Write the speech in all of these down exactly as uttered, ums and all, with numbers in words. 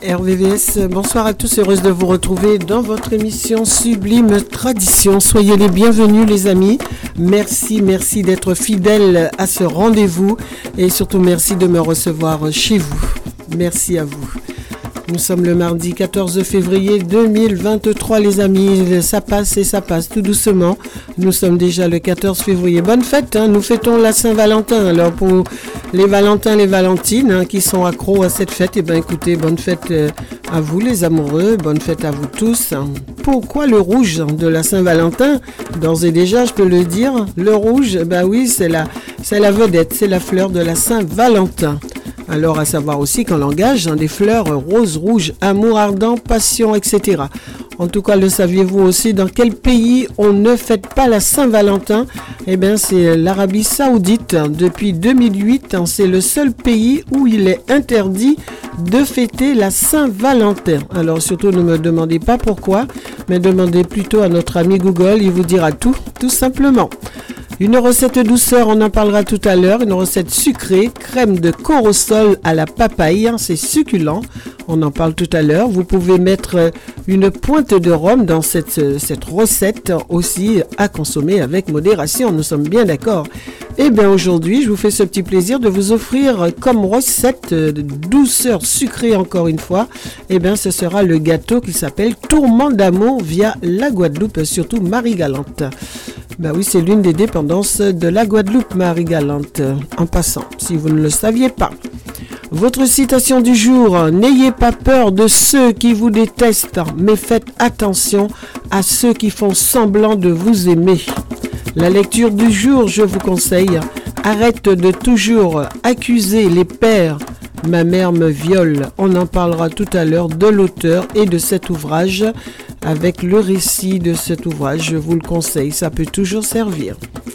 R V V S. Bonsoir à tous, heureuse de vous retrouver dans votre émission Sublime Tradition. Soyez les bienvenus les amis. Merci, merci d'être fidèles à ce rendez-vous et surtout merci de me recevoir chez vous. Merci à vous. Nous sommes le mardi quatorze février deux mille vingt-trois les amis, ça passe et ça passe tout doucement. Nous sommes déjà le quatorze février. Bonne fête, hein. Nous fêtons la Saint-Valentin. Alors pour les Valentins, les Valentines hein, qui sont accros à cette fête, eh bien écoutez, bonne fête euh, à vous les amoureux, bonne fête à vous tous. Pourquoi le rouge de la Saint-Valentin? D'ores et déjà, je peux le dire, le rouge, ben oui, c'est la, c'est la vedette, c'est la fleur de la Saint-Valentin. Alors, à savoir aussi qu'en langage, hein, des fleurs roses, rouges, amour ardent, passion, et cetera. En tout cas, le saviez-vous aussi dans quel pays on ne fête pas la Saint-Valentin? Eh bien, c'est l'Arabie Saoudite. Depuis deux mille huit, hein, c'est le seul pays où il est interdit de fêter la Saint-Valentin. Alors, surtout, ne me demandez pas pourquoi, mais demandez plutôt à notre ami Google, il vous dira tout, tout simplement. Une recette douceur, on en parlera tout à l'heure. Une recette sucrée, crème de corosol à la papaye, c'est succulent. On en parle tout à l'heure. Vous pouvez mettre une pointe de rhum dans cette, cette recette aussi à consommer avec modération. Nous sommes bien d'accord. Et bien aujourd'hui, je vous fais ce petit plaisir de vous offrir comme recette de douceur sucrée encore une fois. Et bien ce sera le gâteau qui s'appelle Tourment d'amour via la Guadeloupe, surtout Marie-Galante. Ben oui, c'est l'une des dépendances de la Guadeloupe, Marie-Galante, en passant, si vous ne le saviez pas. Votre citation du jour, n'ayez pas peur de ceux qui vous détestent, mais faites attention à ceux qui font semblant de vous aimer. La lecture du jour, je vous conseille, arrête de toujours accuser les pères. Ma mère me viole. On en parlera tout à l'heure de l'auteur et de cet ouvrage. Avec le récit de cet ouvrage, je vous le conseille, ça peut toujours servir.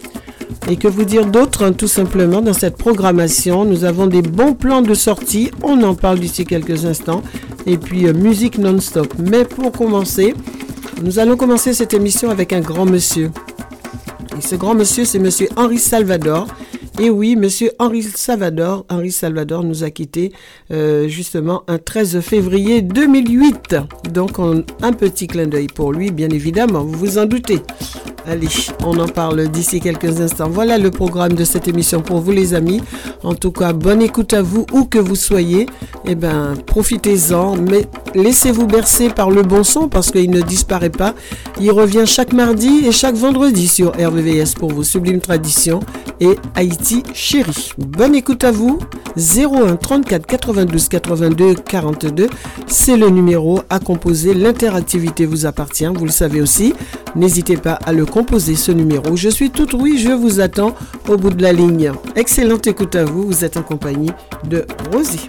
Et que vous dire d'autre, hein, tout simplement, dans cette programmation, nous avons des bons plans de sortie, on en parle d'ici quelques instants, et puis euh, musique non-stop. Mais pour commencer, nous allons commencer cette émission avec un grand monsieur. Et ce grand monsieur, c'est monsieur Henri Salvador. Et oui, monsieur Henri Salvador, Henri Salvador nous a quittés euh, justement un treize février deux mille huit. Donc on, un petit clin d'œil pour lui, bien évidemment, vous vous en doutez. Allez, on en parle d'ici quelques instants. Voilà le programme de cette émission pour vous les amis. En tout cas, bonne écoute à vous, où que vous soyez. Eh bien, profitez-en, mais laissez-vous bercer par le bon son parce qu'il ne disparaît pas. Il revient chaque mardi et chaque vendredi sur R V V S pour vos sublimes traditions et Haïti chérie. Bonne écoute à vous. zéro un trente-quatre quatre-vingt-douze quatre-vingt-deux quarante-deux, c'est le numéro à composer. L'interactivité vous appartient, vous le savez aussi. N'hésitez pas à le composer, ce numéro. Je suis toute oui, je vous attends au bout de la ligne. Excellente écoute à vous, vous êtes en compagnie de Rosie.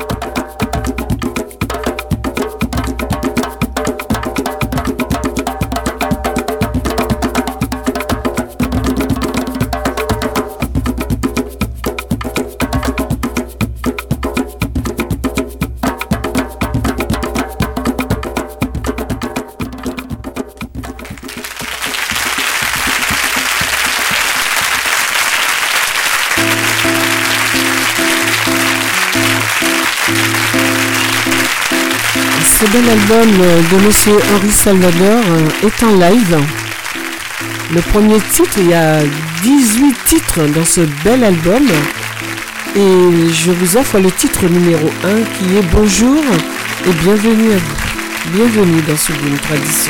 Ce bel album de monsieur Henri Salvador est en live. Le premier titre, il y a dix-huit titres dans ce bel album. Et je vous offre le titre numéro un qui est Bonjour et bienvenue à vous. Bienvenue dans Sublime Tradition.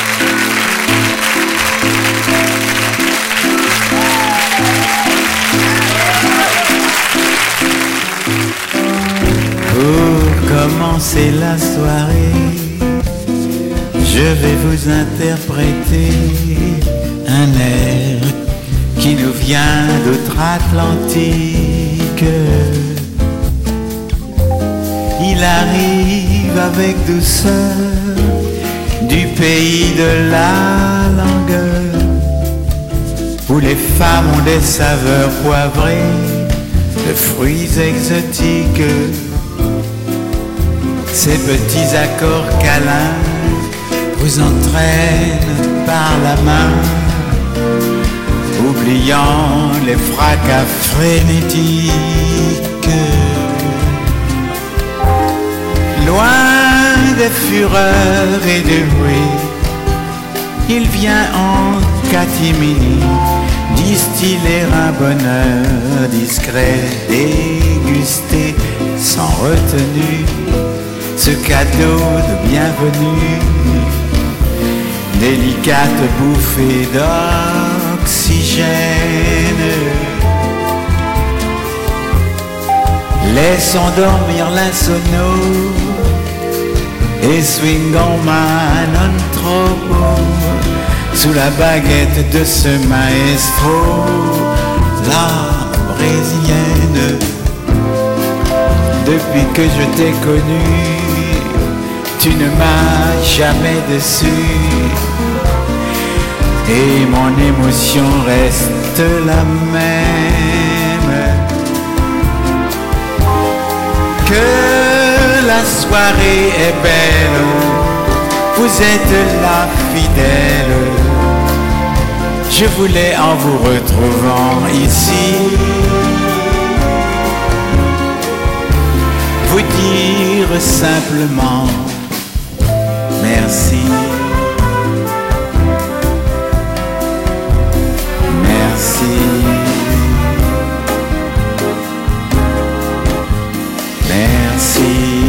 Pour commencer la soirée, je vais vous interpréter un air qui nous vient d'outre-Atlantique. Il arrive avec douceur du pays de la langueur, où les femmes ont des saveurs poivrées de fruits exotiques. Ces petits accords câlins vous entraînent par la main, oubliant les fracas frénétiques. Loin de fureur et de bruit. Il vient en catimini distiller un bonheur discret, déguster sans retenue ce cadeau de bienvenue, délicate bouffée d'oxygène. Laissons dormir l'insono et swingons man non trop sous la baguette de ce maestro, la brésilienne. Depuis que je t'ai connue, tu ne m'as jamais déçu et mon émotion reste la même. Que la soirée est belle, vous êtes la fidèle. Je voulais en vous retrouvant ici vous dire simplement merci. Merci. Merci.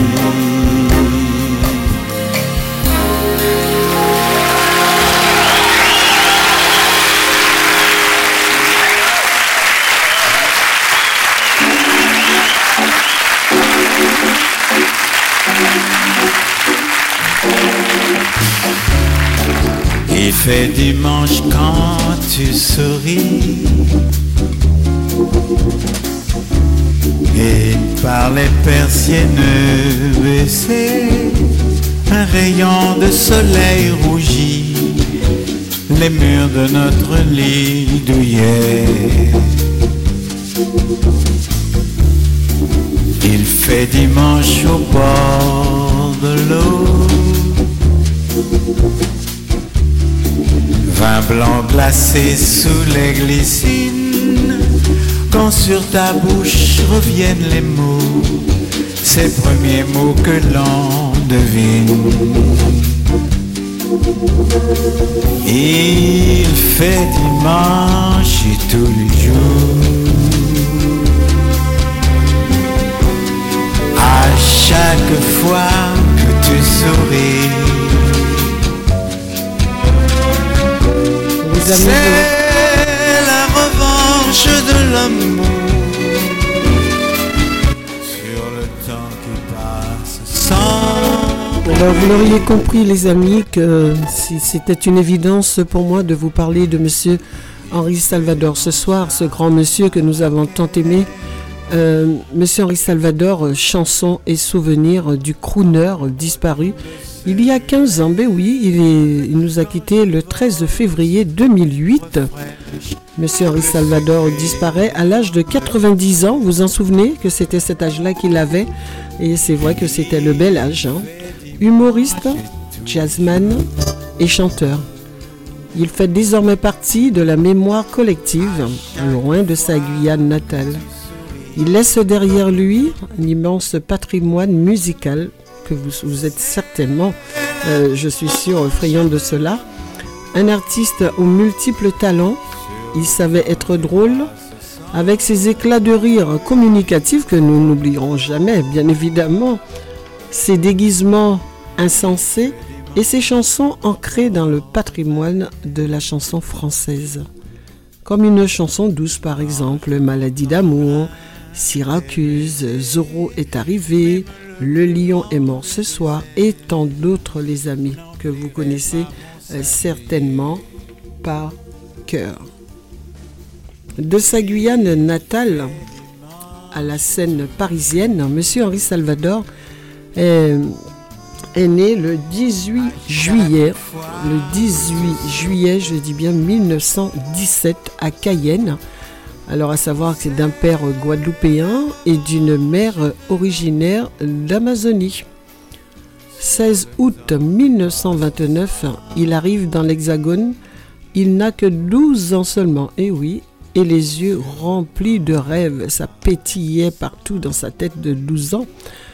Il fait dimanche quand tu souris et par les persiennes baissées, un rayon de soleil rougit les murs de notre lit douillet. Il fait dimanche au bord de l'eau, vin blanc glacé sous les glycines, quand sur ta bouche reviennent les mots, ces premiers mots que l'on devine. Il fait dimanche et tous les jours, à chaque fois que tu souris. C'est la revanche de l'amour sur le temps qui passe sans... Alors vous l'auriez compris les amis que c'était une évidence pour moi de vous parler de monsieur Henri Salvador ce soir, ce grand monsieur que nous avons tant aimé. Euh, monsieur Henri Salvador, chanson et souvenir du crooner disparu il y a quinze ans. Ben oui, il, est, il nous a quittés le treize février deux mille huit. Monsieur Henri Salvador disparaît à l'âge de quatre-vingt-dix ans. Vous vous en souvenez que c'était cet âge-là qu'il avait? Et c'est vrai que c'était le bel âge. Hein. Humoriste, jazzman et chanteur. Il fait désormais partie de la mémoire collective, loin de sa Guyane natale. Il laisse derrière lui un immense patrimoine musical que vous, vous êtes certainement, euh, je suis sûr, friand de cela. Un artiste aux multiples talents, il savait être drôle, avec ses éclats de rire communicatifs que nous n'oublierons jamais, bien évidemment, ses déguisements insensés et ses chansons ancrées dans le patrimoine de la chanson française. Comme une chanson douce par exemple, Maladie d'amour, Syracuse, Zorro est arrivé, Le lion est mort ce soir et tant d'autres les amis que vous connaissez euh, certainement par cœur. De sa Guyane natale à la scène parisienne, monsieur Henri Salvador est, est né le dix-huit juillet, le dix-huit juillet, je dis bien mille neuf cent dix-sept à Cayenne. Alors à savoir que c'est d'un père guadeloupéen et d'une mère originaire d'Amazonie. seize août mille neuf cent vingt-neuf, il arrive dans l'Hexagone. Il n'a que douze ans seulement, et oui, et les yeux remplis de rêves. Ça pétillait partout dans sa tête de douze ans.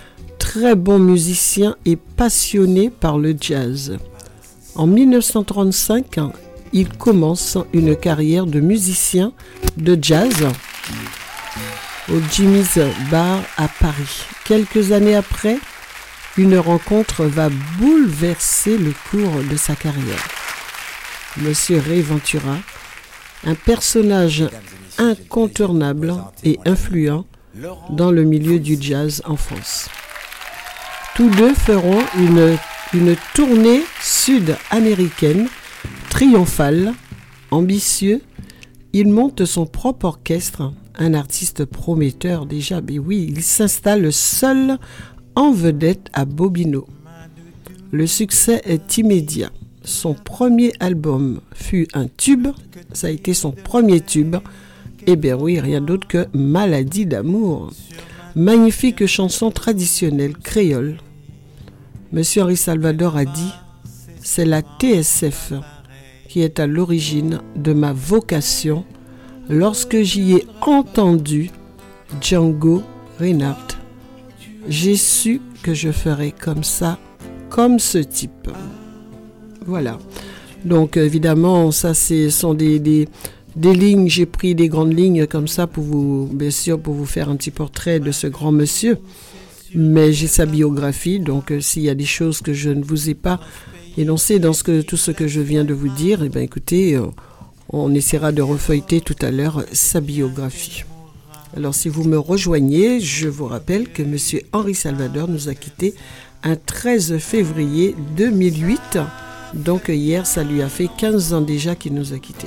très bon musicien et passionné par le jazz. En dix-neuf cent trente-cinq, il commence une carrière de musicien de jazz au Jimmy's Bar à Paris. Quelques années après, une rencontre va bouleverser le cours de sa carrière. Monsieur Ray Ventura, un personnage incontournable et influent dans le milieu du jazz en France. Tous deux feront une, une tournée sud-américaine triomphale, ambitieux. Il monte son propre orchestre, un artiste prometteur déjà, mais oui, il s'installe seul en vedette à Bobino. Le succès est immédiat. Son premier album fut un tube, ça a été son premier tube. Eh bien oui, rien d'autre que Maladie d'amour. Magnifique chanson traditionnelle créole. Monsieur Henri Salvador a dit, c'est la T S F qui est à l'origine de ma vocation lorsque j'y ai entendu Django Reinhardt. J'ai su que je ferais comme ça, comme ce type. Voilà. Donc évidemment, ça ce sont des, des, des lignes, j'ai pris des grandes lignes comme ça pour vous, bien sûr, pour vous faire un petit portrait de ce grand monsieur. Mais j'ai sa biographie, donc euh, s'il y a des choses que je ne vous ai pas énoncées dans ce que, tout ce que je viens de vous dire, eh bien écoutez, euh, on essaiera de refeuilleter tout à l'heure sa biographie. Alors si vous me rejoignez, je vous rappelle que monsieur Henri Salvador nous a quittés un treize février deux mille huit. Donc hier, ça lui a fait quinze ans déjà qu'il nous a quittés.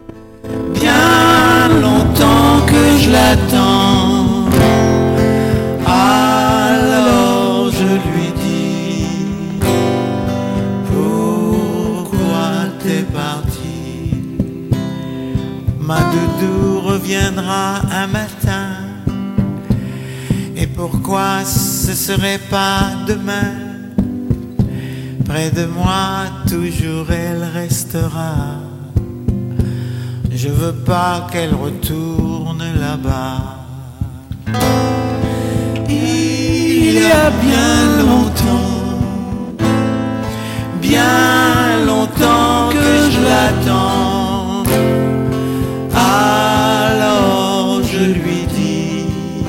Bien longtemps que je l'attends, alors je lui dis, pourquoi t'es parti? Ma doudou reviendra un matin, et pourquoi ce serait pas demain? Près de moi, toujours elle restera. Je veux pas qu'elle retourne là-bas. Il y a bien longtemps, bien longtemps que je l'attends. Alors je lui dis,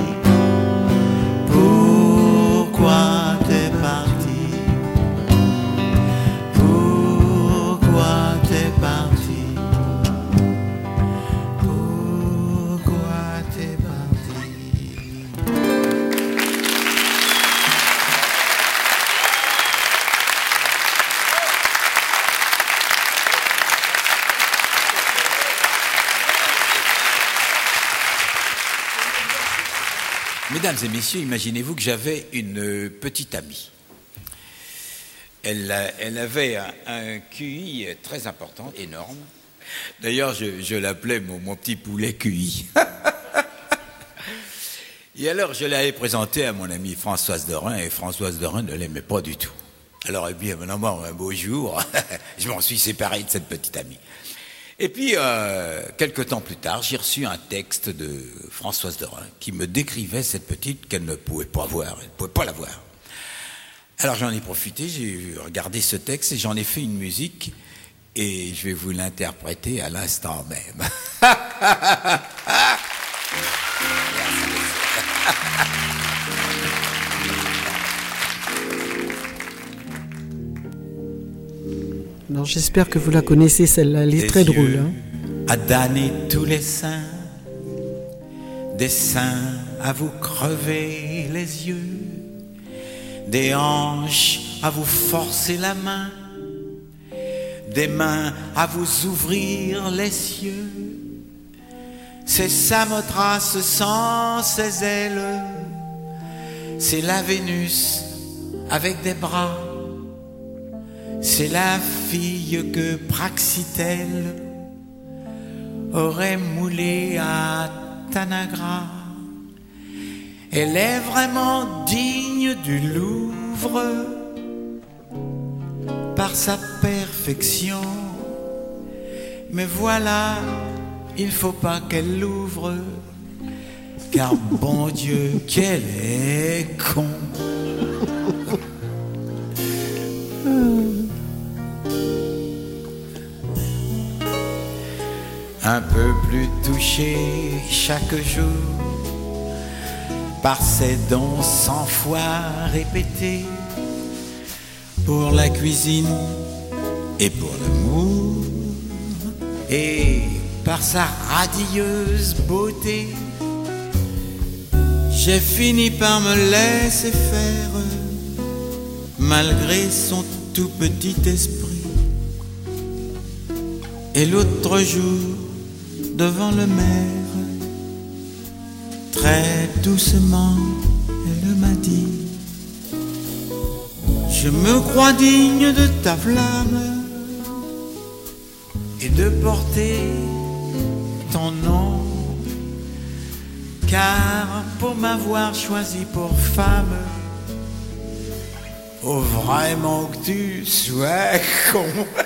pourquoi t'es parti? Mesdames et messieurs, imaginez-vous que j'avais une petite amie. Elle, elle avait un, un Q I très important, énorme. D'ailleurs, je, je l'appelais mon, mon petit poulet Q I. Et alors, je l'avais présentée à mon amie Françoise Dorin, et Françoise Dorin ne l'aimait pas du tout. Alors, et bien, évidemment, un beau jour, je m'en suis séparé de cette petite amie. Et puis, euh, quelques temps plus tard, j'ai reçu un texte de Françoise Dorin qui me décrivait cette petite qu'elle ne pouvait pas voir, elle ne pouvait pas la voir. Alors j'en ai profité, j'ai regardé ce texte et j'en ai fait une musique et je vais vous l'interpréter à l'instant même. Non, j'espère que vous la connaissez, celle-là, elle est des très yeux drôle. Hein. À damner tous les seins, des seins à vous crever les yeux, des hanches à vous forcer la main, des mains à vous ouvrir les cieux. C'est Samothrace sans ses ailes, c'est la Vénus avec des bras. C'est la fille que Praxitèle aurait moulée à Tanagra. Elle est vraiment digne du Louvre par sa perfection. Mais voilà, il faut pas qu'elle l'ouvre, car bon Dieu, qu'elle est con. un peu plus touché chaque jour par ces dons cent fois répétés pour la cuisine et pour l'amour, et par sa radieuse beauté, j'ai fini par me laisser faire malgré son tout petit esprit. Et l'autre jour, devant le maire, très doucement, elle m'a dit: je me crois digne de ta flamme et de porter ton nom, car pour m'avoir choisi pour femme, faut vraiment que tu sois con.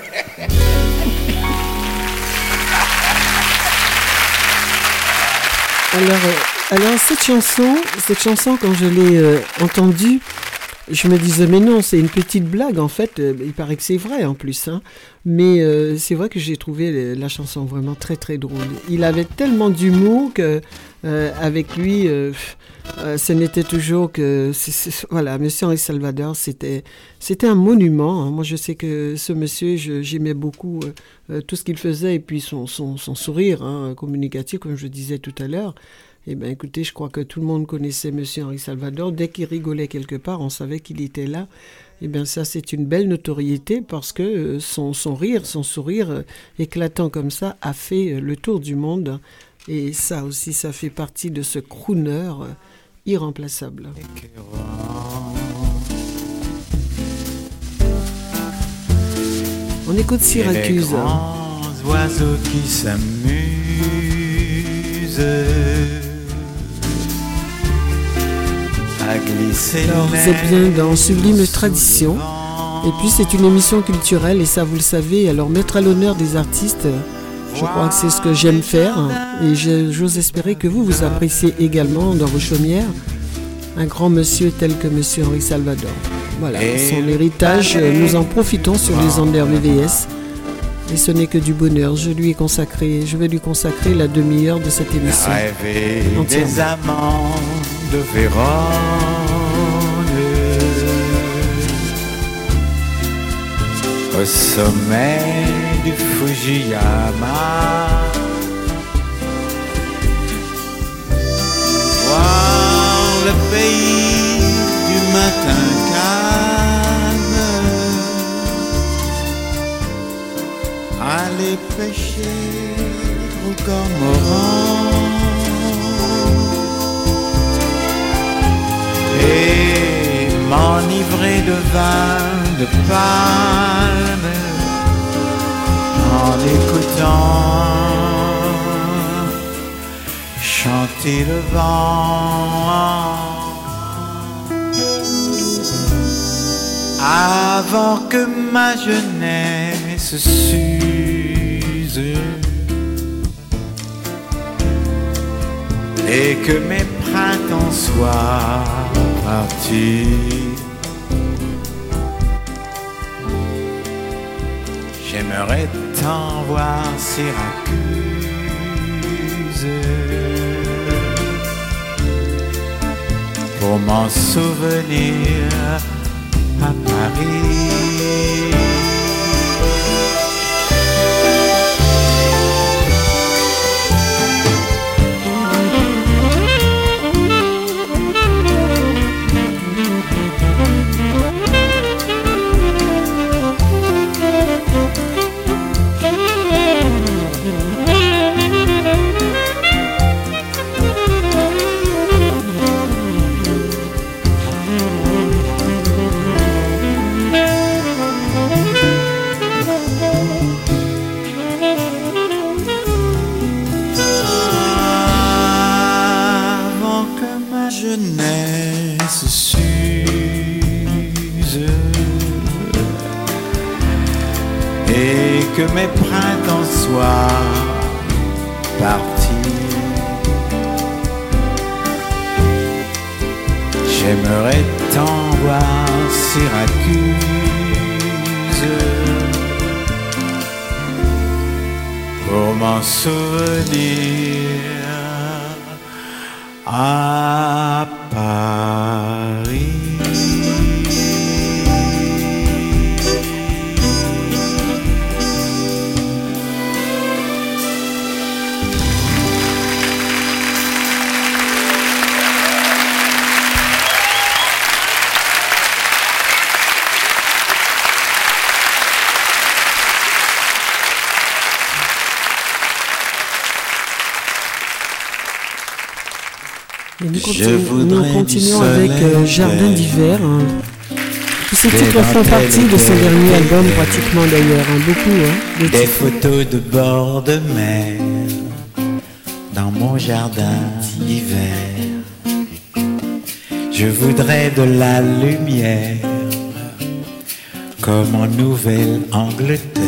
Alors, alors cette chanson, cette chanson quand je l'ai euh, entendue, je me disais mais non, c'est une petite blague en fait. Euh, il paraît que c'est vrai en plus, hein. Mais euh, c'est vrai que j'ai trouvé la chanson vraiment très très drôle. Il avait tellement d'humour que euh, avec lui, euh, euh, ce n'était toujours que c'est, c'est, voilà, Monsieur Henri Salvador, c'était c'était un monument. Hein. Moi, je sais que ce monsieur, je, j'aimais beaucoup euh, tout ce qu'il faisait et puis son son, son sourire hein, communicatif, comme je disais tout à l'heure. Eh bien, écoutez, je crois que tout le monde connaissait Monsieur Henri Salvador. Dès qu'il rigolait quelque part, on savait qu'il était là. Eh bien, ça, c'est une belle notoriété parce que son, son rire, son sourire éclatant comme ça a fait le tour du monde. Et ça aussi, ça fait partie de ce crooner irremplaçable. On écoute Syracuse. Et les grands oiseaux qui s'amusent à glisser. Alors, vous êtes bien dans Sublime Tradition. Et puis, c'est une émission culturelle, et ça, vous le savez. Alors, mettre à l'honneur des artistes, je crois que c'est ce que j'aime faire. Et j'ose espérer que vous, vous appréciez également dans vos chaumières un grand monsieur tel que Monsieur Henri Salvador. Voilà, son héritage, nous en profitons sur les ondes R V V S. Et ce n'est que du bonheur. Je lui ai consacré, je vais lui consacrer la demi-heure de cette émission. Rêver des amants de Vérone, au sommet du Fujiyama, voir le pays du matin calme, aller pêcher au cormoran et m'enivrer de vin de palme en écoutant chanter le vent avant que ma jeunesse s'use et que mes printemps soient partis. J'aimerais tant voir Syracuse pour m'en souvenir à Paris. Que mes printemps soient partis. J'aimerais tant voir Syracuse pour m'en souvenir à Paris. Et nous, continu- nous continuons avec euh, Jardin d'hiver. Hein. Tous ces titres font partie de son dernier album, pratiquement d'ailleurs, hein, beaucoup. Hein, de des titres. photos de bord de mer dans mon jardin d'hiver. Je voudrais de la lumière comme en Nouvelle-Angleterre.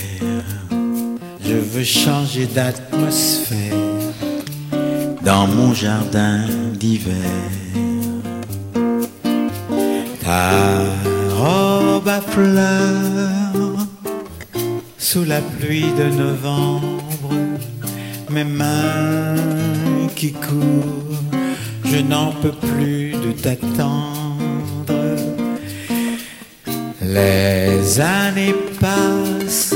Je veux changer d'atmosphère dans mon jardin d'hiver. Ta robe à fleurs sous la pluie de novembre, mes mains qui courent, je n'en peux plus de t'attendre. Les années passent,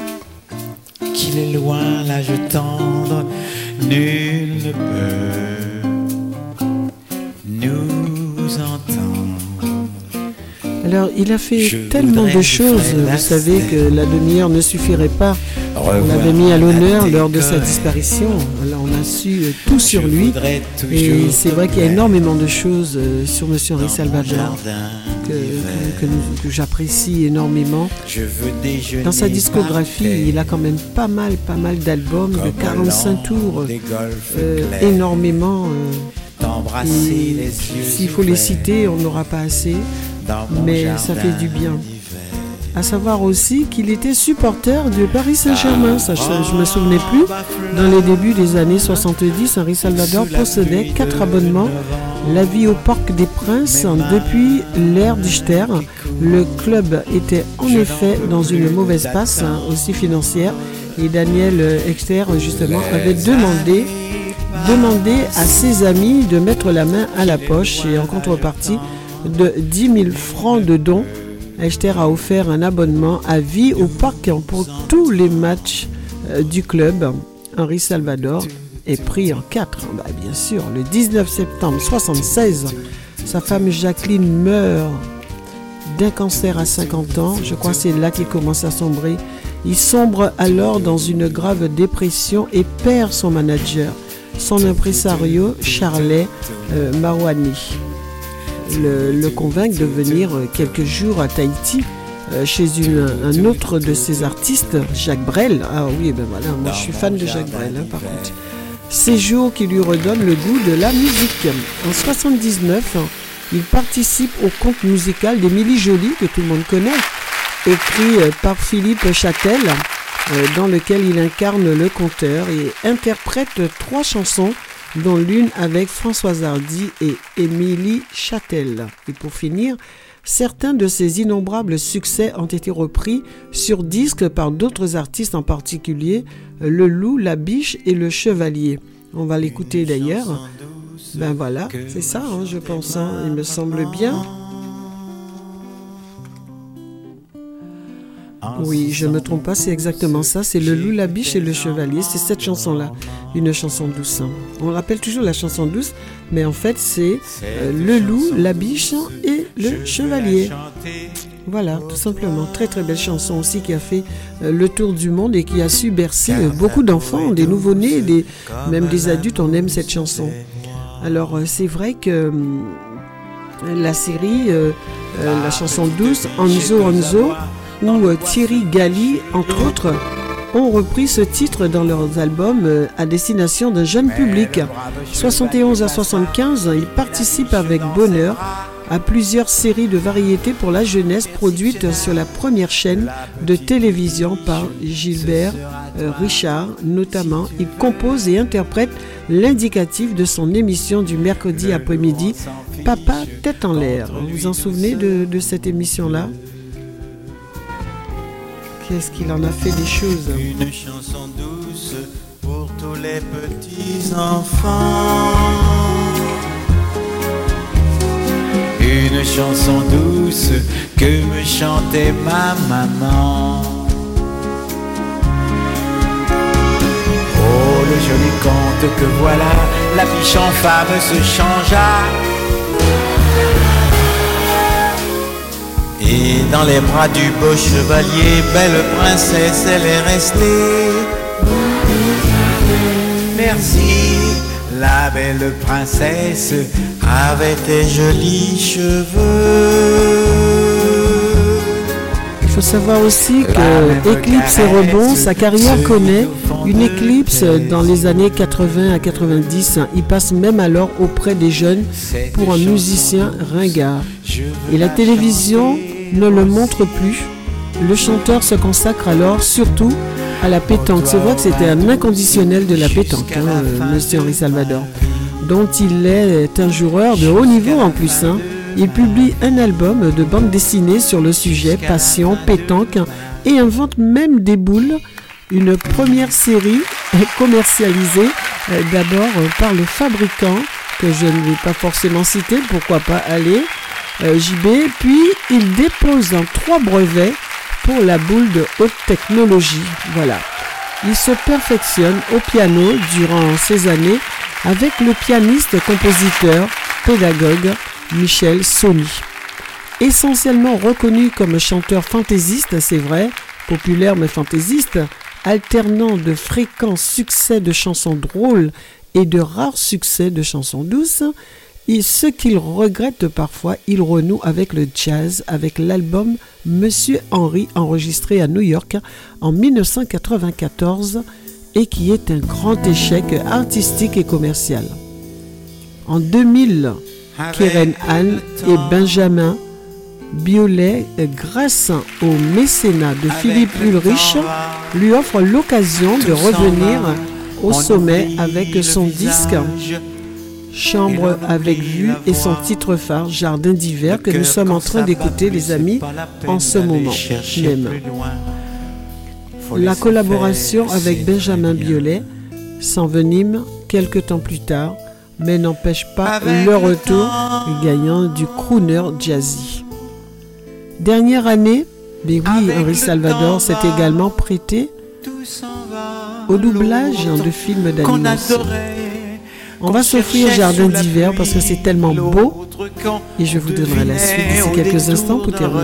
qu'il est loin l'âge tendre, nul ne peut nous entendre. Alors, il a fait Je tellement voudrais de choses, Fred vous savez, Astaire. que la demi-heure ne suffirait pas. On Revoir l'avait mis à l'honneur la lors de sa décolle. disparition. Alors, on a su euh, tout sur Je lui. voudrais Et toujours c'est vrai te qu'il y a plaire énormément de choses euh, sur Monsieur Henri dans mon Salvador jardin que, d'hiver. que, que nous- que j'apprécie énormément. Je veux déjeuner Dans sa discographie, par terre, il a quand même pas mal, pas mal d'albums de comme quarante-cinq au long tours, des golfes euh, clairs, énormément. euh, t'embrasser et les yeux S'il faut les ouverts citer, on n'aura pas assez. dans mon mais ça jardin fait du bien. d'hiver. À savoir aussi qu'il était supporter de Paris Saint-Germain. Ça, je ne me souvenais plus. Dans les débuts des années soixante-dix, Henri Salvador possédait quatre abonnements. La vie au Parc des Princes depuis l'ère d'Ichter. Le club était en effet dans une mauvaise passe, hein, aussi financière. Et Daniel Exter, justement, avait demandé, demandé à ses amis de mettre la main à la poche et en contrepartie de dix mille francs de dons, Exter a offert un abonnement à vie au parc pour tous les matchs euh, du club. Henri Salvador est pris en quatre. Bah, bien sûr, le dix-neuf septembre soixante-seize, sa femme Jacqueline meurt d'un cancer à cinquante ans. Je crois que c'est là qu'il commence à sombrer. Il sombre alors dans une grave dépression et perd son manager, son impresario Charlet euh, Marouani. Le, le convainc de venir euh, quelques jours à Tahiti euh, chez une, un autre de ses artistes, Jacques Brel. Ah oui, ben voilà, moi je suis fan de Jacques Brel, hein, par contre. Séjour qui lui redonne le goût de la musique. En soixante-dix-neuf, il participe au conte musical d'Émilie Joly, que tout le monde connaît, écrit euh, par Philippe Châtel, euh, dans lequel il incarne le conteur et interprète trois chansons, dont l'une avec Françoise Hardy et Émilie Châtel. Et pour finir, certains de ses innombrables succès ont été repris sur disque par d'autres artistes, en particulier Le Loup, la Biche et Le Chevalier. On va l'écouter d'ailleurs. Ben voilà, c'est ça, hein, je pense, hein, il me semble bien. Oui, je ne me trompe pas, c'est exactement ça. C'est Le Loup, la Biche et Le Chevalier. C'est cette chanson-là, une chanson douce. On rappelle toujours la chanson douce, mais en fait, c'est euh, Le Loup, la Biche et Le Chevalier. Voilà, tout simplement. Très très belle chanson aussi qui a fait euh, le tour du monde et qui a su bercer euh, beaucoup d'enfants, des nouveau-nés, des, même des adultes. On aime cette chanson. Alors, euh, c'est vrai que euh, la série, euh, euh, la chanson douce, Anzo Anzo, où euh, Thierry Galli, entre autres, ont repris ce titre dans leurs albums euh, à destination d'un jeune public. soixante et onze à soixante-quinze, ils participent avec bonheur à plusieurs séries de variétés pour la jeunesse produites sur la première chaîne de télévision par Gilbert euh, Richard. Notamment, il compose et interprète l'indicatif de son émission du mercredi après-midi, Papa tête en l'air. Vous vous en souvenez de, de cette émission-là ? Qu'est-ce qu'il en a fait des choses. Une chanson douce douce pour tous les petits enfants. Une chanson douce que me chantait ma maman. Oh, le joli conte que voilà, la biche en femme se changea. Et dans les bras du beau chevalier, belle princesse, elle est restée. Merci, la belle princesse avait tes jolis cheveux. Il faut savoir aussi que Eclipse et Rebond, sa carrière connaît une éclipse dans les années quatre-vingts à quatre-vingt-dix. Il passe même alors auprès des jeunes pour un musicien ringard. Et la télévision ne le montre plus. Le chanteur se consacre alors surtout à la pétanque. C'est vrai que c'était un inconditionnel de la pétanque, hein, monsieur Henri Salvador, dont il est un joueur de haut niveau en plus. Hein. Il publie un album de bande dessinée sur le sujet, passion, pétanque, et invente même des boules. Une première série commercialisée euh, d'abord par le fabricant, que je ne vais pas forcément citer, pourquoi pas aller, euh, J B, puis il dépose en trois brevets pour la boule de haute technologie. Voilà. Il se perfectionne au piano durant ces années avec le pianiste, compositeur, pédagogue Michel Sony. Essentiellement reconnu comme chanteur fantaisiste, c'est vrai, populaire mais fantaisiste, alternant de fréquents succès de chansons drôles et de rares succès de chansons douces, et ce qu'il regrette parfois, il renoue avec le jazz, avec l'album Monsieur Henri, enregistré à New York en dix-neuf cent quatre-vingt-quatorze, et qui est un grand échec artistique et commercial. En deux mille, Keren Anne et Benjamin Biolay, grâce au mécénat de Philippe Ulrich, lui offrent l'occasion de revenir au sommet avec son disque Chambre avec vue et son titre phare Jardin d'hiver, que nous sommes en train d'écouter, les amis, en ce moment même. La collaboration avec Benjamin Biolay s'envenime quelques temps plus tard, mais n'empêche pas le retour gagnant du crooner jazzy. Dernière année, mais oui, Henri Salvador s'est également prêté au doublage de films d'animation. On va s'offrir Jardin d'hiver parce que c'est tellement beau, et je vous donnerai la suite d'ici quelques instants pour terminer.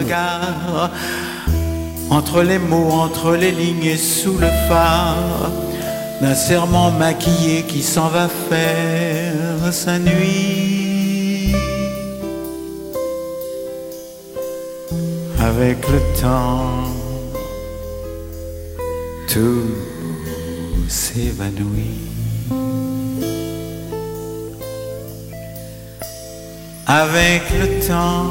Entre les mots, entre les lignes et sous le phare d'un serment maquillé qui s'en va faire sa nuit. Avec le temps, tout s'évanouit. Avec le temps,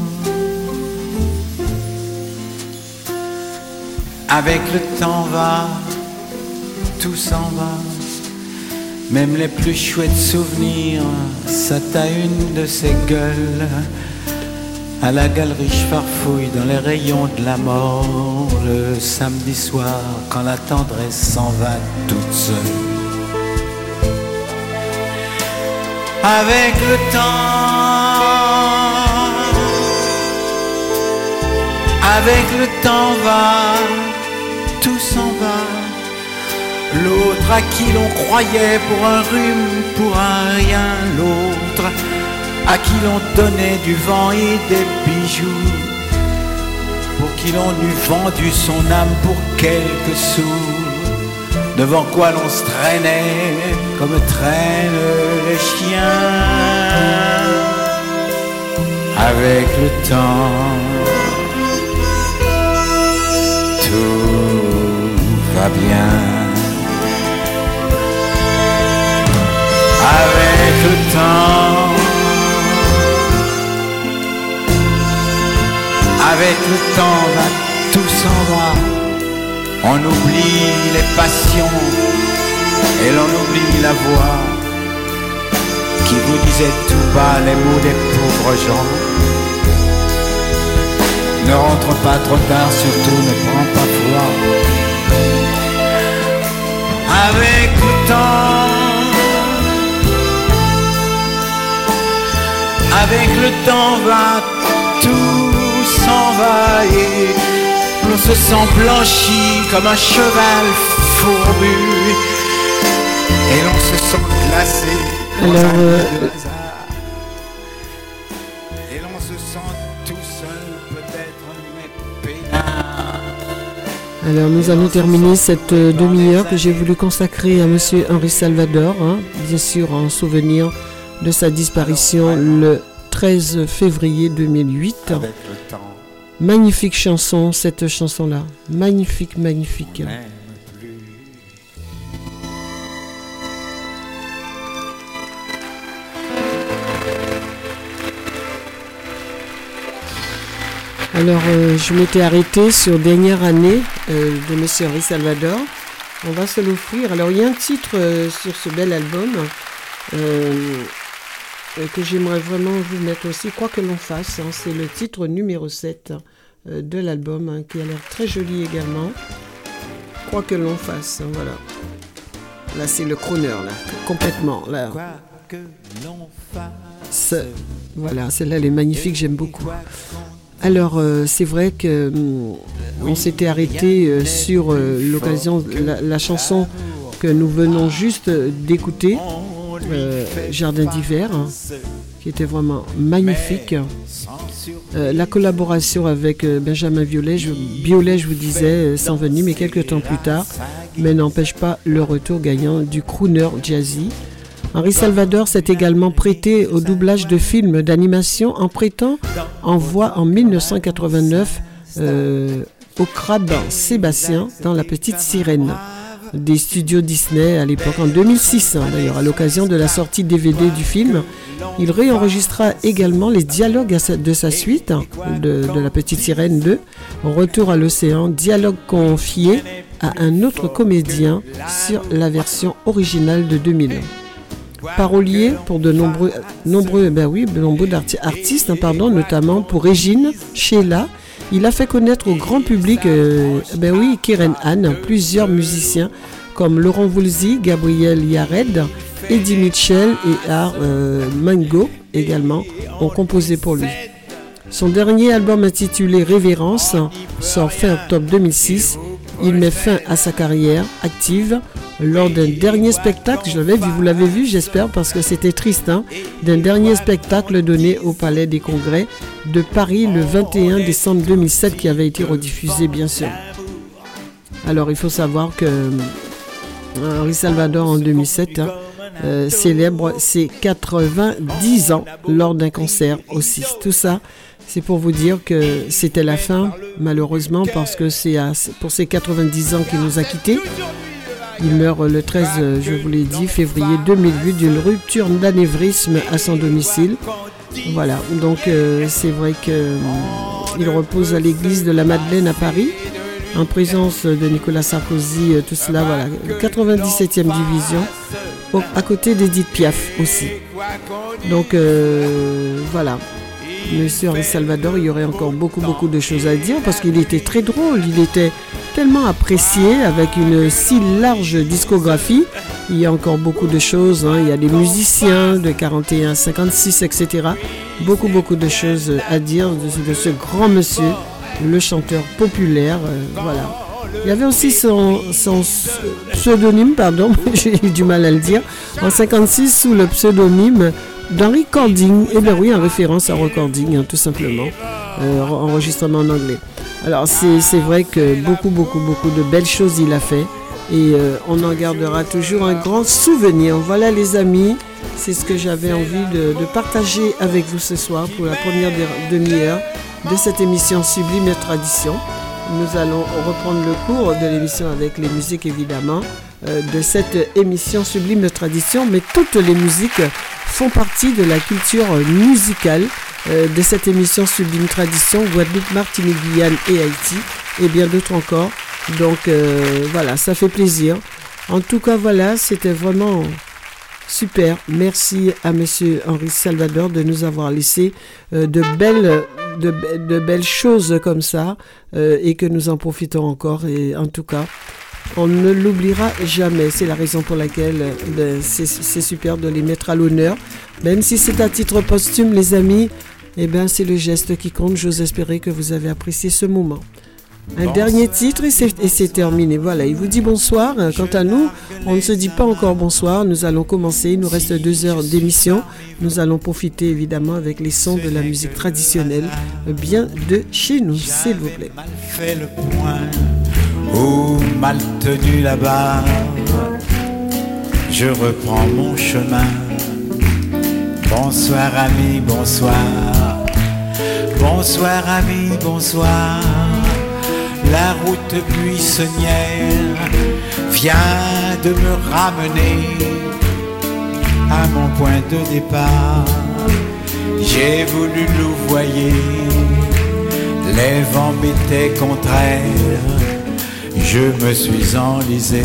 avec le temps va, tout s'en va. Même les plus chouettes souvenirs, ça t'a une de ces gueules. À la galerie, je farfouille dans les rayons de la mort. Le samedi soir, quand la tendresse s'en va toute seule. Avec le temps, avec le temps va, tout s'en va. L'autre à qui l'on croyait pour un rhume, pour un rien, l'autre à qui l'on donnait du vent et des bijoux, pour qui l'on eût vendu son âme pour quelques sous, devant quoi l'on se traînait comme traînent les chiens. Avec le temps, tout va bien. Avec le temps, avec le temps va, tout s'en va. On oublie les passions et l'on oublie la voix qui vous disait tout bas les mots des pauvres gens. Ne rentre pas trop tard, surtout ne prends pas froid. le temps va, tout s'en va et l'on se sent blanchi comme un cheval fourbu et l'on se sent glacé dans Alors, un euh, de hasard et l'on se sent tout seul peut-être mais peinard. Alors nous allons terminer cette euh, demi-heure que j'ai voulu consacrer à Monsieur Henri Salvador, hein, bien sûr en souvenir de sa disparition le treize février deux mille huit. Avec le temps, Magnifique chanson, cette chanson-là. Magnifique, magnifique. on n'aime plus. Alors euh, je m'étais arrêté sur Dernière année euh, de Monsieur Henri Salvador. On va se l'offrir. Alors il y a un titre euh, sur ce bel album euh, euh, que j'aimerais vraiment vous mettre aussi, quoi que l'on fasse. Hein, c'est le titre numéro sept euh, de l'album, hein, qui a l'air très joli également. Quoi que l'on fasse, hein, voilà. Là c'est le crooner, là, complètement. Là. Quoi que l'on fasse, Ce- voilà, celle-là elle est magnifique, j'aime beaucoup. Alors euh, c'est vrai que hum, on s'était arrêté euh, sur euh, l'occasion, la, la chanson que nous venons juste d'écouter, euh, Jardin d'hiver, hein, qui était vraiment magnifique. Euh, la collaboration avec euh, Benjamin Biolay, je, Biolay, je vous disais, euh, s'en venue, mais quelques temps plus tard, mais n'empêche pas le retour gagnant du crooner jazzy. Henri Salvador s'est également prêté au doublage de films d'animation en prêtant en voix en mille neuf cent quatre-vingt-neuf euh, au crabe Sébastien dans La Petite Sirène des studios Disney à l'époque, en deux mille six hein, d'ailleurs, à l'occasion de la sortie D V D du film. Il réenregistra également les dialogues de sa suite de, de La Petite Sirène deux, Retour à l'océan, dialogue confié à un autre comédien sur la version originale de deux mille un. Parolier pour de nombreux, nombreux, ben oui, de nombreux artistes, hein, pardon, notamment pour Régine, Sheila. Il a fait connaître au grand public, euh, ben oui, Keren Anne, plusieurs musiciens comme Laurent Voulzy, Gabriel Yared, Eddie Mitchell et Art euh, Mango également ont composé pour lui. Son dernier album intitulé Révérence sort fin octobre deux mille six. Il met fin à sa carrière active lors d'un dernier spectacle, je l'avais vu, vous l'avez vu j'espère parce que c'était triste, hein, d'un dernier spectacle donné au Palais des Congrès de Paris le vingt et un décembre deux mille sept qui avait été rediffusé bien sûr. Alors il faut savoir que euh, Henri Salvador en deux mille sept hein, euh, célèbre ses quatre-vingt-dix ans lors d'un concert aussi. Tout ça c'est pour vous dire que c'était la fin malheureusement parce que c'est à, pour ses quatre-vingt-dix ans qu'il nous a quittés. Il meurt le treize, je vous l'ai dit, février deux mille huit d'une rupture d'anévrisme à son domicile. Voilà, donc euh, c'est vrai qu'il euh, repose à l'église de la Madeleine à Paris, en présence de Nicolas Sarkozy, euh, tout cela, voilà. quatre-vingt-dix-septième division, au, à côté d'Edith Piaf aussi. Donc euh, voilà. Monsieur Henri Salvador, il y aurait encore beaucoup beaucoup de choses à dire parce qu'il était très drôle, il était tellement apprécié avec une si large discographie. Il y a encore beaucoup de choses, hein. Il y a des musiciens de quarante et un à cinquante-six, et cetera. Beaucoup beaucoup de choses à dire de, de ce grand monsieur, le chanteur populaire, euh, voilà. Il y avait aussi son, son pseudonyme, pardon, j'ai eu du mal à le dire, en cinquante-six sous le pseudonyme d'un recording, et eh bien oui, en référence à recording, hein, tout simplement, euh, enregistrement en anglais. Alors c'est, c'est vrai que beaucoup, beaucoup, beaucoup de belles choses il a fait, et euh, on en gardera toujours un grand souvenir. Voilà les amis, c'est ce que j'avais envie de, de partager avec vous ce soir pour la première demi-heure de cette émission Sublime Tradition. Nous allons reprendre le cours de l'émission avec les musiques évidemment euh, de cette émission Sublime Tradition, mais toutes les musiques font partie de la culture musicale euh, de cette émission Sublime Tradition, Guadeloupe, Martinique, Guyane et Haïti, et bien d'autres encore. Donc euh, voilà, ça fait plaisir. En tout cas, voilà, c'était vraiment super. Merci à Monsieur Henri Salvador de nous avoir laissé euh, de belles, de, de belles choses comme ça euh, et que nous en profitons encore. Et en tout cas, on ne l'oubliera jamais. C'est la raison pour laquelle ben, c'est, c'est super de les mettre à l'honneur. Même si c'est à titre posthume, les amis, Eh bien, c'est le geste qui compte. J'ose espérer que vous avez apprécié ce moment. Un Bonsoir. dernier titre et c'est, et c'est terminé. Voilà, il vous dit bonsoir. Quant à nous, on ne se dit pas encore bonsoir. Nous allons commencer. Il nous reste deux heures d'émission. Nous allons profiter évidemment avec les sons de la musique traditionnelle, bien de chez nous, s'il vous plaît. Mal fait le point ou mal tenu la barre. Je reprends mon chemin. Bonsoir ami, bonsoir. Bonsoir ami, bonsoir. La route buissonnière vient de me ramener à mon point de départ. J'ai voulu louvoyer, les vents m'étaient contraires. Je me suis enlisé.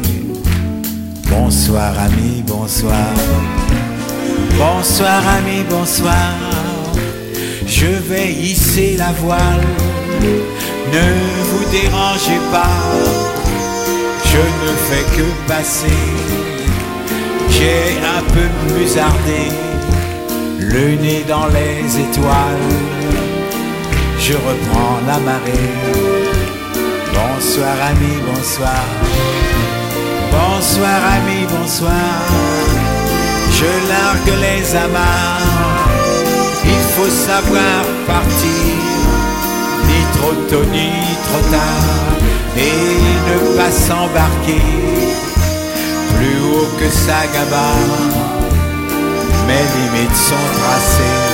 Bonsoir ami, bonsoir. Bonsoir ami, bonsoir. Je vais hisser la voile. Ne vous dérangez pas, je ne fais que passer. J'ai un peu musardé, le nez dans les étoiles. Je reprends la marée. Bonsoir ami, bonsoir. Bonsoir ami, bonsoir. Je largue les amarres. Il faut savoir partir. Ni trop tôt ni trop tard, et ne pas s'embarquer plus haut que sa gabarre. Mes limites sont tracées.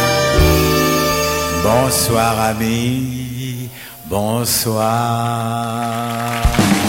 Bonsoir ami, bonsoir.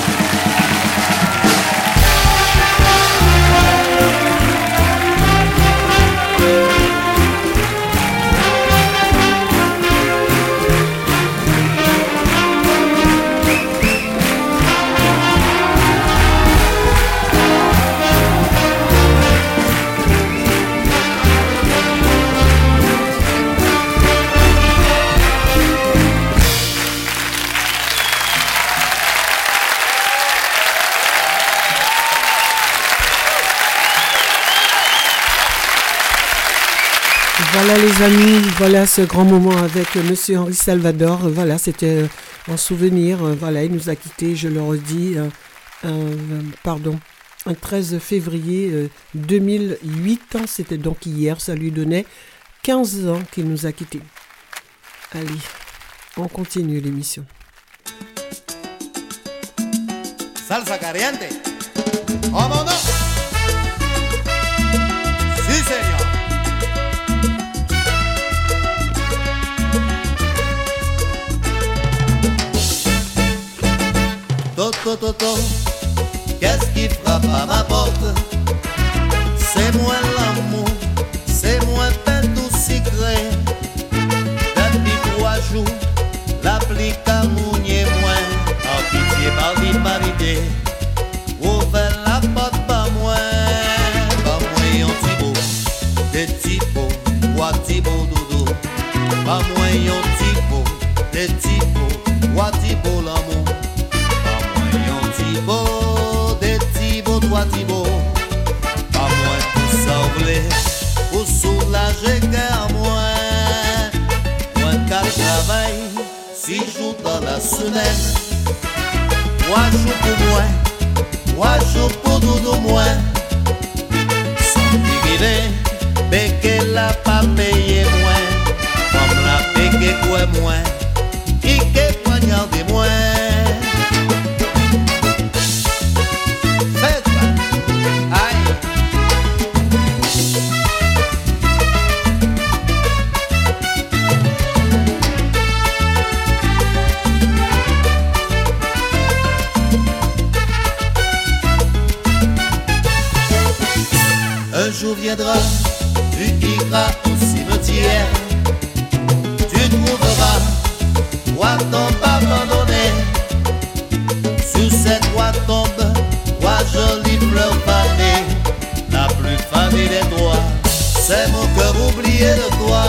Voilà les amis, voilà ce grand moment avec Monsieur Henri Salvador. Voilà, c'était en souvenir. Voilà, il nous a quittés, je le redis, euh, euh, pardon, un treize février deux mille huit. C'était donc hier, ça lui donnait quinze ans qu'il nous a quittés. Allez, on continue l'émission. Salsa caliente. Vámonos. Sí, señor. Toto, toto, qu'est-ce qui frappe à ma porte? C'est moi l'amour, c'est moi peine tout secret. Depuis trois jours, l'appli camounier moins. En pitié, par l'hilarité, ouvre la porte par moi. Par moi, yon tibo, des tibos, trois tibos dodo. Par moi, yon tibo, des tibos, trois tibos l'amour. Thibaut, des Thibaut, trois Thibaut. Pas moins pour s'envoler, pour soulager qu'à moi. Moi qu'à travail, six jours dans la semaine. Trois jours pour moi, trois jours pour dodo moi. Sans diviser, béquet la pas payé moins. Comme la béquet quoi moins, qui qu'est poignardé moins. Un jour viendra, tu iras au cimetière. Tu trouveras trois tombes abandonnées. Sur ces trois tombes, trois jolies fleurs fanées. La plus fanée des trois, c'est mon cœur oublié de toi.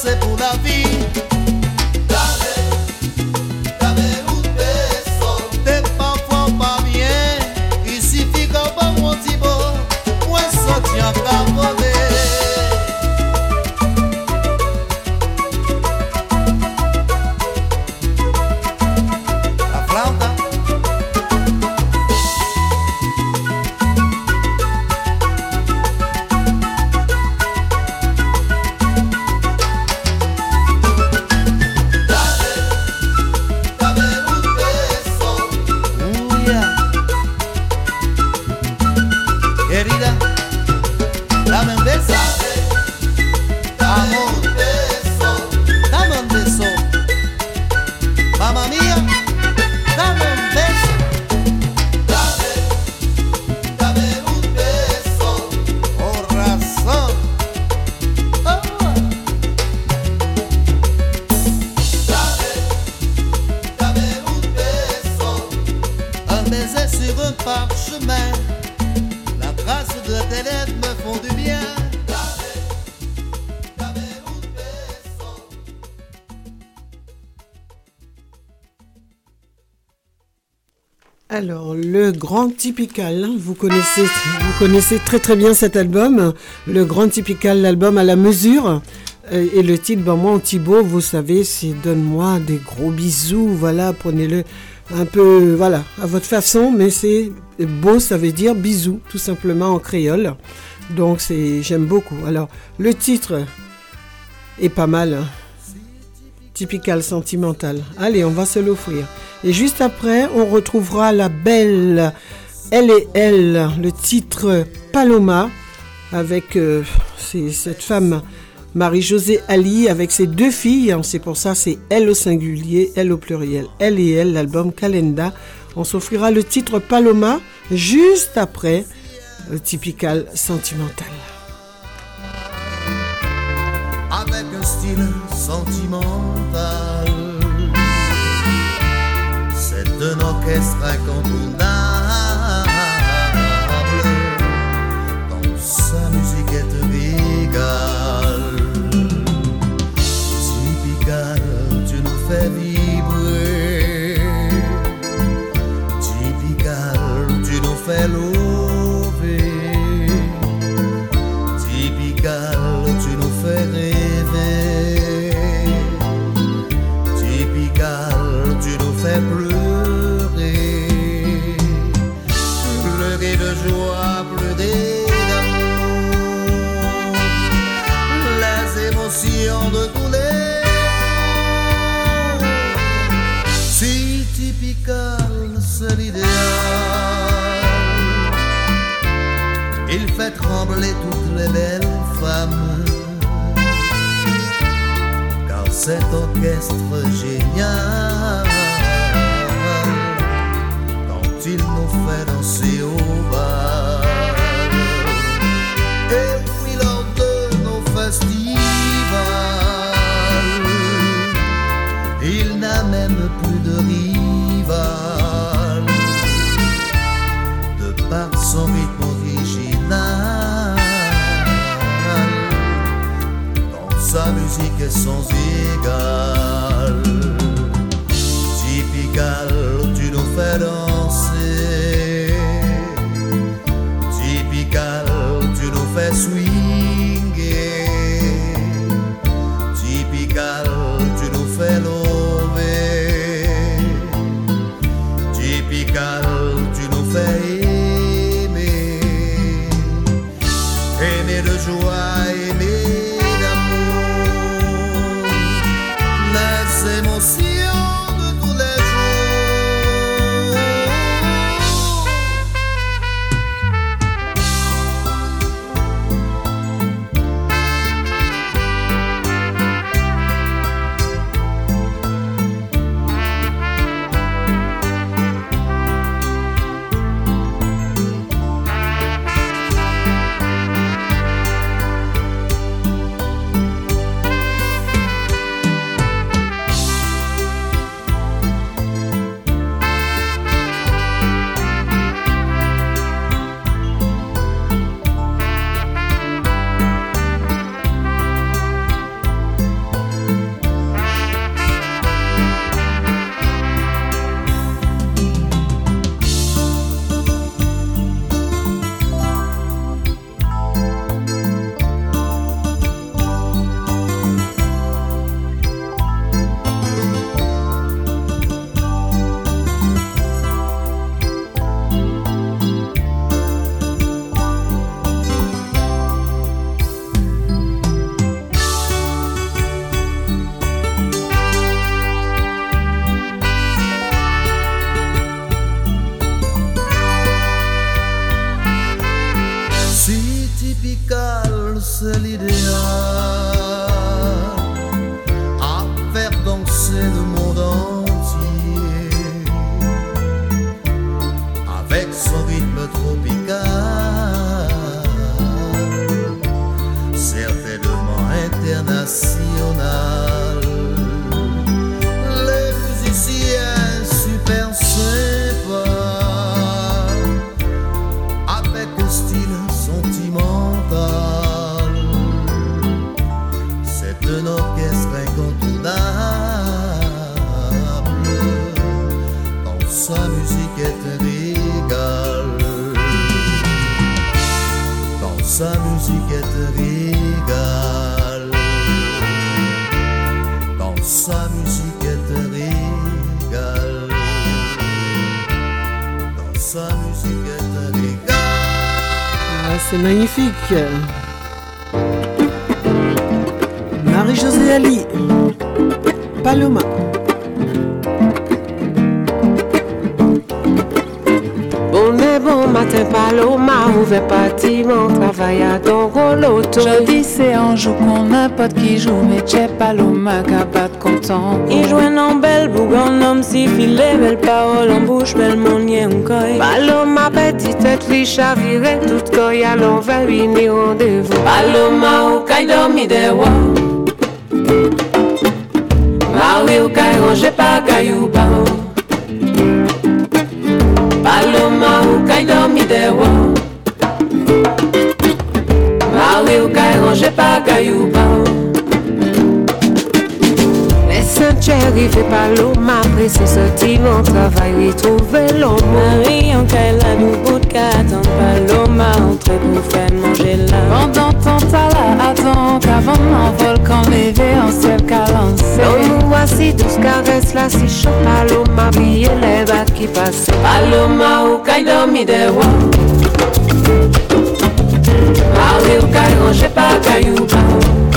c'est pour la vie. T'es parfois pas bien, il suffit qu'on va mon petit beau, moi sorti en carbonné. La flauta. Querida, dame un beso. Amor, dame un beso. Mamma mía, dame un beso. Dame un beso. Corazón. Oh. Dame un beso. Un baiser sur un parchemin. La trace de tes lèvres me font du bien. Alors, le Grand Typical, hein, vous connaissez, vous connaissez très très bien cet album, le Grand Typical, l'album à la mesure. Euh, et le titre, ben moi, en Thibaut, vous savez, c'est Donne-moi des gros bisous, voilà, prenez-le un peu, voilà, à votre façon, mais c'est beau, ça veut dire bisous, tout simplement en créole. Donc, c'est, j'aime beaucoup. Alors, le titre est pas mal, hein. Typical sentimental. Allez, on va se l'offrir. Et juste après, on retrouvera la belle Elle et Elle, le titre Paloma, avec euh, c'est, cette femme Marie-Josée Ali, avec ses deux filles. C'est pour ça, c'est Elle au singulier, Elle au pluriel. Elle et Elle, l'album Calenda. On s'offrira le titre Paloma juste après le Typical sentimental. Avec un style sentimental, c'est un orchestre incontournable. Dans sa musique est régale. Typical, tu nous fais vibrer. Typical, tu nous fais lever. Typical, tu nous fais rêver. Typical, tu nous fais pleurer. Pleurer de joie, pleurer d'amour. Les émotions de tous les jours. Si typical, c'est l'idéal. Il fait trembler toutes les belles femmes. Car cet orchestre génial, quand il nous fait danser au bal. Et puis lors de nos festivals, il n'a même plus de rival. De par son rythme original, dans sa musique est sans égal. Typical, tu nous fais danser. Typical, tu nous fais swinguer. Typical, tu nous fais lever. Typical, tu nous fais aimer. Aimer de joie, aimer d'amour. Les émotions de tous les jours. nationale. Les musiciens super sympas, avec un style sentimental. C'est un orchestre incontournable, dans sa musique est un régal. Dans sa musique est un régal. Dans sa musique est un régal. Dans sa musique est un régal. Ah, c'est magnifique. Marie-Josée Ali, Paloma. Bon matin, Paloma, ouvert bâtiment, travaille à ton roloto. Je dis c'est un jour qu'on n'importe qui joue, mais j'ai Paloma qu'à battre content. Il joue en belle bougue, un homme si filé, belle parole en bouche, belle monnier en coy. Paloma, petite tête, lui chavirée, toute coy à l'envers, ni rendez-vous. Paloma, ou caille dormi des rois. Marie, ou caille rangé par caillou, bao. Paloma ou caille dormi des rois. Marie ou caille rangé par caillou bao. Les Saint-Thierry fait Paloma, pressé sorti mon travail, lui trouver l'homme. Marie en caille la nous bout de quatre, Paloma entre pour faire manger là. Pendant ton temps là, attends qu'avant m'envole quand levé en ciel calancé. Nous voici douze caresses là, si chaud. Paloma brille les battes qui passent. Paloma ou caille dormi des rois. Marie ou caille rangé par caillou bao.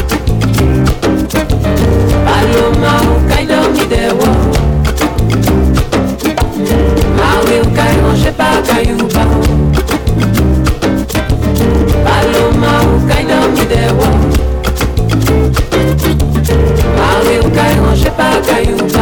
Paloma ou caille dormi des rois. Marie ou caille rangé par caillou bao. Paloma ou caille dormi des rois. Marie ou caille rangé par caillou bao.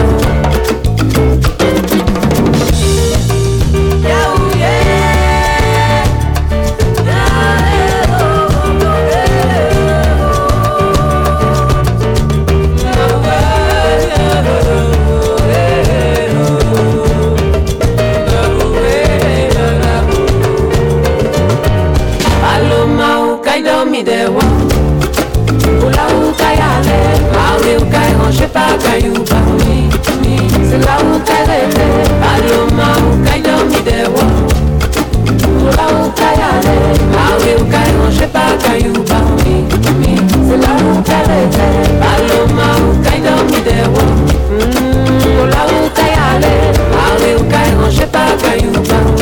Des rois, pour là où caille aller, Marie ou caille rangé par caillou bao. C'est là où caille rêvé, Paloma ou caille dormi des rois. Pour là où caille aller, Marie ou caille rangé par caillou bao. C'est là où caille rêvé, Paloma ou caille dormi des rois. Pour là où caille aller, Marie ou caille rangé par caillou bao.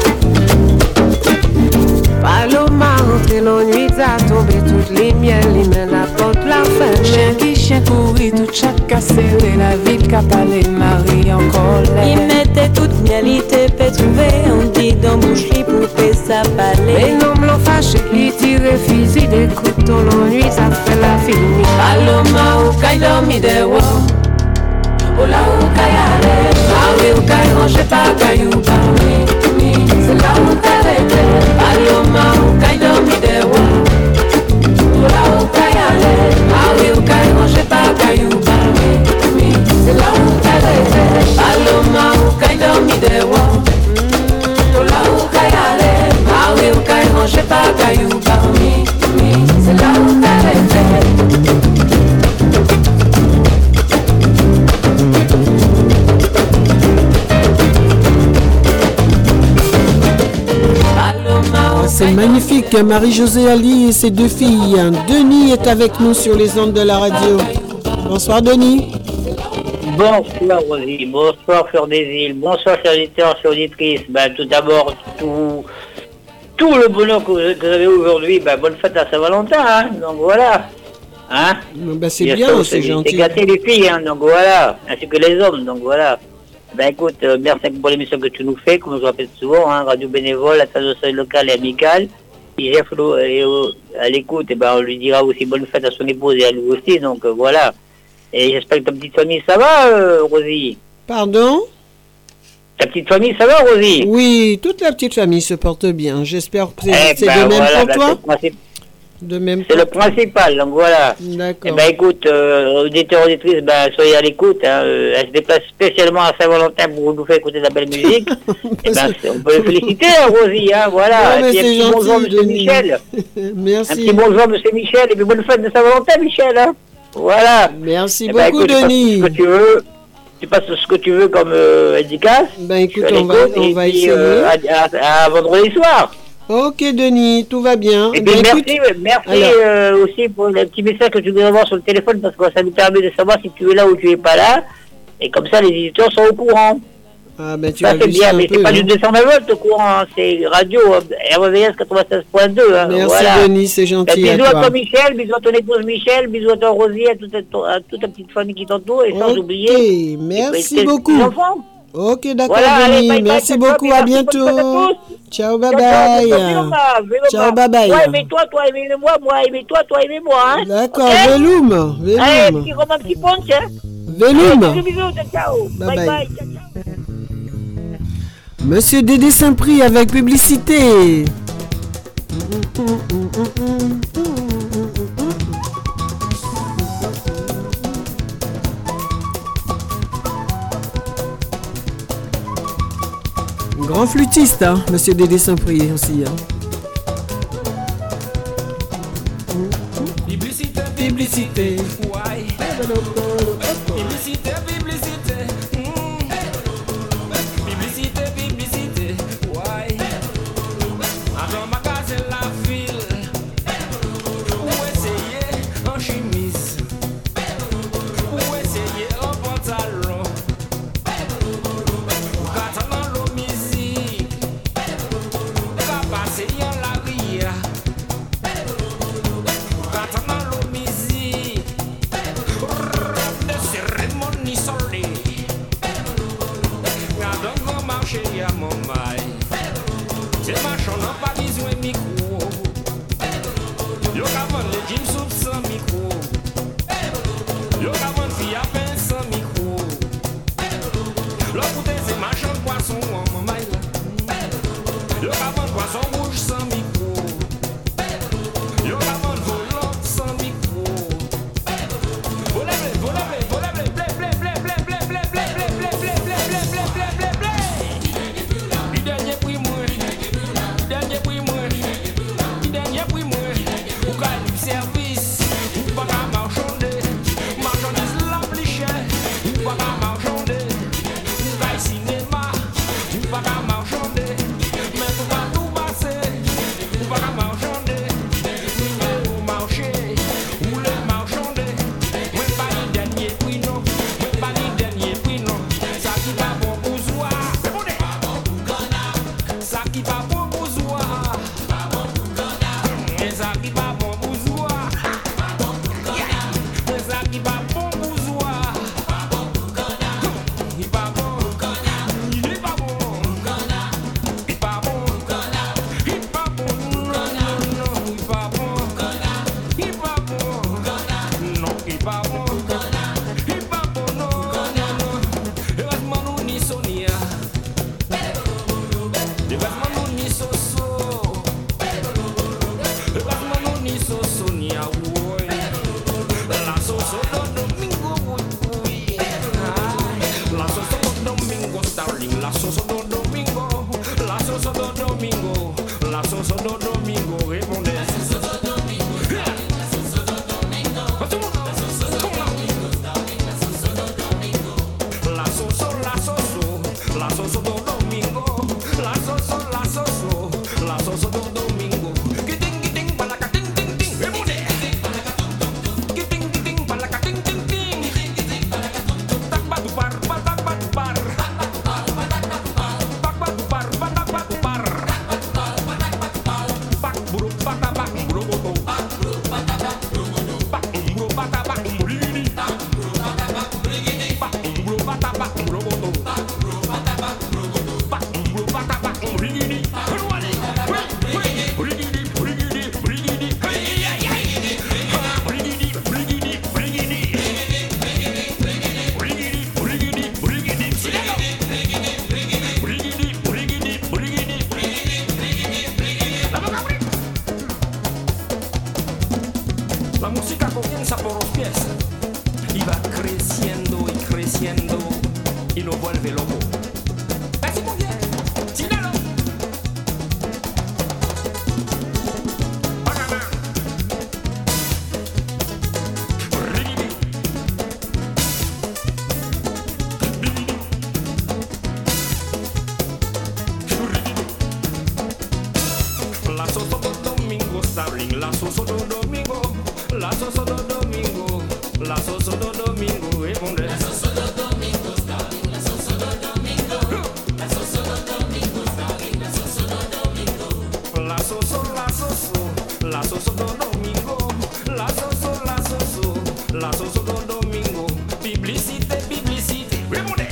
Paloma rentre l'ennui a tombé toutes les miels, il met la porte la fin. Chien qui chien courit, toute chatte cassée, la ville qu'a parlé, Marie en colère. Il mettait toute mialité, peut trouver, on dit dans bouche li pour paix sa palais. Mais non m'l'en fâché, il tire fusil, des couteaux, l'ennui ça fait la fini. Paloma ou caille dormi des rois. Oh là où caille allait, Marie ou caille rangé par caillou bao. C'est là où caille rêvé, Paloma ou caille dormi des rois. Oh là où caille allait, Marie ou caille rangé par caillou bao. C'est là où caille rêvé, Paloma ou caille dormi des rois. Oh là où caille allait, Marie ou caille rangé par caillou bao. C'est là où caille rêvé. C'est magnifique, Marie-Josée Ali et ses deux filles. Denis est avec nous sur les ondes de la radio. Bonsoir Denis. Bonsoir Rosie, bonsoir Fleur des Îles, bonsoir chers auditeurs, chers auditrices. Ben, tout d'abord, tout, tout le bonheur que vous, que vous avez aujourd'hui, ben, bonne fête à Saint-Valentin, hein, donc voilà. Hein, ben, c'est bien, bien c'est gentil. C'est gâté les filles, hein, donc voilà, ainsi que les hommes, donc voilà. Ben écoute, euh, merci pour l'émission que tu nous fais, comme je rappelle souvent, hein, radio bénévole, la station locale et amicale. Si Jeff est à l'écoute, et ben on lui dira aussi bonne fête à son épouse et à lui aussi, donc euh, voilà. Et j'espère que ta petite famille, ça va, euh, Rosie? Pardon? Ta petite famille, ça va, Rosie? Oui, toute la petite famille se porte bien. J'espère que c'est, eh c'est ben de même voilà, pour ben toi? c'est, De même. C'est le principal, donc voilà. D'accord. Eh ben écoute, euh, auditeurs, auditrices, ben, soyez à l'écoute. Hein, euh, elle se déplace spécialement à Saint-Valentin pour nous faire écouter de la belle musique. Eh ben, on peut le féliciter, hein, Rosie, hein, voilà. Non, mais et puis un c'est petit gentil, bonjour, monsieur Denis. Michel. Merci. Un petit bonjour, monsieur Michel, et puis bonne fête de Saint-Valentin, Michel. Hein. Voilà. Merci Eh ben, beaucoup, écoute, Denis. Tu passes ce que tu veux. Tu passes ce que tu veux comme euh, dédicace. Ben écoute, Je suis à on va, l'écoute, on et va puis, essayer. euh, à, à, à vendredi soir. Ok, Denis, tout va bien. Et Ben, puis écoute, merci, merci alors. euh, aussi pour le petit message que tu dois avoir sur le téléphone parce que ça nous permet de savoir si tu es là ou tu es pas là. Et comme ça, les éditeurs sont au courant. Ah ben tu Ça as c'est vu bien, ça un mais peu, c'est pas hein. du deux cent vingt volts au courant, hein, c'est radio R V S quatre-vingt-seize point deux. Hein, Merci voilà. Denis, c'est gentil Ben, à bisous à toi. toi Michel, bisous à ton épouse Michel, bisous à ton Rosie, à toute, à toute ta petite famille qui t'entoure et sans Ok, oublier. merci tes- tes beaucoup. enfants. Ok, d'accord, Voilà, allez, Denis. bye bye, Merci ciao, beaucoup, ciao, à merci, bonne fête à bientôt. tous. Ciao, bye Ciao, ciao, bye. ciao, Véloma, Véloma. Ciao, bye bye. Ouais, aimez-toi, toi, aimez-moi, moi, aimez-toi, toi, aimez-moi. Hein. D'accord, Ok. Veloum, Allez, Veloum, petit Romain, petit punch, hein. Veloum. Allez, bisous, bisous, ciao, ciao. Bye Bye bye. bye, ciao, ciao. Monsieur Dédé Saint-Prix avec publicité. Grand flûtiste, hein, Monsieur Dédé Saint-Prix aussi. Hein. Publicité, publicité, ouais. Publicité, publicité, mm. Publicité, publicité, ouais. Dans ma case la file, ou essayer en chemise, ou essayer en pantalon. Ou qu'attendant la musique, qu'à passer en la ria. Attendant la musique, de cérémonie soleil. Dans grand marché à mon maille. C'est marchand n'a pas besoin de micro. Yo qu'avant les jeans sous sans micro. Yo qu'avant fille à peine sans micro. L'autre côté c'est marchand de poisson à mon maille. Yo qu'avant poisson rouge sans micro. Yo qu'avant volant sans micro. Volez, volez, volez, blé, blé, blé, blé, blé, blé, blé, blé, blé, blé, blé, blé, blé, blé, blé, blé, blé. Du dernier prix moi, du dernier prix moi, du dernier prix moi. Ou qu'à du service, ou pas qu'à marchander, marchandise la plus chère, ou pas qu'à marchander. Ou qu'à cinéma, ou pas qu'à marchander, mais faut pas tout passer, ou pas qu'à marchander. Ou marché, ou le marchander, même pas le dernier prix non, même pas le dernier prix non. Ça qui va bon bourgeois, ça qui va bon bourgeois, et ça qui va bon bourgeois, et ça qui va bon bourgeois, lo vuelve loco. Así muy bien, Chinelo. La soso do domingo, Starling, la soso do domingo, la soso do domingo, la soso do domingo, e bonde. La soso do domingo, Starling, la soso do domingo, la soso do domingo, Starling, la soso do domingo, la soso, la soso, la soso do domingo, la soso, la soso, la soso do domingo, publicité, publicité, e bonde.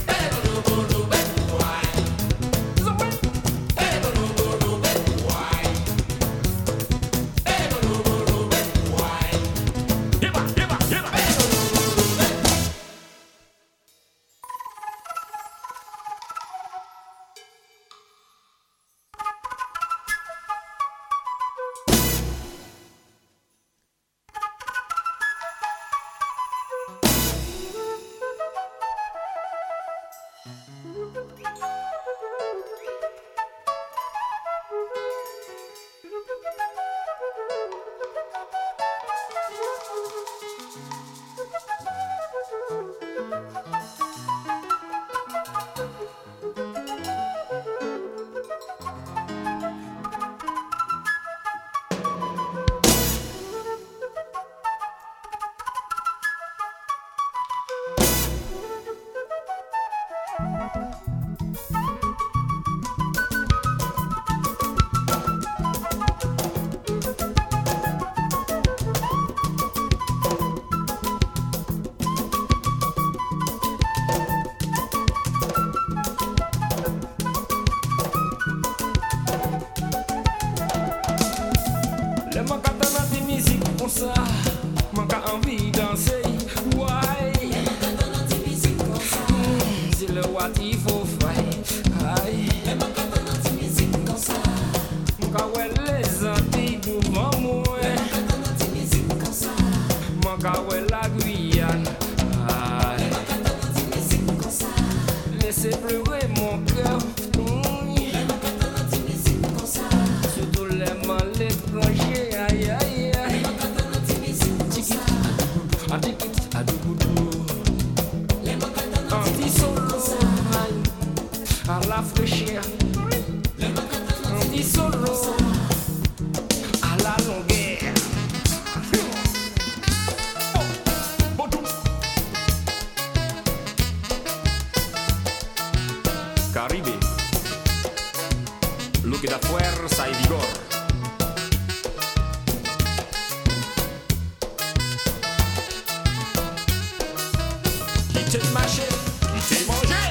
Caribe, lo que da fuerza y vigor. Quittez le marché, quittez manger.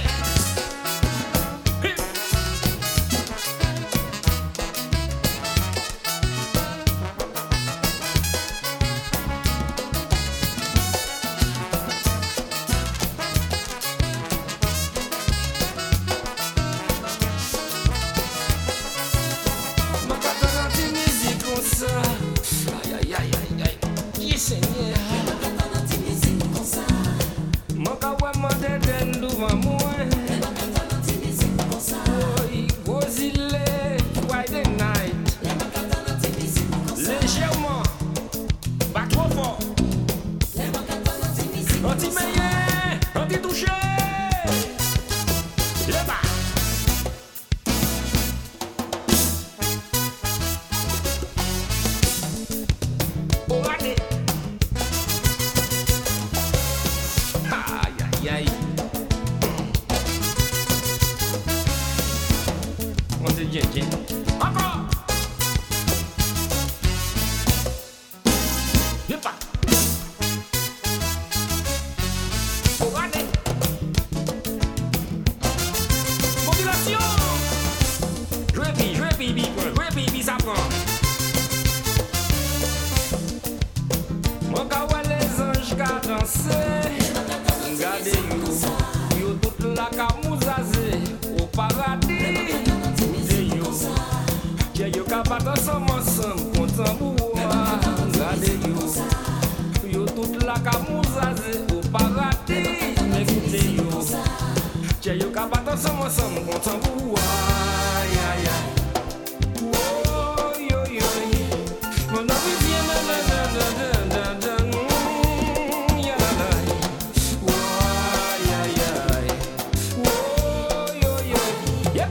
ensemble, ensemble, content pour aïe, aïe, aïe. Oh, yo, yo, mon avis vient, na, na, na, na, na, na, na, mm, ya, la, la. Oh, aïe, aïe, aïe. Oh, yo, yo, yeah.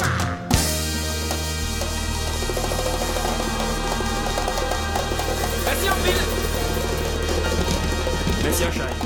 Merci en pile. Merci en chai.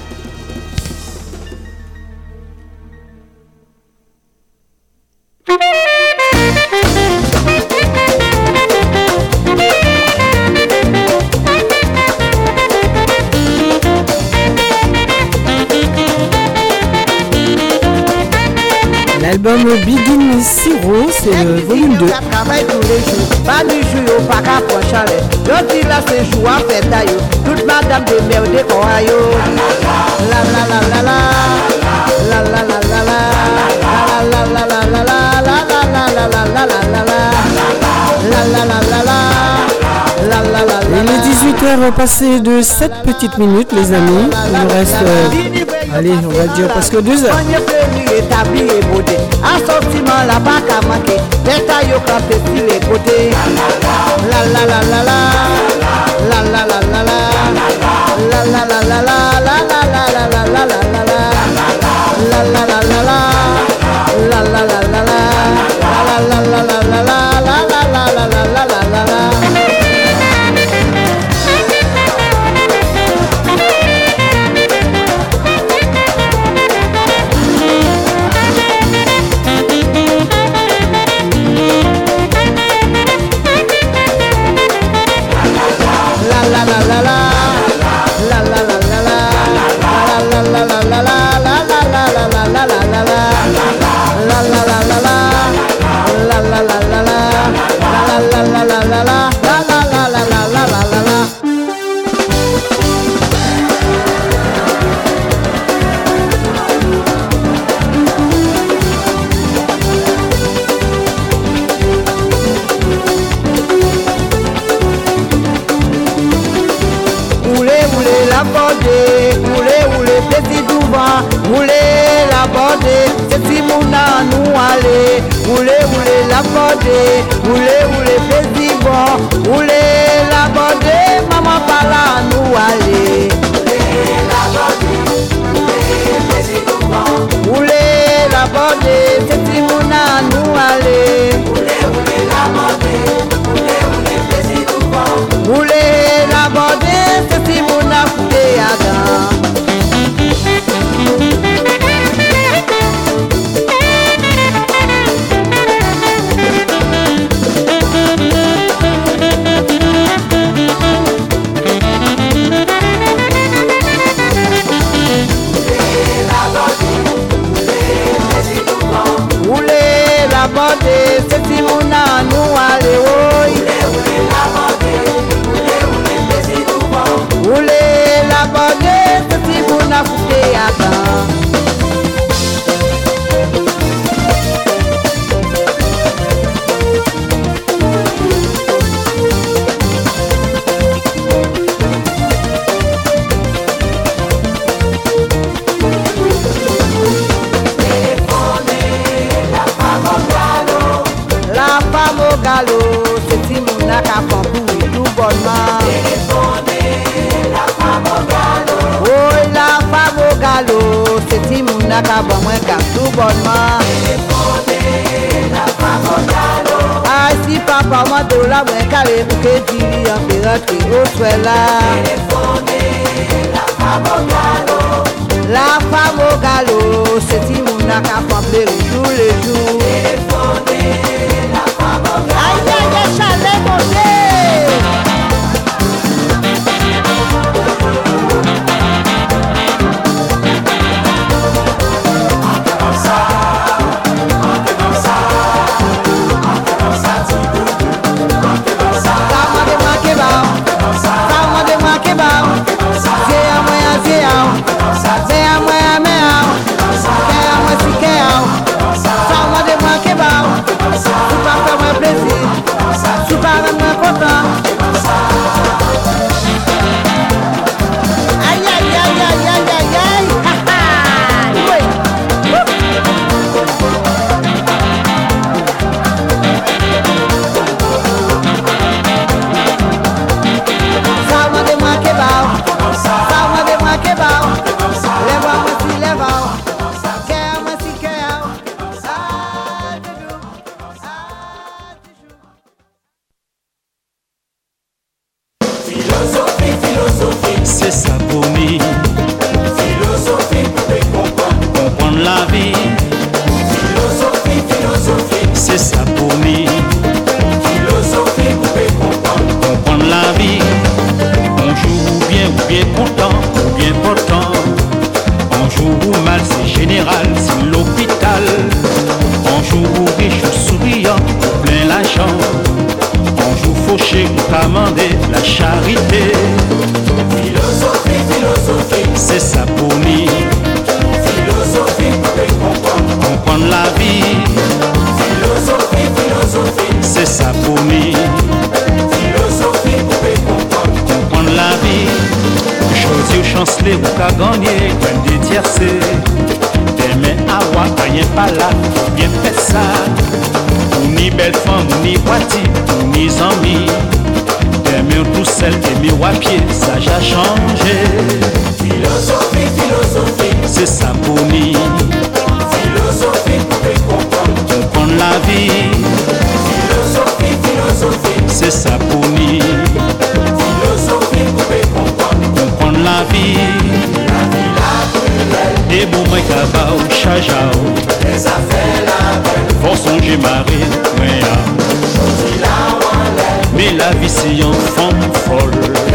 L'album Begin Zero, c'est le volume deux. Travaille tous les jours, pas du jour, pas qu'à prendre chalet. L'autre il a ses jours à faire taillot. Toute madame de merde qu'on a yo. La la la la la. La la la la la. La la la la la la. La la la la la la la la la. La la la la la. La la la la. Il est dix-huit heures passées de sept petites minutes, les amis. Il nous reste, euh, allez, on va dire presque deux heures. Assortiment la bac à manquer. Les taillots campés sur les côtés. La la la la la. La la la la la. La la la la la. La la la la la la la la la. La la la la la. La la la la la. La la la la la la la. La la la la la la la la. La femme au galop, c'est Timouna qui a fait tous les jours. La femme au galop. Aïe aïe aïe, chalet monté. Zé a mãe, zé a, zé a mãe, a mãe, zé a mãe, se quer. ou mal, c'est général, c'est l'hôpital. Bonjour ou riche ou souriant, ou plein l'argent. Bonjour fauché ou commandé, la charité. Philosophie, philosophie, c'est ça pour nous. Philosophie pour comprendre, comprendre la vie. Philosophie, philosophie, c'est ça pour nous. Philosophie pour comprendre, comprendre la vie. Choisir ou chanceler ou qu'à gagner, comme des tiercés. Demain à voir, rien pas là, bien fait ça. Ou ni belle femme, ou ni boîtier, ou ni amis. Demain tout seul et miroir pied, ça a changé. Philosophie, philosophie, c'est ça pour nous. Philosophie pour comprendre, comprendre la vie. Philosophie, philosophie, c'est ça pour nous. Philosophie pour comprendre, comprendre la vie. La vie la plus belle. Et bon moi kaba ou chajao. Les affaires la belle. Faut songer marée, ouais. Choisis la wallet. Mais la vie c'est un fond folle.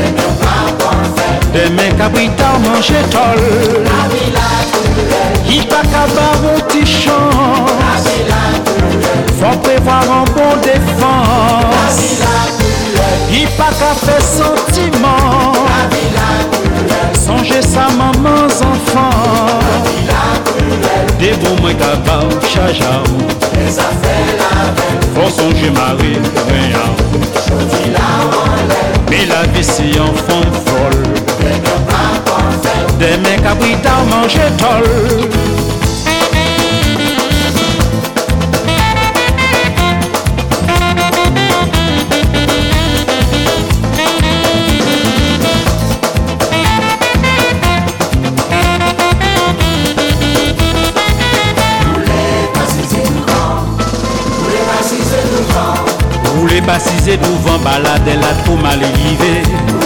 Demain cabritar manger tol. La vie la plus belle. Il pas qu'avoir un petit champ. La vie la plus belle. Faut prévoir un bon défense. La vie la plus belle. Il pas qu'à faire sentiment. La vie la plus belle. Songez sa maman enfants. La vie la plus belle. Des bons moins qu'avoir chajao. Les affaires la belle. Faut songer marée, rien. Choisis la wallet. Mais la vie c'est un fond folle. Demain cabrita manger tol. Roulez pas cisé devant, balade la trop mal élevé.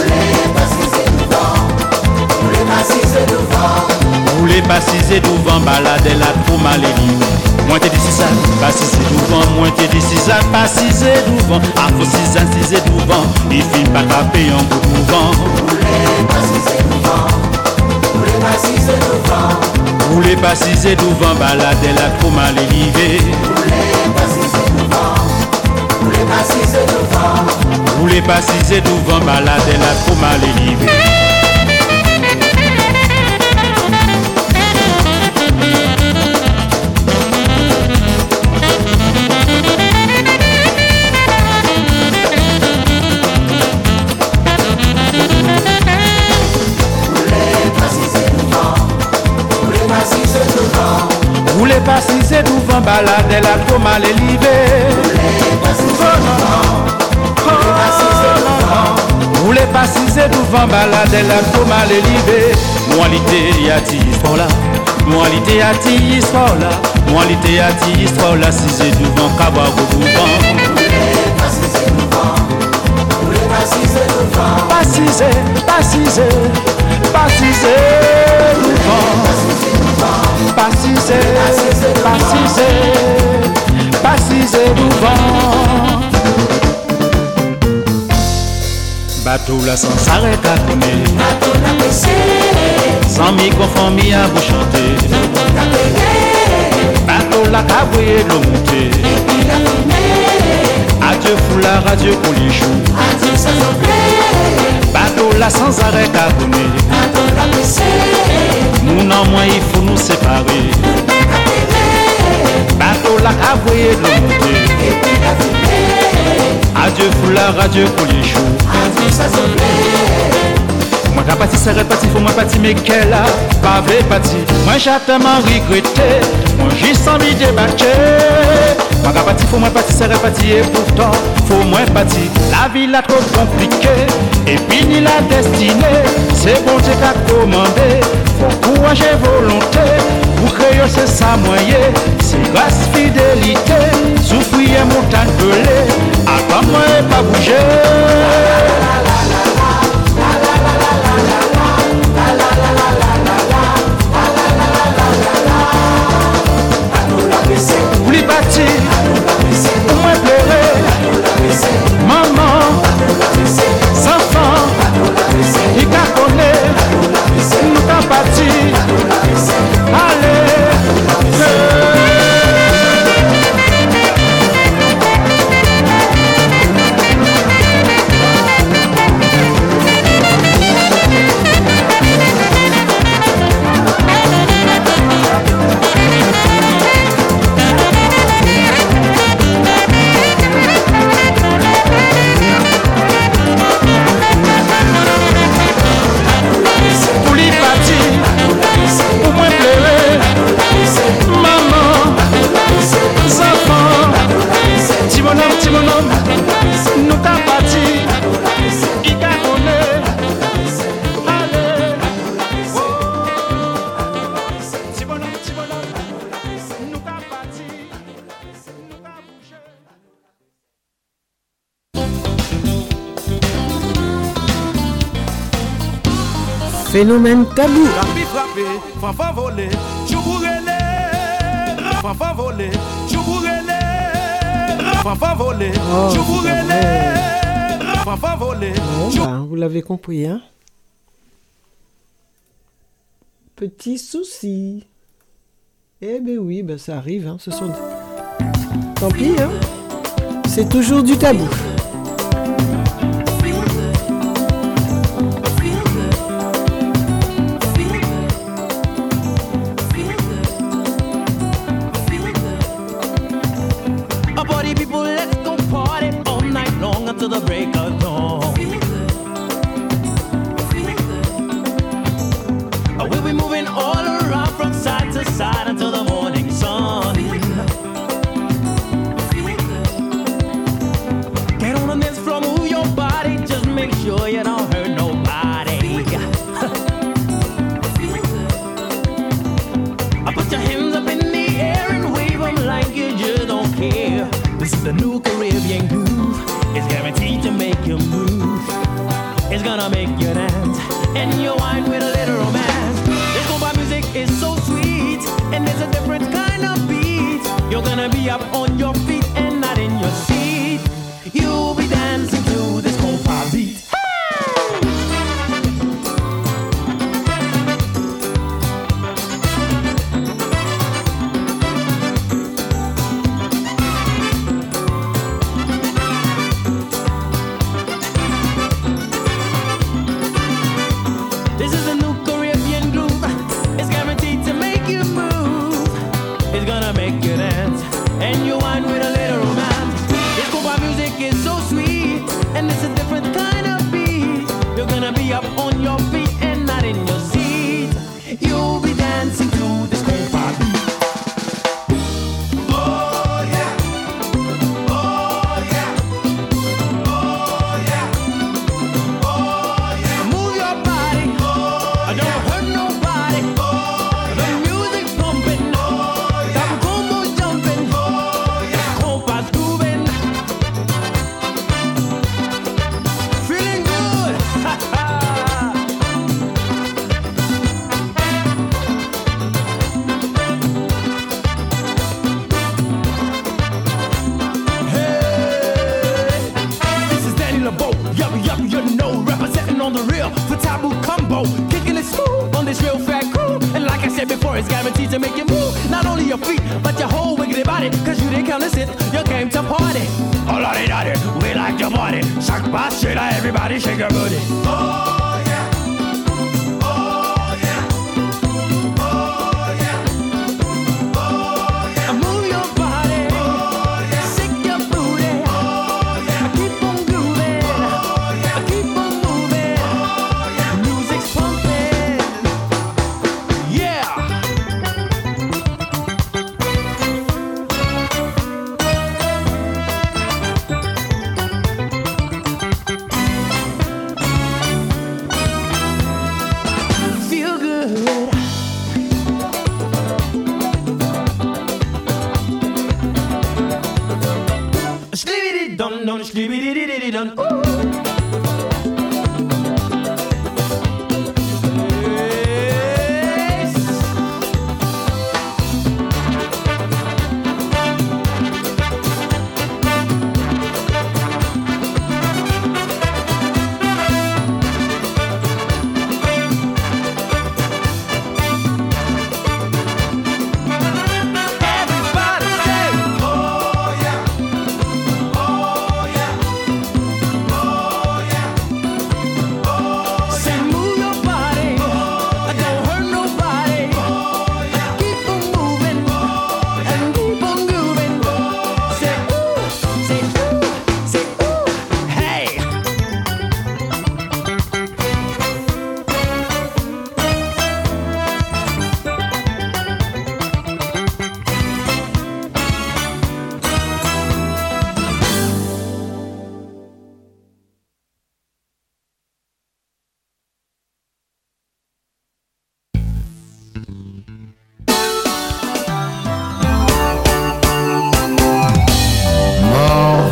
Roulez pas cisé devant, balade la trop mal élevé. Moins t'es d'ici ça, pas cisé devant, moins t'es d'ici ça, pas cisé devant. A faut cisé, cisé devant, il finit pas taper en coup de vent. Roulez pas cisé devant, roulez pas cisé devant. Roulez pas cisé devant, balade la trop mal élevé. Roulez pas cisé devant, roulez pas cisé devant. Roulez pas cisé devant, balade la trop mal élevé. Roulez pas si c'est devant, balade la trop mal élevée. Roulez pas si c'est devant, balade la trop mal élevée. Moalité y'a dix fois là, moalité y'a dix fois là, moalité y'a dix fois là, si c'est devant, cabas au devant. Roulez pas si c'est devant, roulez pas si c'est devant. Pas si c'est, pas si c'est, pas si c'est devant. Pas si c'est, pas si c'est, pas si c'est devant. Bateau là sans s'arrêt à tourner. Bateau la baissé. Sans micro famille à vous chanter. Bateau là caboué l'eau monter. Et puis la fumée. Adieu foulard, adieu pour les choux. Adieu sans oublier. Bateau là sans arrêt à tourner. Bateau la baissé. Nous non moins il faut nous séparer. Bateau la caboué l'eau monter. Et puis la fumée. Adieu foulard, adieu pour les choux. Adieu sans oublier. Moi qu'à partir c'est reparti, faut moi partir mais qu'elle a pas vrai parti. Moi j'ai tellement regretté, moi j'ai sans vie débattre. Moi qu'à partir, faut moi partir c'est reparti et pourtant faut moi partir. La vie là trop compliquée et puis ni la destinée. C'est bon Dieu qui a commandé, faut courage et volonté. Pour créer c'est ça moyen, c'est grâce fidélité. Souffrir montagne pelée, à moi pas bouger. Oublie bâti, pour moi pleurer. Maman, enfants, il qu'a connaît, nous t'en bâti. Phénomène tabou. Tapi frappé, fanfan volé, choubourélé, fanfan volé, choubourélé, fanfan volé, choubourélé, fanfan volé. Bon, bah, vous l'avez compris, hein. Petit souci. Eh ben oui, ben ça arrive, hein. Ce sont... Tant pis, hein. C'est toujours du tabou. To the break of dawn, we'll be moving all around from side to side until the morning sun. Get on the dance floor, move your body, just make sure you don't hurt nobody. I put your hands up in the air and wave them like you just don't care. This is the new Caribbean groove. It's guaranteed to make you move. It's gonna make you dance, and you wine with a little romance. This compa music is so sweet, and there's a different kind of beat. You're gonna be up on your feet and not in your seat. You'll be dancing to this compa beat.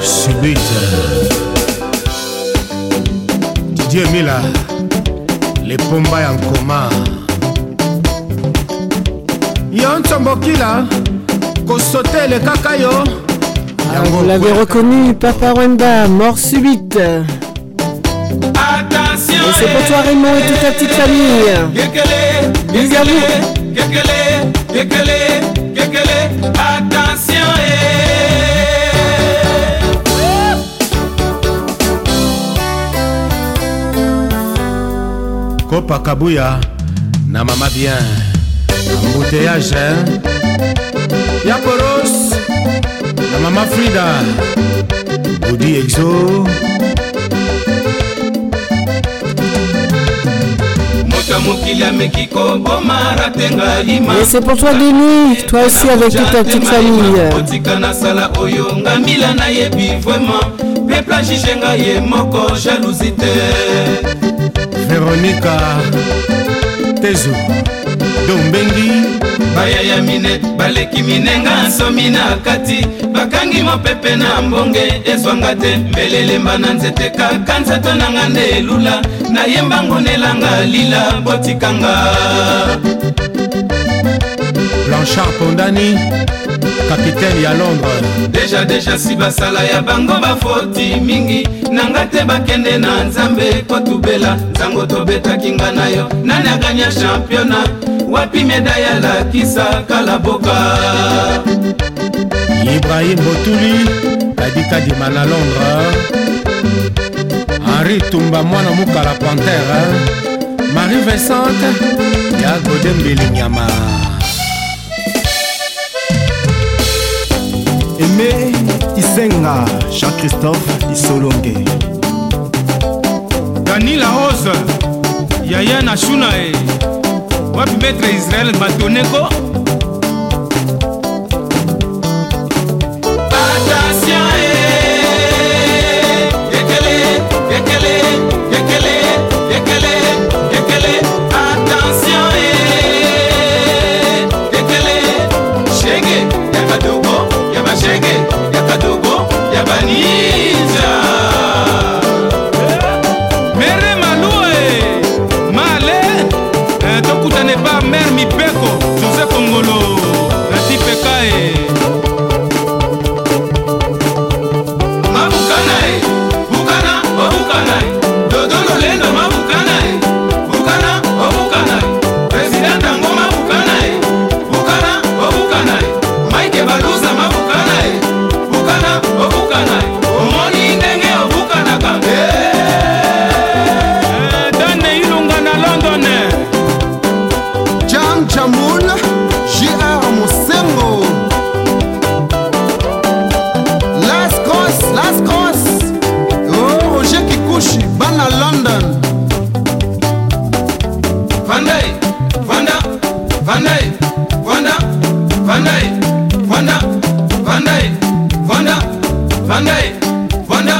Dieu Mila, les pomba en coma. Yon Tombokila, Kosote le kakayo. Ah, vous l'avez reconnu, Papa Wemba, mort subite. Attention, et c'est pour toi Raymond et toute ta petite famille. Bisous à vous. Attention, Kopa Kabuya, na mama bien. Embouteillage, hein? Yaporos, na mama Frida. Goudi Exo. Et c'est pour toi Denis, toi aussi avec toute ta petite famille. Véronica Tezo Dombengi bayaya mine baleki minenga nsomi na kati bakangi mopepe na mbonge ezwanga te mbelelemba na nzete kaka nzato nanga nde elula nayemba ngonelanga lila botikanga. Blanchard Pondani capitaine ya Londres. Deja deja si basala ya bango bafoti mingi nanga te bakende na nzambe kotubela nzango tobetaki nga nayo nani aganya championa wapi medaya la kisa kalaboka. Ibrahim Botuli Kadika Dimana Londres. Henri Tumba mwana mukala Panthère. Marie Vincente ya Godembeli Nyama. Aimé Isenga, Jean-Christophe Isolonge. Dani la Rose, Yaya Nashuna e wapi maître Israël Batoneko. Attention eh, yekele, yekele, yekele, yekele, yekele. Attention eh, yekele, shege, yakadogo, yabashege, yakadogo, yabanija. Mere Maloue, Male, tokutane pa Mère Mipeko, José Kongolo, Rati Pekae. Mabukanae, Bukana, Obukanae, Dodo Lolendo Mabukanae, Bukana, Obukanae, Président Tango Mabukanae, Bukana, Obukanae, Mike Baluza Mabukanae, Bukana, Obukanae, Omoni Ndenge Obukanaka. Dane Ilunga na London. Jam Jamoun, J R Moussengo. Las Cross, Las Cross. Oh, Roger Kikuchi, Bana London. Vandai, Vanda, Vandai, Vanda, Vandai, Vanda, Vandai, Vanda, Vandai, Vanda.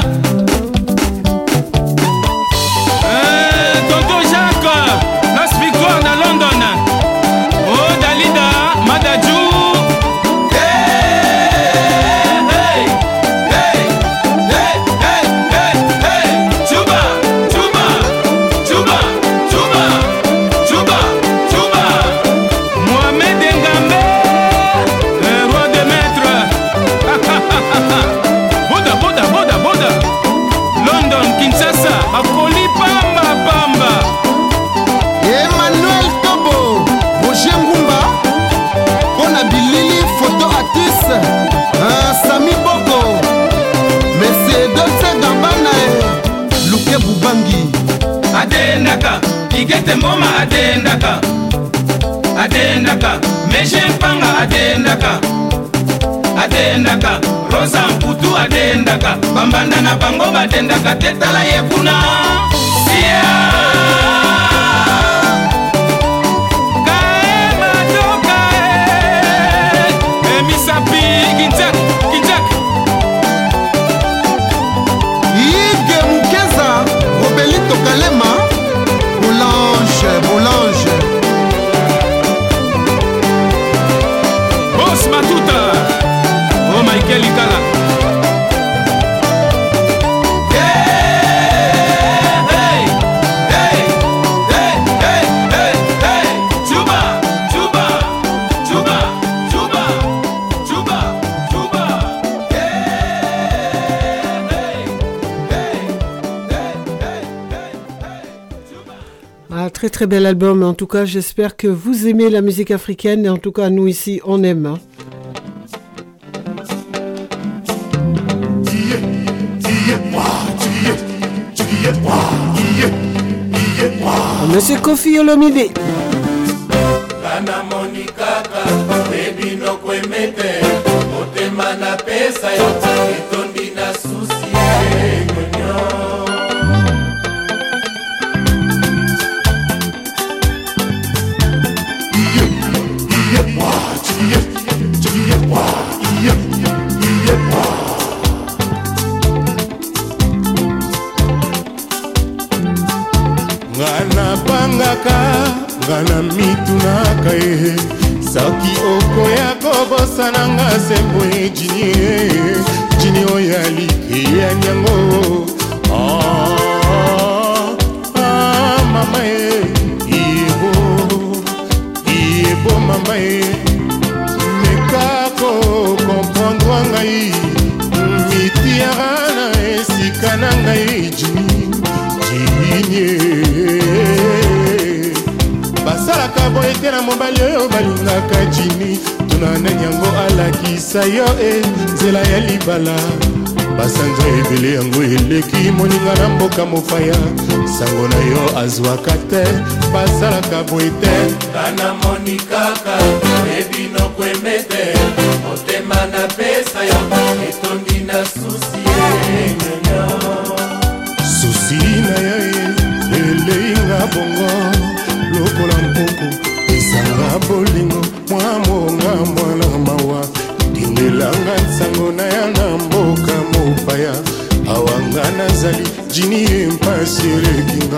Eh, Tonton Jacques, Las Victoire na London. Oh, Dalida, Madadjou. Hey, hey, hey, hey, hey, hey, hey. Chuba, Chuba, Chuba, Chuba, Chuba, Chuba. Mohamed Ngambe, le roi des maîtres. Boda, Boda, Boda, Boda. London, Kinshasa, Akoli Pamba, Pamba. Emmanuel Tobo, Roger Ngumba. Bona Bilili, photo artiste. Euh, Sami Boko. Monsieur Dolce Gambana et Luke Bubangi. Adendaka, Igete Mboma Adendaka, Adendaka, Meje Mpanga Adendaka, Adendaka, Rosa Mputu Adendaka, Bambanda na Bango Badendaka, Tetala Yekuna, Sia. Kae Madoka e, Emisapi, Kinjak, Kinjak. Ige Mukeza, Robelito Kalema. Boulange, Boulange. Boss Matuta, oh Michael Ikala. Hey, hey, hey, hey, très très bel album. En tout cas, j'espère que vous aimez la musique africaine. Et en tout cas, nous ici, on aime. Hein. Monsieur Kofi Olomide. Kana monikaka baby no kwemete otema na pesa yo itondi na susi nyo ngana pangaka ngana mitunaka ye soki okoya kobosana nga sembo ejini jini oyo aliki ya nyango ah, ah, mama ye iebo iebo mama ye mekako komprendre ngai mitiara na esika na ngai jini jini basalaka boye te na mobali oyo balingaka jini tunana nyango alakisa yo e nzela ya libala basanza ebele yango eleki moninga na mboka mopaya sango na yo azwaka te basalaka boye te kana moni kaka ebino kwemete motema na pesa yo etondi na susi enyo susi na yo eleinga bongo lokola mpoko esanga bolingo mwa monga mwana mawa dingelanga nsango na ya na mboka mopaya awanga nazali jini empasi elekinga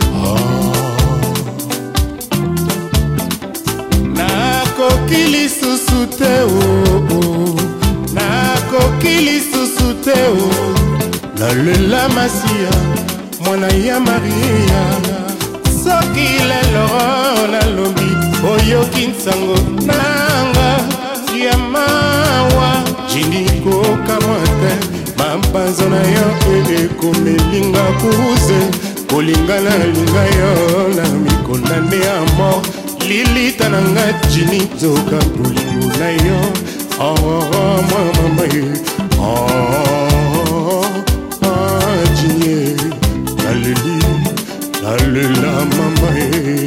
nakoki lisusu te o nakoki lisusu te o nalela masiya mwana ya maria soki lelo nalobi oyoki nsango nanga ya mawa jinikokamwa te bampanzo na yo ekomelinga kuze kolinga nalinga yo na mikondane ya mort lilita nanga jini zoka bolingo na yo oh mwa mama ye oh jini naleli nalela mama ye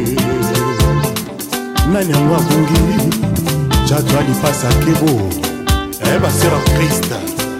nani yango akongi jato alipasa kebo ebasera krista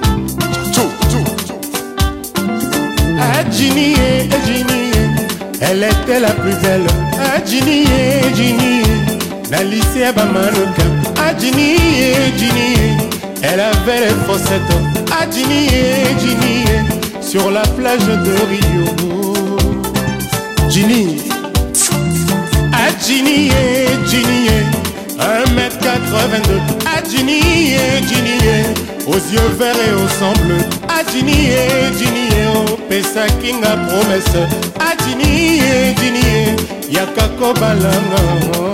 Adjini, Adjini, elle était la plus belle. Adjini, Adjini, la lycée à Bamanoka. Adjini, Adjini, elle avait les fossettes. Adjini, Adjini, sur la plage de Rio. Adjini, Adjini, Adjini, un mètre quatre-vingt-deux. Adjini, Adjini, aux yeux verts et au sang bleu. Adjini, Adjini, oh, pesa kinga promesse. Adjini, Adjini, yakako balanga.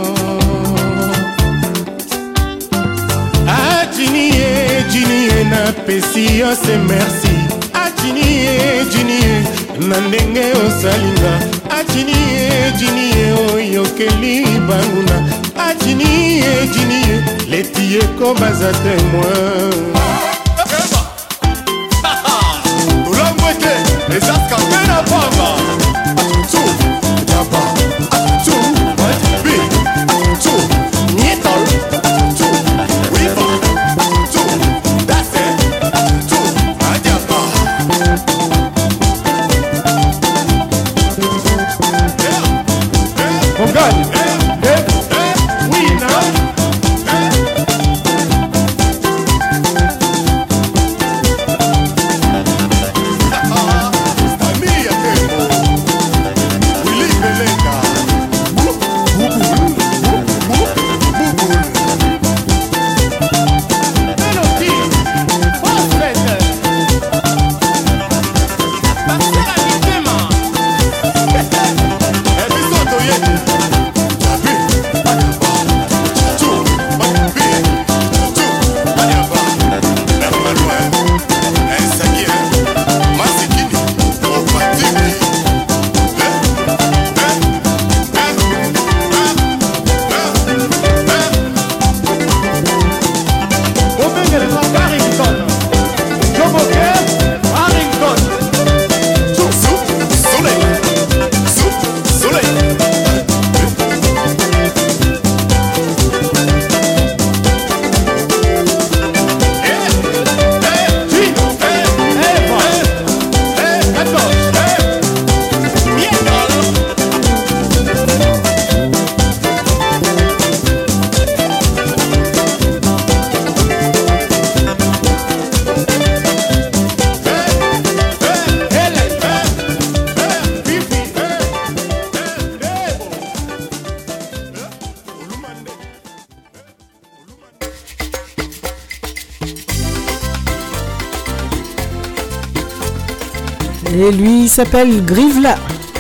Adjini, Adjini, na pesi yo se merci. Adjini, Adjini, na ndenge osalinga. Adjini, Adjini, oh, yokeli banguna. Adjini, Adjini, leti eko baza témoin. Les ascapés na panga tout yaba tout big tout nietol tout river tout that's it tout adiaba on gagne oui non Et lui, il s'appelle Grivela.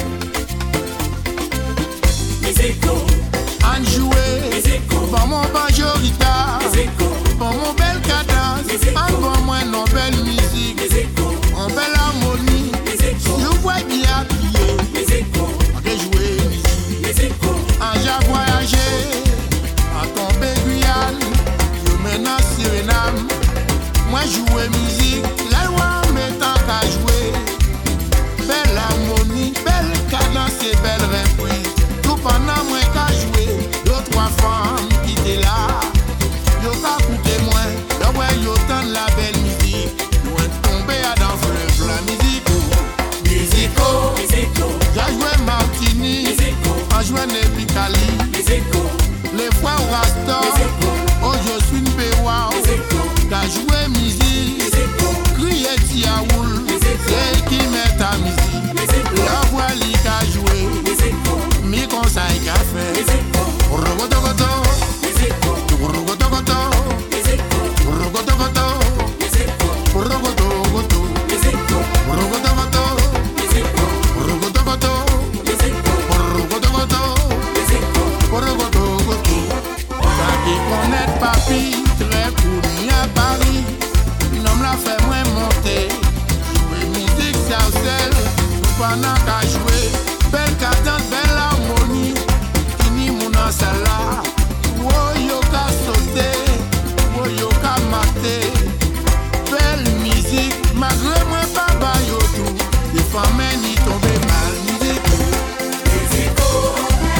En jouer, pour mon banjo guitare, pour mon bel cadence, en bon moins non belle musique, en belle harmonie, je vois bien crier, en jouer musique, en j'ai voyagé, en tombé Guyane, je maintenant Suriname, moi jouer musique, la loi m'étant qu'à jouer, belle harmonie, belle cadence et belle reprise. Pendant moi qu'à jouer, deux trois femmes qui étaient là, yo qu'à coûter moins, le ouais yo donne la belle musique, loin de tomber à dans le la musique, musico, j'ai joué Martini, en joué Nepicali, les fois au Rastor, oh je suis une béwa, t'as joué musique, crier Tiaoul, c'est qui met ta musique, la voix li qu'a joué. Mi conseil qu'a fait Rogotogoto Rogotogoto Rogotogoto Rogotogoto Rogotogoto Rogotogoto Rogotogoto Rogotogoto Ça qui connaît papi très cool à Paris l'homme l'a fait moins monter jouer musique sarcelle pendant qu'à jouer belle cadence, belle harmonie, fini mon ansala, oh yo ka sauté, oh yo ka maté, belle musique, malgré moi pas bayo tout, les femmes n'y tombent mal, musique, musico.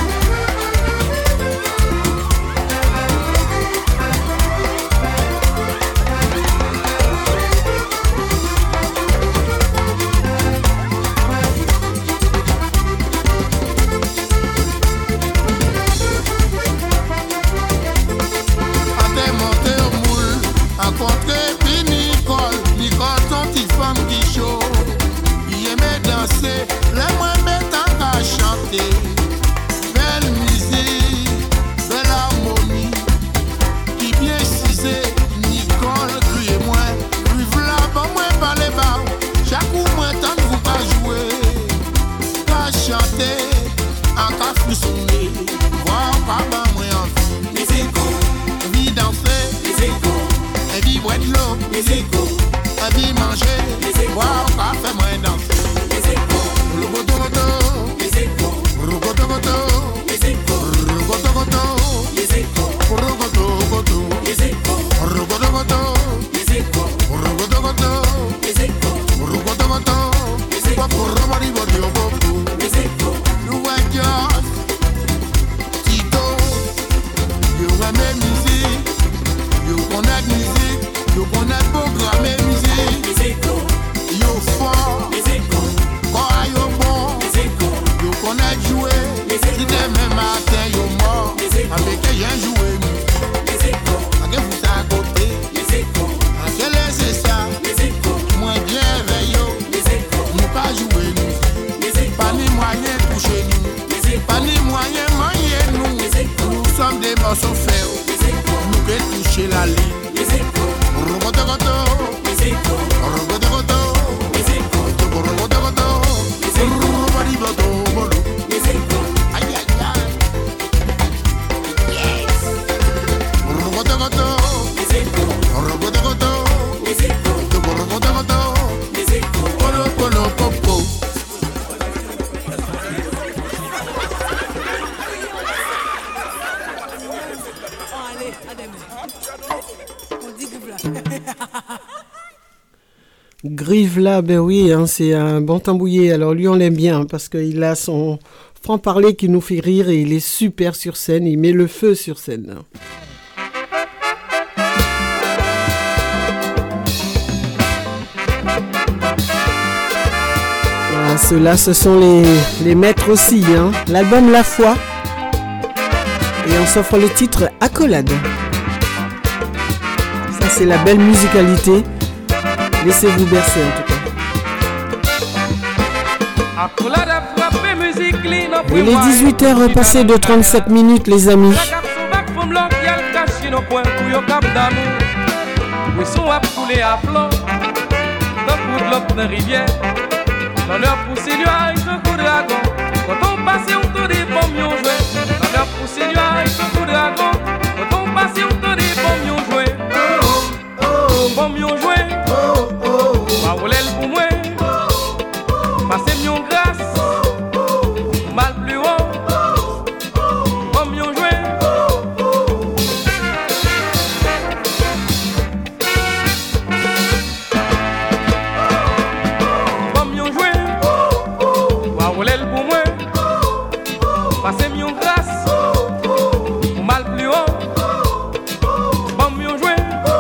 Rencontré puis Nicole, Nicole son petite femme qui chaud. Il aimait danser, les moins mettant à chanter. Belle musique, belle harmonie, qui bien cisé, Nicole criez moi, rive là, bon moi par les bas. Chaque coup moi tant de vous pas jouer, pas chanter, en cas frissonner, voir pas bas moi en vie. Musico, vie danser, musico. Et vie boire de l'eau, musico. Et vie manger, boire, café, moins danser. Rogotogoto, rogotogoto, rogotogoto, rogotogoto, rogotogoto, rogotogoto, rogotogoto, Tito, you aimez musique, you connais musique, you connais programme musique, you fort, quoi you bon, you connais jouer, si demain matin you mort, avec rien jouer musique, à quel vous à côté, à quel est c'est ça, moi bien veillé, nous pas jouer musique, pas ni moyen toucher nous, pas ni moyen manger nous, nous sommes des morceaux faits, nous que toucher la ligne. Rogotogoto, rogotogoto, rogotogoto, rogotogoto, aïe aïe aïe, yes, rogotogoto, rogotogoto, rogotogoto, polo polo popo. Grivela, ben oui, hein, c'est un bon tambouillé. Alors lui, on l'aime bien hein, parce qu'il a son franc-parler qui nous fait rire et il est super sur scène. Il met le feu sur scène. Voilà, ceux-là, ce sont les, les maîtres aussi. Hein. L'album La Foi. Et on s'offre le titre Accolade. Ça, c'est la belle musicalité. Laissez-vous bercer en tout cas. Il est dix-huit heures passées de trente-sept minutes les amis. L'honneur pour Seigneur avec un coup de dragon. Quand on passe, on te dit bon mieux jouer. L'honneur pour Seigneur avec un coup de dragon. Quand on passe, on te dit bon mieux jouer. Bon mieux jouer. Ma roulette pour moi. Passez mieux grâce. Mal plus haut. Bon mieux jouer. Passez mieux grâce, ou mal plus haut, bon mieux jouer.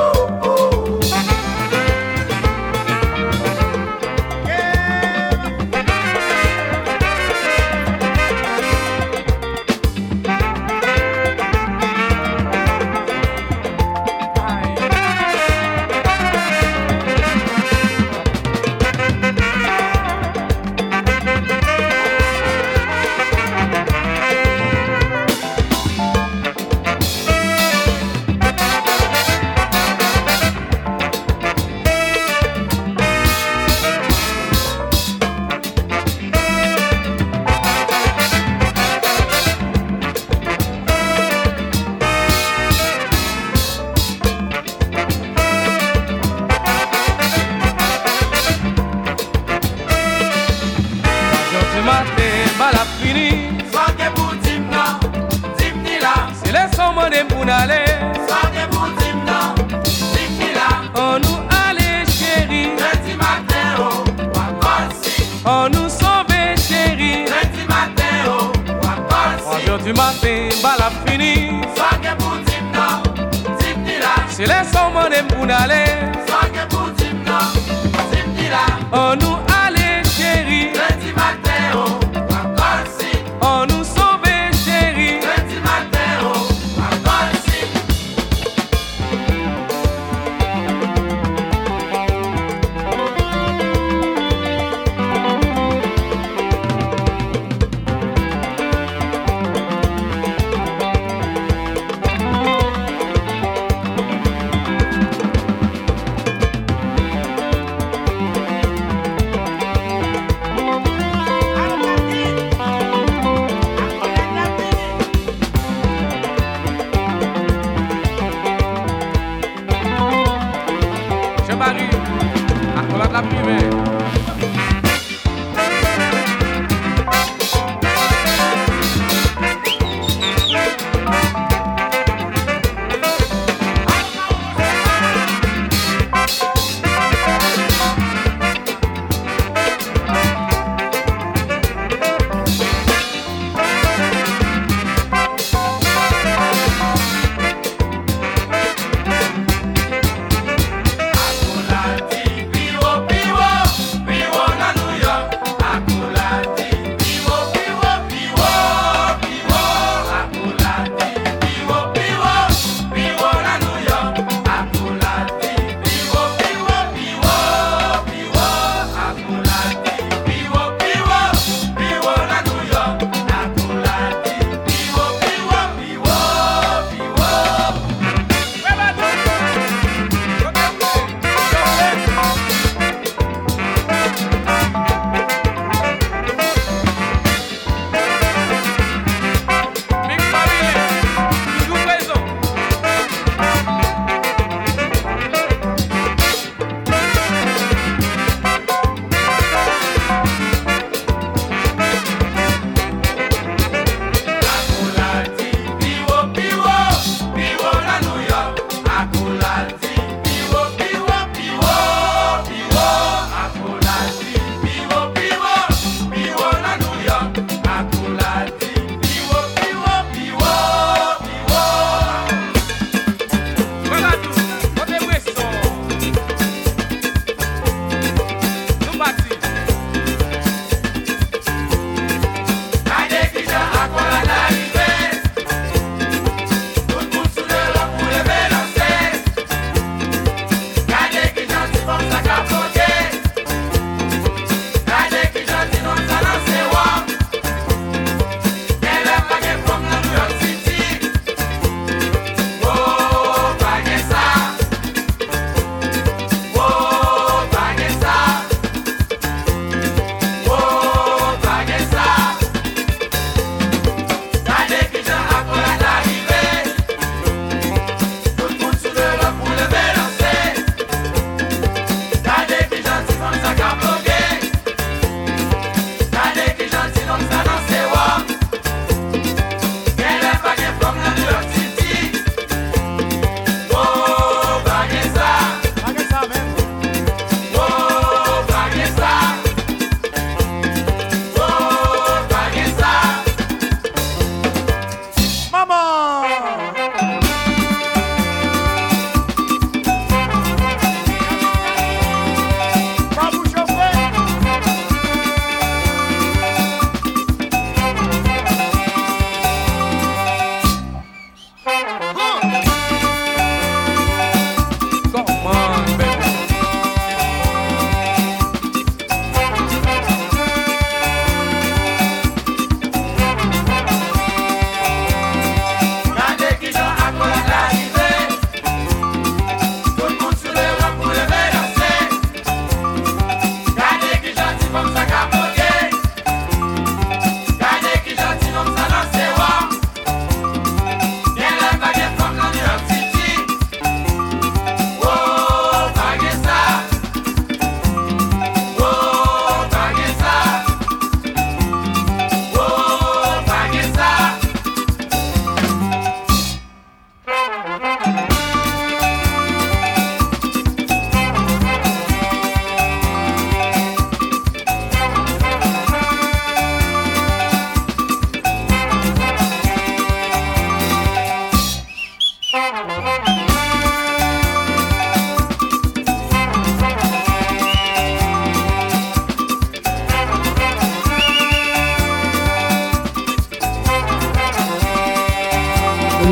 Du matin, bala fini. C'est les sommets de Mbounale. On nous allait chérie. On nous sauve chérie.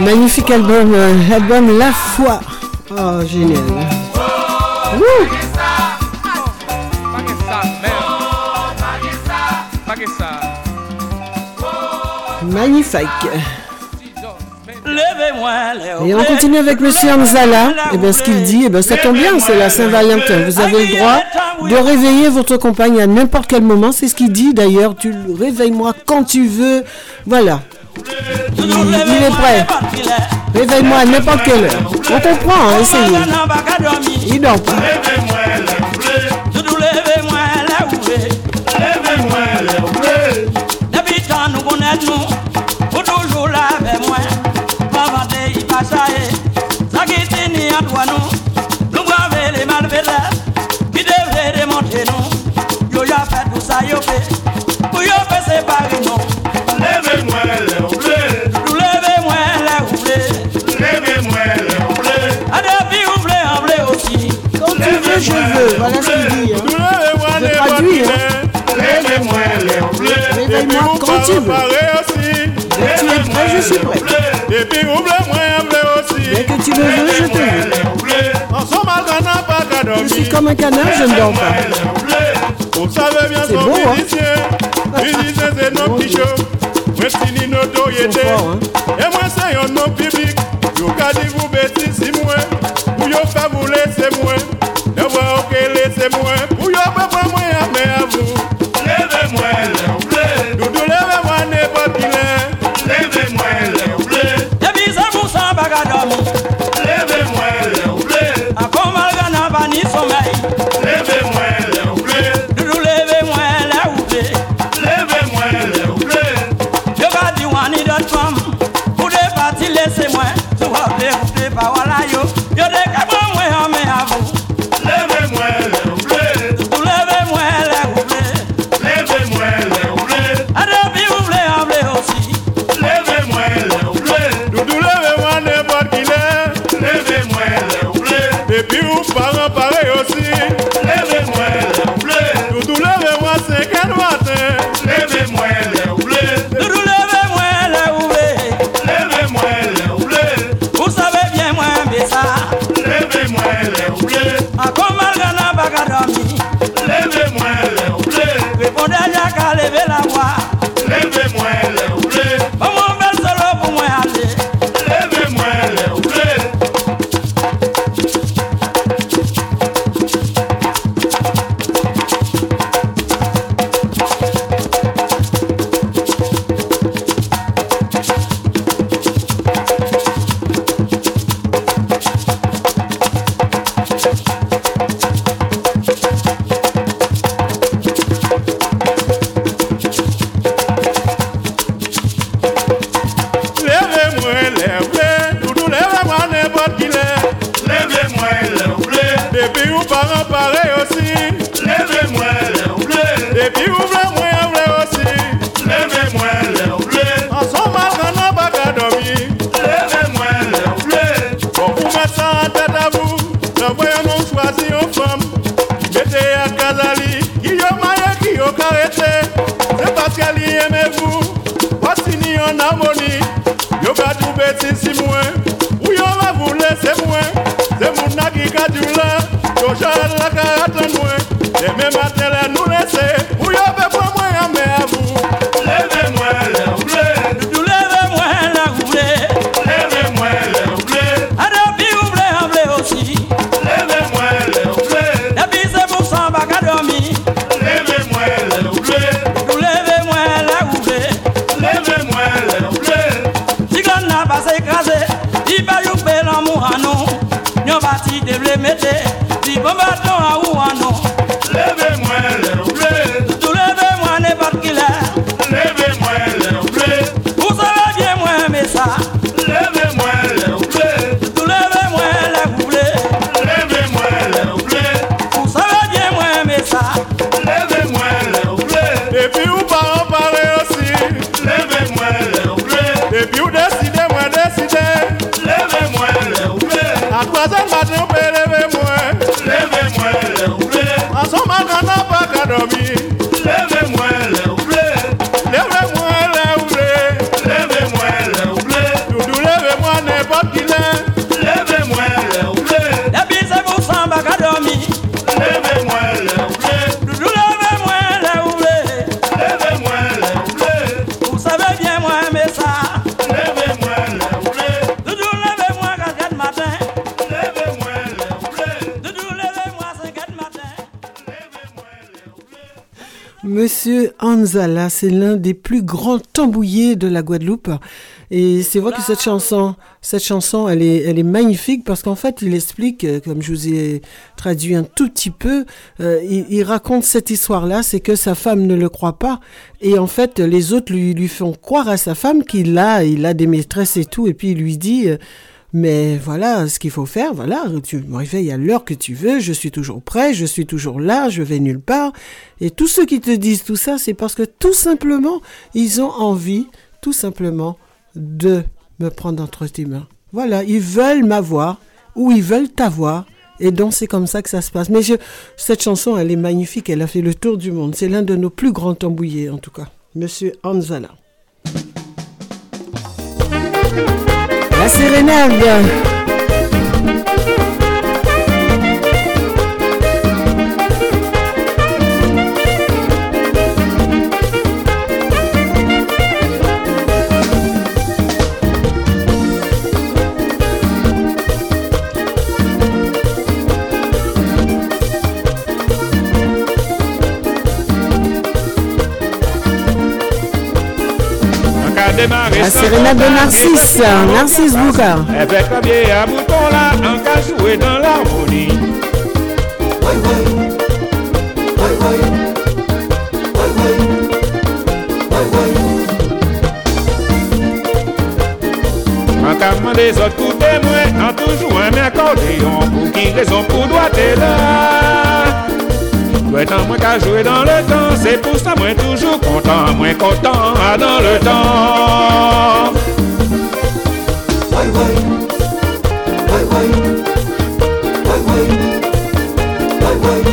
Magnifique album, euh, album La Foi. Oh, génial. Wouh. Magnifique. Et on continue avec Monsieur Anzala. Et bien ce qu'il dit, et ben ça tombe bien, c'est la Saint-Valentin. Vous avez le droit de réveiller votre compagne à n'importe quel moment. C'est ce qu'il dit d'ailleurs. Tu réveilles-moi quand tu veux. Voilà. Il, il est prêt. Réveille-moi à n'importe quelle heure. On comprend, hein, essayez. Il dort pas. Je veux, voilà ce qu'il dit. Hein. Je traduis. Hein. Réveille-moi quand tu veux. Dès que tu es prêt, je suis prêt. Dès que tu le veux, je te veux. Je suis comme un canard, je ne dors pas. C'est beau, hein? Et moi, c'est un nom public. Yo kadi vous bêtis si moi. Pour yo faire vous laisser moi. Et voir que laissez-moi. Pour yo pas moi mais à vous. Levez-moi les blés. Doudou levez-moi n'importe qui l'est. Levez-moi les blés. Et puis ça vous sent bagadami. Levez-moi les blés. A comme algana bani sommeil. Levez-moi les blés. Doudou levez-moi les blés. Levez-moi les blés. Yo kadi wani dot com. Pour des parties laissez-moi. Tu vas blé blé pas voilà yo. Yo de kabo moi mais à vous. Levez-moi les blés. Doudou levez-moi les blés. Levez-moi les blés. Adabi vous blé en blé aussi. Levez-moi les blés. Doudou levez-moi n'importe qui l'est. Levez-moi les blés. Et puis vous parents pareil aussi. Levez-moi les blés. Doudou levez-moi cinquante matin. Levez-moi les blés. Doudou levez-moi les blés. Levez-moi les blés. Vous savez bien moi mais ça. Levez-moi les blés. A comme algana bagadami. Levez-moi les blés. Répondez à Yaka, levez la voix. Levez-moi les blés. Bon mon bel solo pour moi aller. Levez-moi les blés. Levez-moi les blés. Doudou levez-moi n'importe qui l'est. Levez-moi les blés. Et puis vous parents pareil aussi. Levez-moi les blés. Et puis vous voulez moi blé aussi. Levez-moi les blés. En son mal qu'on n'a pas qu'à dormir. Levez-moi les blés. Pour vous mettre ça en tête à vous. Nous voyons choisir une femme. Mettez à Kazali. Qui y a maillot qui y a carré. C'est parce qu'elle y aime vous. Voici ni en harmonie. Yo ka tout bêtis si moi. Ou yo va vous laisser moi. C'est mon naki ka du là. Yo j'arrête la carate moi. Et même à télé nous laisser. Ou yo va pour moi mais à vous. Levez-moi les blés. Doudou levez-moi les blés. Levez-moi les blés. Adabi ou blé en blé aussi. Levez-moi les blés. Et puis c'est pour cent bagadami. Levez-moi les blés. Doudou levez-moi les blés. Levez-moi les blés. Si l'on n'a pas écrasé, il va y avoir l'amour à nous. Nous bâti de blé mété, si bon bâton à ou à nous. Levez-moi les blés. Tout levez-moi n'importe qui l'est. Levez-moi les blés. Vous savez bien moi mais ça. Levez-moi les blés. Tout levez-moi les blés. Levez-moi les blés. Vous savez bien moi mais ça. Levez-moi les blés. Et puis vous parents pareil aussi. Levez-moi les blés. Et puis vous décidez, moi décidez. Levez-moi les blés. À trois heures matin, on peut lever moi. Levez-moi les blés. En son matin, on n'a pas qu'à dormir. Levez-moi les blés. Levez-moi les blés. Levez-moi les blés. Doudou, levez-moi Monsieur Anzala, c'est l'un des plus grands tambouillés de la Guadeloupe. Et c'est vrai que cette chanson, cette chanson, elle est, elle est magnifique parce qu'en fait, il explique, euh, comme je vous ai traduit un tout petit peu, euh, il, il raconte cette histoire-là, c'est que sa femme ne le croit pas. Et en fait, les autres lui, lui font croire à sa femme qu'il a, il a des maîtresses et tout. Et puis, il lui dit... Euh, Mais voilà ce qu'il faut faire, voilà, tu me réveilles à l'heure que tu veux, je suis toujours prêt, je suis toujours là, je vais nulle part. Et tous ceux qui te disent tout ça, c'est parce que tout simplement, ils ont envie, tout simplement, de me prendre entre tes mains. Voilà, ils veulent m'avoir ou ils veulent t'avoir. Et donc, c'est comme ça que ça se passe. Mais je, cette chanson, elle est magnifique, elle a fait le tour du monde. C'est l'un de nos plus grands tambouillés, en tout cas. Monsieur Anzala. La sérénade. La sérénade de Narcisse, Narcisse Bouka. Avec un pied à bouton là, un cas joué dans l'harmonie. En cas des autres coups témoins, en toujours un accordéon. Pour qui raison pour doit être là. Doit être moins qu'à jouer dans le temps, c'est pour ça moi toujours content, moins content dans le temps. Ouais, ouais. Ouais, ouais. Ouais, ouais. Ouais, ouais.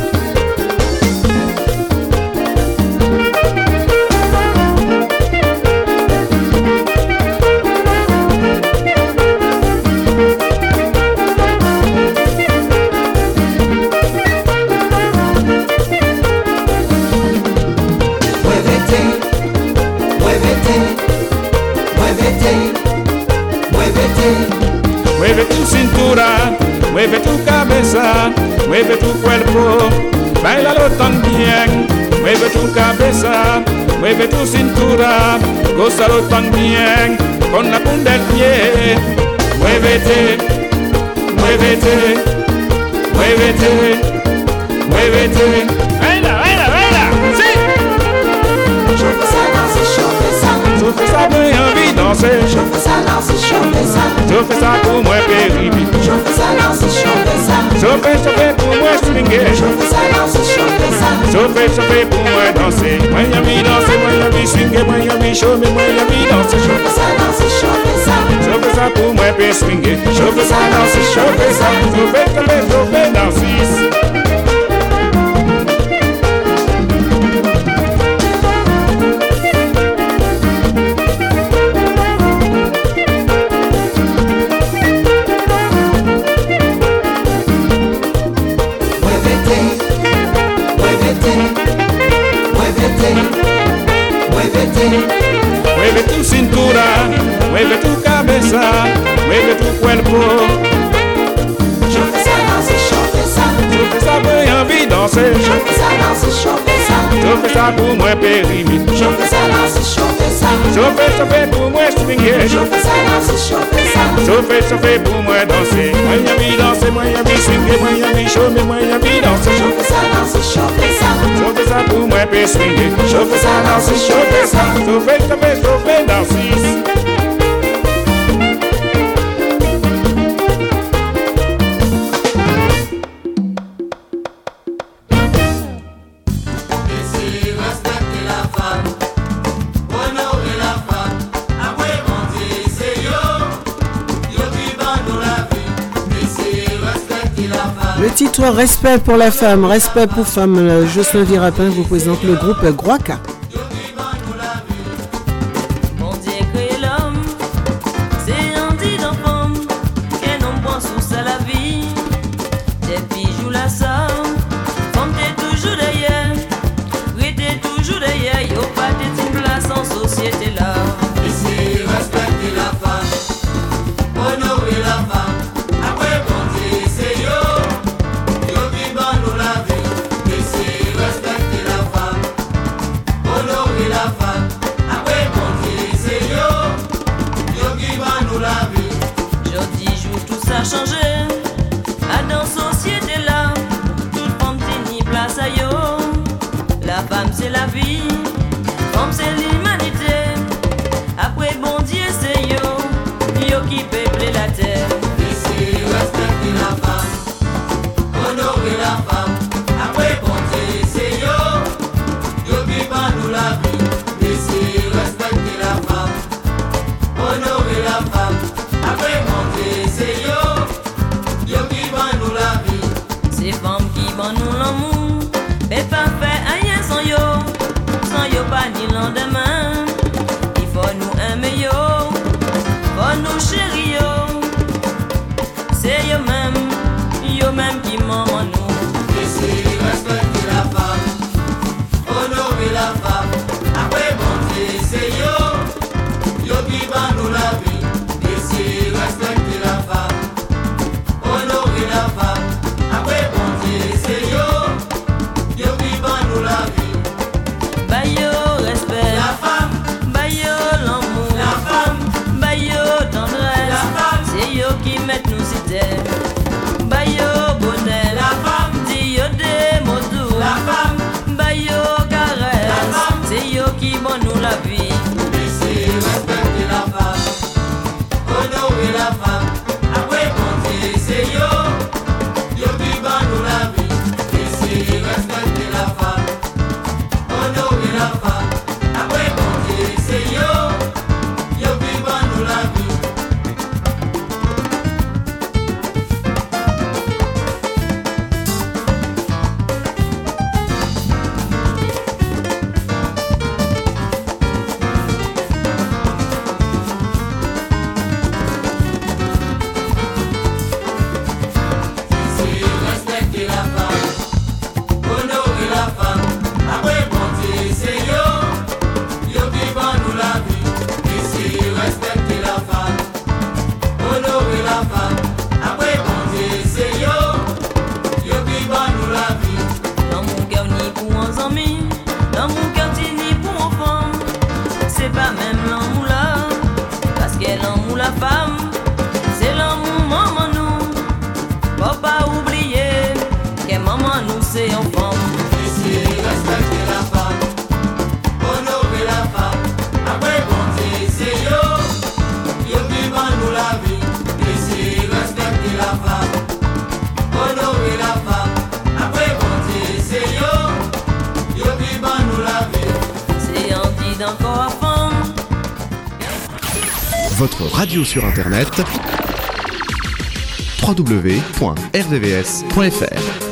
Mueve tu cintura, mueve tu cabeza, mueve tu cuerpo, bailalo también. Mueve tu cabeza, mueve tu cintura, gózalo también con la punta del pie. Muévete, muévete, muévete, muévete. Baila, baila, baila, sí. Je fais ça danser, je fais ça. Je fais ça pour envie danser. Je fais ça danser, je fais ça. Je fais ça pour moi péribi. Je fais ça danser, je fais ça. Je fais, je fais pour moi swinguer. Je fais ça danser, je fais ça. Je fais, je fais pour moi danser. Moi y'a mis danser, moi y'a mis swinguer, moi y'a mis chaud, mais moi y'a mis danser. Je fais ça danser, je fais ça. Je fais ça pour moi puis swinguer. Je fais ça danser, je fais ça. Je fais, je fais, je fais danser. Mueve tu cintura, mueve tu cabeza, mueve tu cuerpo. Je fais ça danser, je fais ça. Je fais ça pour envie danser. Je fais ça danser, je fais ça. Je fais ça pour moi périmètre. Je fais ça danser, je fais ça. Je fais, je fais pour moi swinguer. Je fais ça danser, je fais ça. Je fais, je fais pour moi danser. Moi y'a mis danser, moi y'a mis swinguer, moi y'a mis chaud, mais moi y'a mis danser. Je fais ça danser, je fais ça. Je fais ça pour moi puis swinguer. Je fais ça danser, je fais ça. Je fais, je fais, je fais danser. Le titre Respect pour la femme, respect pour femme, Jocelyn Virapin vous présente le groupe Groaka. c'est yo même, yo même qui maman nous. Ici, respecter la femme, honorer la femme. Après monter, c'est yo, yo qui va nous la vie. Ici, respecter la femme, honorer la femme. Après monter, c'est yo, yo qui va nous la vie. Bayo respect, la femme. Bayo l'amour, la femme. Bayo tendresse, la femme. C'est yo qui met nous cité. Bayo bonheur, la femme. Di yo des mots doux, la femme. Bayo caresse, la femme. C'est yo qui bon nous la vie. Laissez respecter la femme, honorer la femme. Après monter, c'est yo, yo qui va nous la vie. Laissez respecter la femme, honorer la femme. Après monter, c'est yo, yo qui va nous la vie. Respecter la femme, honorer la femme. Après monter, c'est yo, yo qui va nous la vie. Ici, respecter la femme, honorer la femme. Après monter, c'est yo, yo qui va nous la vie. Dans mon cœur ni pour un ami, dans mon cœur ni pour un femme. C'est pas même l'amour là, parce que l'amour la femme, c'est l'amour maman nous. Faut pas oublier que maman nous c'est en femme. Ici, respecter la femme, honorer la femme. Après monter, c'est yo, yo qui va nous la vie. Ici, respecter la femme, honorer la femme. Après monter, c'est yo, yo qui va nous la vie. C'est un dit d'encore à femme. Votre radio sur internet w w w point r d v s point f r.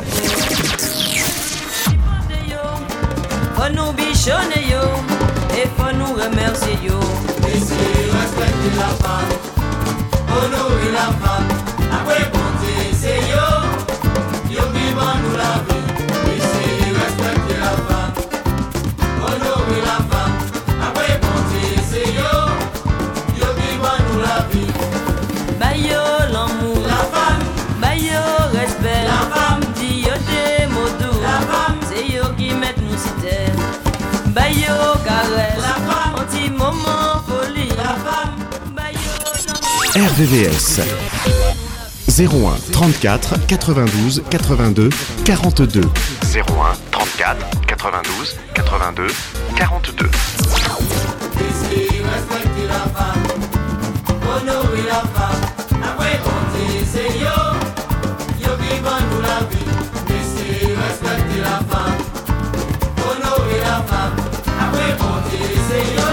Faut nous bichonner yo, et faut nous remercier yo. Ici, respecter la femme, honorer la femme. Après monter, c'est yo, yo qui va nous la vie. Ici, respecter la femme, honorer la femme. Après monter, c'est yo, yo qui va nous la vie. Bayo l'amour, la femme. Bayo respect, la femme. Di yo des mots doux, la femme. C'est yo qui met nous cité. Bayo caresse, la femme. Anti moment folie, la femme. Bayo R V V S zéro un trente-quatre quatre-vingt-douze quatre-vingt-deux quarante-deux zéro un trente-quatre quatre-vingt-douze quatre-vingt-deux quarante-deux. Ici, respecter la femme, honorer la femme. Après monter, c'est yo, yo qui va nous la vie. Ici, respecter la femme, honorer la femme. Après monter, c'est yo.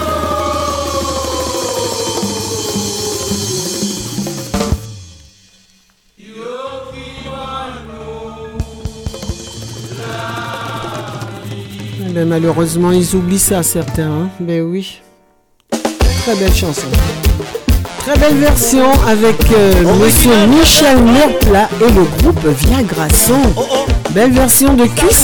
Ben, malheureusement, ils oublient ça, certains. Hein? Ben oui. Très belle chanson. Très belle version avec euh, Monsieur Michel Merpla et le groupe Viagra Son. Belle version de Cuisse.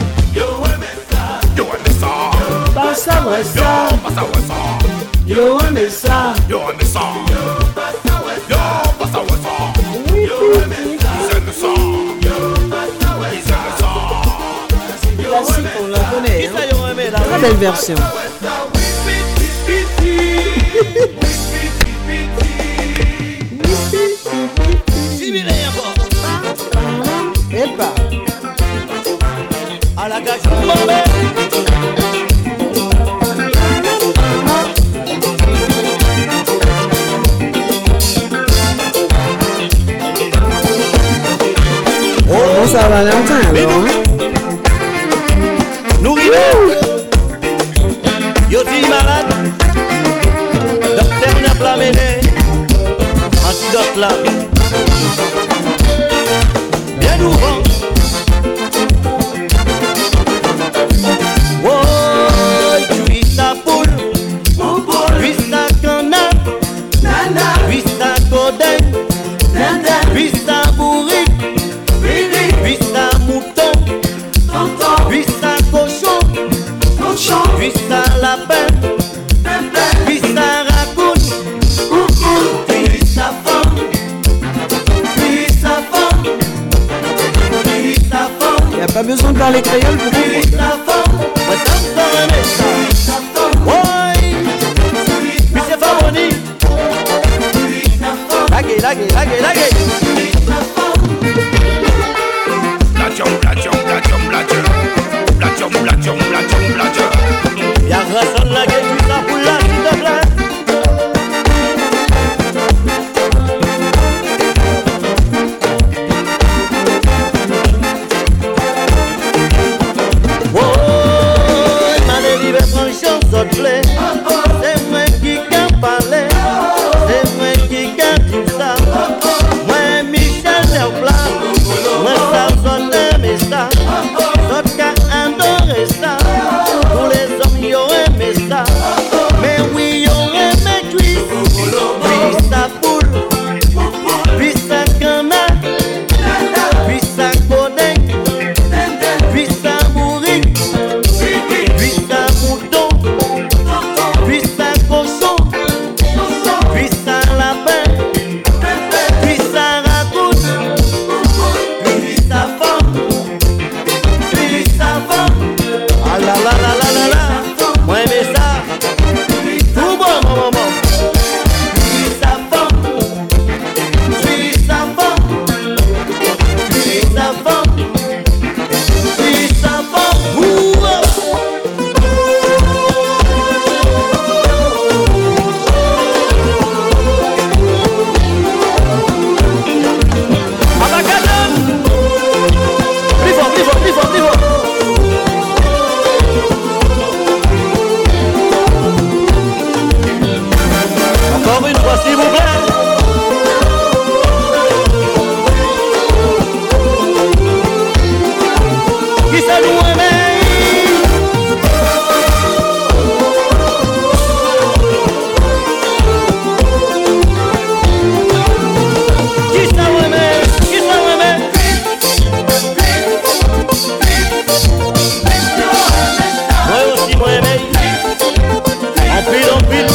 Passa ça. Yo aimé ça. Yo aimé ça. Yo passa ça. Oui, ils aiment ça. Classique, on la connaît. Hein? Très belle version. Epa. À la gage. Bon, ça va longtemps alors. Hein? Nous vivons. Yo dit malade. Docteur n'a pas mené. Antidote la vie. Bien ouvert. Oh, tu ta poule. Tu ta canard. Tu ta coden. parler créole pour comprendre. Lagué, lagué, lagué, lagué. Blachon, blachon, blachon, blachon. Blachon, blachon, blachon, blachon. Y'a grâce à lagué, tu t'as pour là, s'il te plaît. C'est moi qui can parler, c'est moi qui can dire ça. Moi Michel Delplat, moi ça sonne mais ça, d'autres qui adoré ça. Tous les hommes y ont aimé ça, mais oui y ont aimé cuisse, puis sa poule, puis sa canard, puis sa bonnet, puis sa bourrique, puis sa mouton. Puis ça cochon, puis ça lapin, puis ça ragoût, puis ça femme, puis ça femme. Ah la la la la la la, moi mais ça, tout bon mon maman. Puis ça femme, puis ça femme, puis ça femme, puis ça femme. Encore une fois, s'il vous plaît. Qui ça nous aime? Qui ça nous aime? Qui ça nous aime? Moi aussi, moi aimé. En pile, en pile.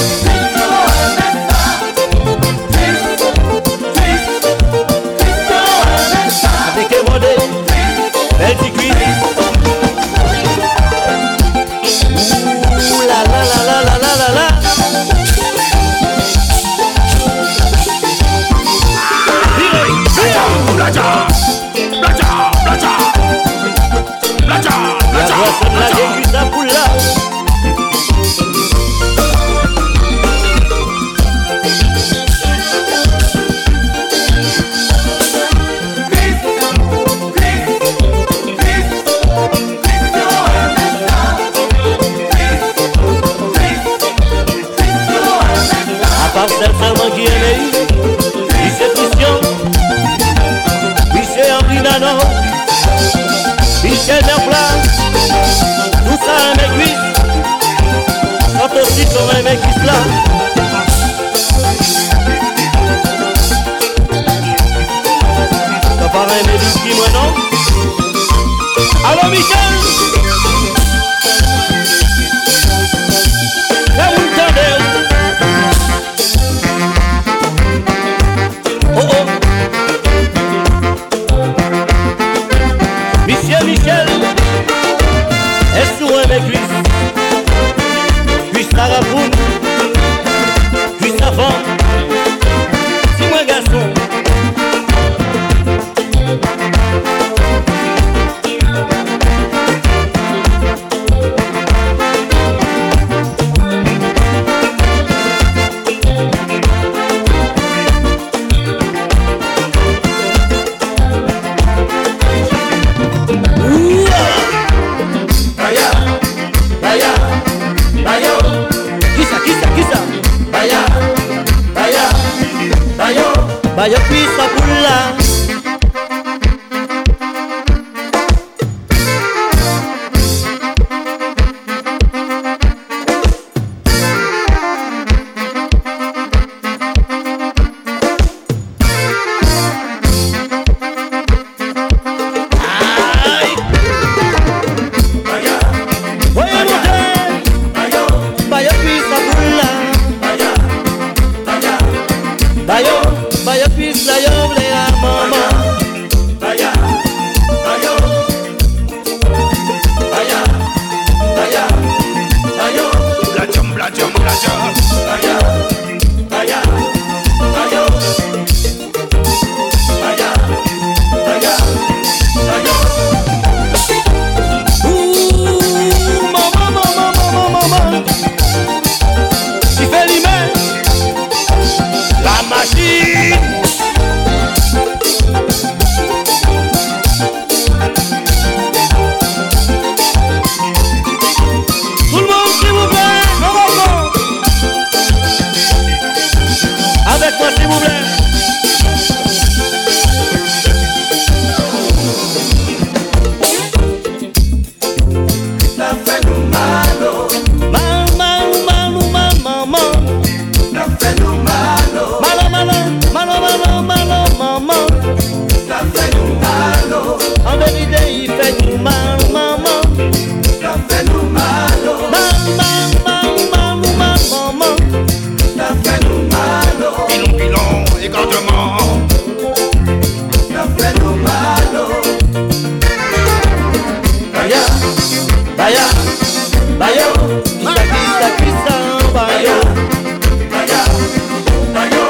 Avec un modèle, belle petite cuisse. Ouh la la la la la la la la. Blacha, blacha, blacha, blacha, blacha, blacha. Marcel Salman qui est né, lycée Christian, lycée Henri Nanon, Michel Delplat, tout ça un mec lui, quand aussi comme un mec islam. T'as pas un mec qui moi non? Allô Michel? Là vous entendez? Oh oh. Michel, Michel, est-ce que un mec lui? Puis ça rapoune, puis ça vend. Si moi garçon. Bayo pisa pula. Bayo, bayo pisa yo ble a mama. ça fait nous mal. En vérité, il fait nous mal, maman. Ça fait nous mal. Mal, mal, mal, mal, mal, maman. Ça fait nous mal. Pilon, pilon, écartement. Ça fait nous mal. Baya, baya, baya. Kisa, kisa, kisa, baya. Baya, baya.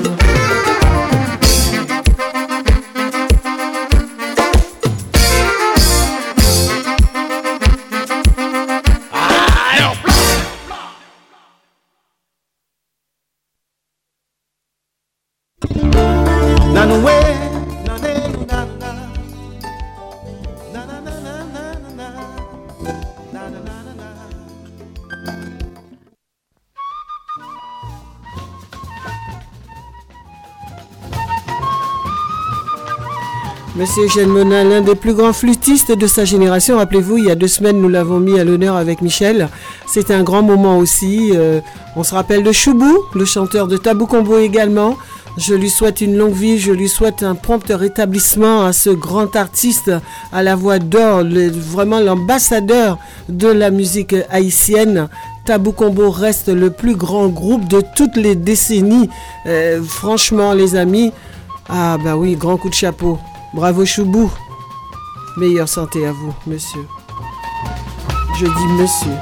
Monsieur Eugène Monin, l'un des plus grands flûtistes de sa génération. Rappelez-vous, il y a deux semaines, nous l'avons mis à l'honneur avec Michel. C'était un grand moment aussi. Euh, on se rappelle de Choubou, le chanteur de Tabou Combo également. Je lui souhaite une longue vie, je lui souhaite un prompt rétablissement à ce grand artiste à la voix d'or, le, vraiment l'ambassadeur de la musique haïtienne. Tabou Combo reste le plus grand groupe de toutes les décennies. Euh, franchement, les amis, ah bah oui, grand coup de chapeau. Bravo Choubou. Meilleure santé à vous, monsieur. Je dis monsieur.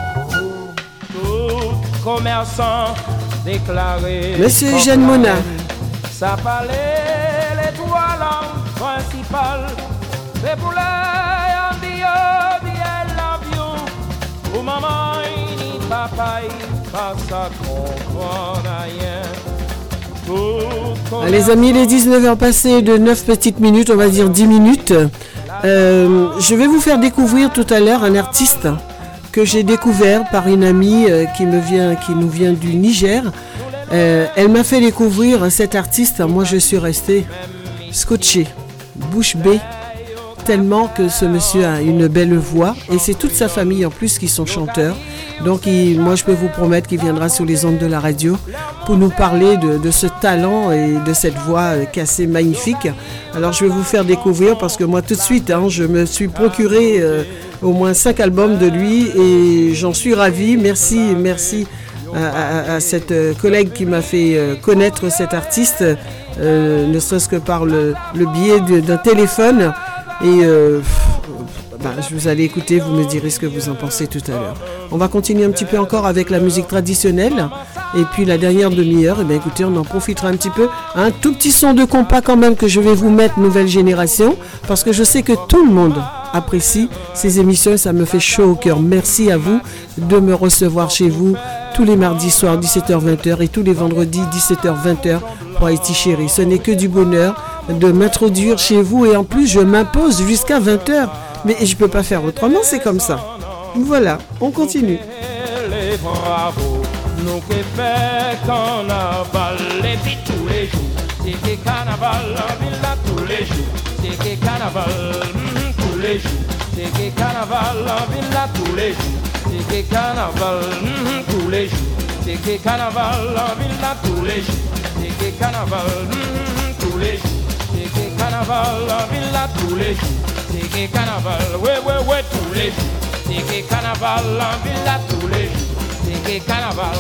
Tout commerçant déclaré. Monsieur Eugène Monin. Ça parlait l'étoile principale. C'est pour les Andio, bien l'avion. Pour maman, ni papa, pas ça comprendre rien. Ah, les amis, les dix-neuf heures passées de neuf petites minutes, on va dire dix minutes. Euh, je vais vous faire découvrir tout à l'heure un artiste que j'ai découvert par une amie euh, qui, me vient, qui nous vient du Niger. Euh, elle m'a fait découvrir cet artiste. Moi, je suis restée scotché, bouche bée, tellement que ce monsieur a une belle voix. Et c'est toute sa famille en plus qui sont chanteurs. Donc il, moi je peux vous promettre qu'il viendra sur les ondes de la radio pour nous parler de, de ce talent et de cette voix qui est assez magnifique. Alors je vais vous faire découvrir parce que moi tout de suite hein, je me suis procuré euh, au moins cinq albums de lui et j'en suis ravie. Merci, merci à, à, à cette collègue qui m'a fait euh, connaître cet artiste, euh, ne serait-ce que par le, le biais de, d'un téléphone. Et euh, bah, vous allez écouter, vous me direz ce que vous en pensez tout à l'heure. On va continuer un petit peu encore avec la musique traditionnelle. Et puis la dernière demi-heure, eh bien, écoutez, on en profitera un petit peu. Un tout petit son de compas quand même que je vais vous mettre, nouvelle génération. Parce que je sais que tout le monde apprécie ces émissions et ça me fait chaud au cœur. Merci à vous de me recevoir chez vous tous les mardis soirs, dix-sept heures vingt heures et tous les vendredis, dix-sept heures vingt heures pour Haïti Chérie. Ce n'est que du bonheur de m'introduire chez vous et en plus je m'impose jusqu'à vingt heures. Mais je ne peux pas faire autrement, c'est comme ça. Voilà, on continue. Les bravos, nous qui fait carnaval, et puis tous les jours, c'est que carnaval, la ville là tous les jours, c'est que carnaval, mm, tous les jours, c'est que carnaval, la ville là tous les jours, c'est que carnaval, mm, tous les jours, c'est que carnaval, la ville là tous les jours, c'est que carnaval, mm, tous les jours, c'est que carnaval, la ville là tous les jours. C'est que carnaval, ouais, ouais, ouais, tous les jours. C'est que carnaval, en ville là, tous les jours. C'est que carnaval.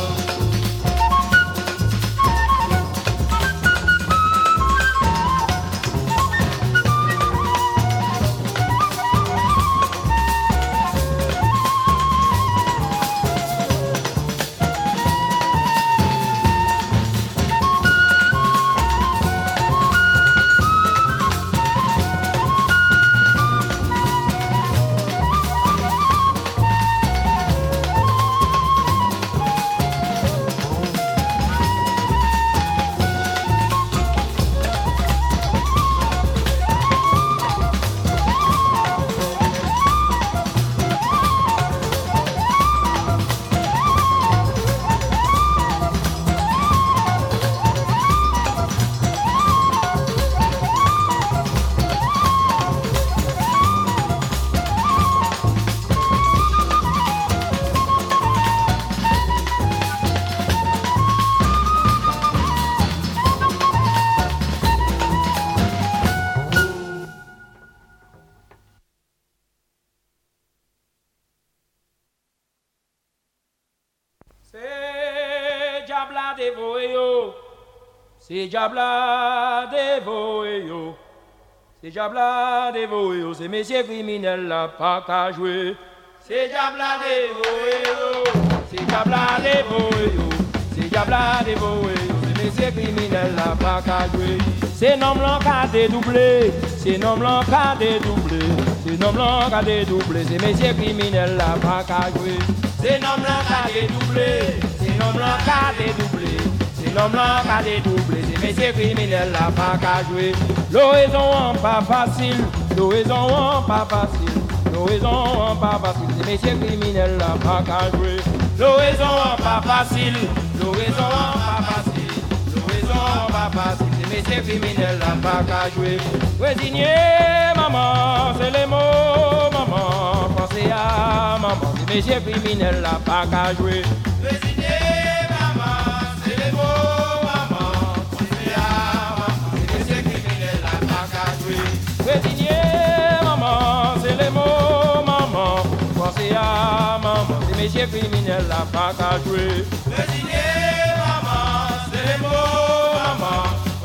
dévoé yo. C'est diabla dévoé yo. C'est diabla dévoé yo. C'est messieurs criminels là pas qu'à jouer. C'est diabla dévoé yo. C'est diabla dévoé yo. C'est diabla dévoé yo. C'est messieurs criminels là pas qu'à jouer. C'est nom blanc qu'a dédoublé. C'est nom blanc qu'a dédoublé. C'est nom blanc qu'a dédoublé. C'est messieurs criminels là pas qu'à jouer. C'est nom blanc qu'a dédoublé. C'est nom blanc qu'a dédoublé. C'est nom blanc qu'a dédoublé. C'est messieurs criminels là pas qu'à jouer. L'horizon pas facile. L'horizon pas facile. L'horizon pas facile. C'est messieurs criminels là pas qu'à jouer. L'horizon pas facile. L'horizon pas facile. L'horizon pas facile. Messieurs criminels là pas qu'à jouer. Résigné maman, c'est les mots maman. Pensez à maman, c'est messieurs criminels là pas qu'à jouer. Résigné maman, c'est les mots maman. Pensez à maman, c'est messieurs criminels là pas qu'à jouer. Résigné maman, c'est les mots maman. Pensez à maman, c'est messieurs criminels là pas qu'à jouer. Résigné maman, c'est les mots maman.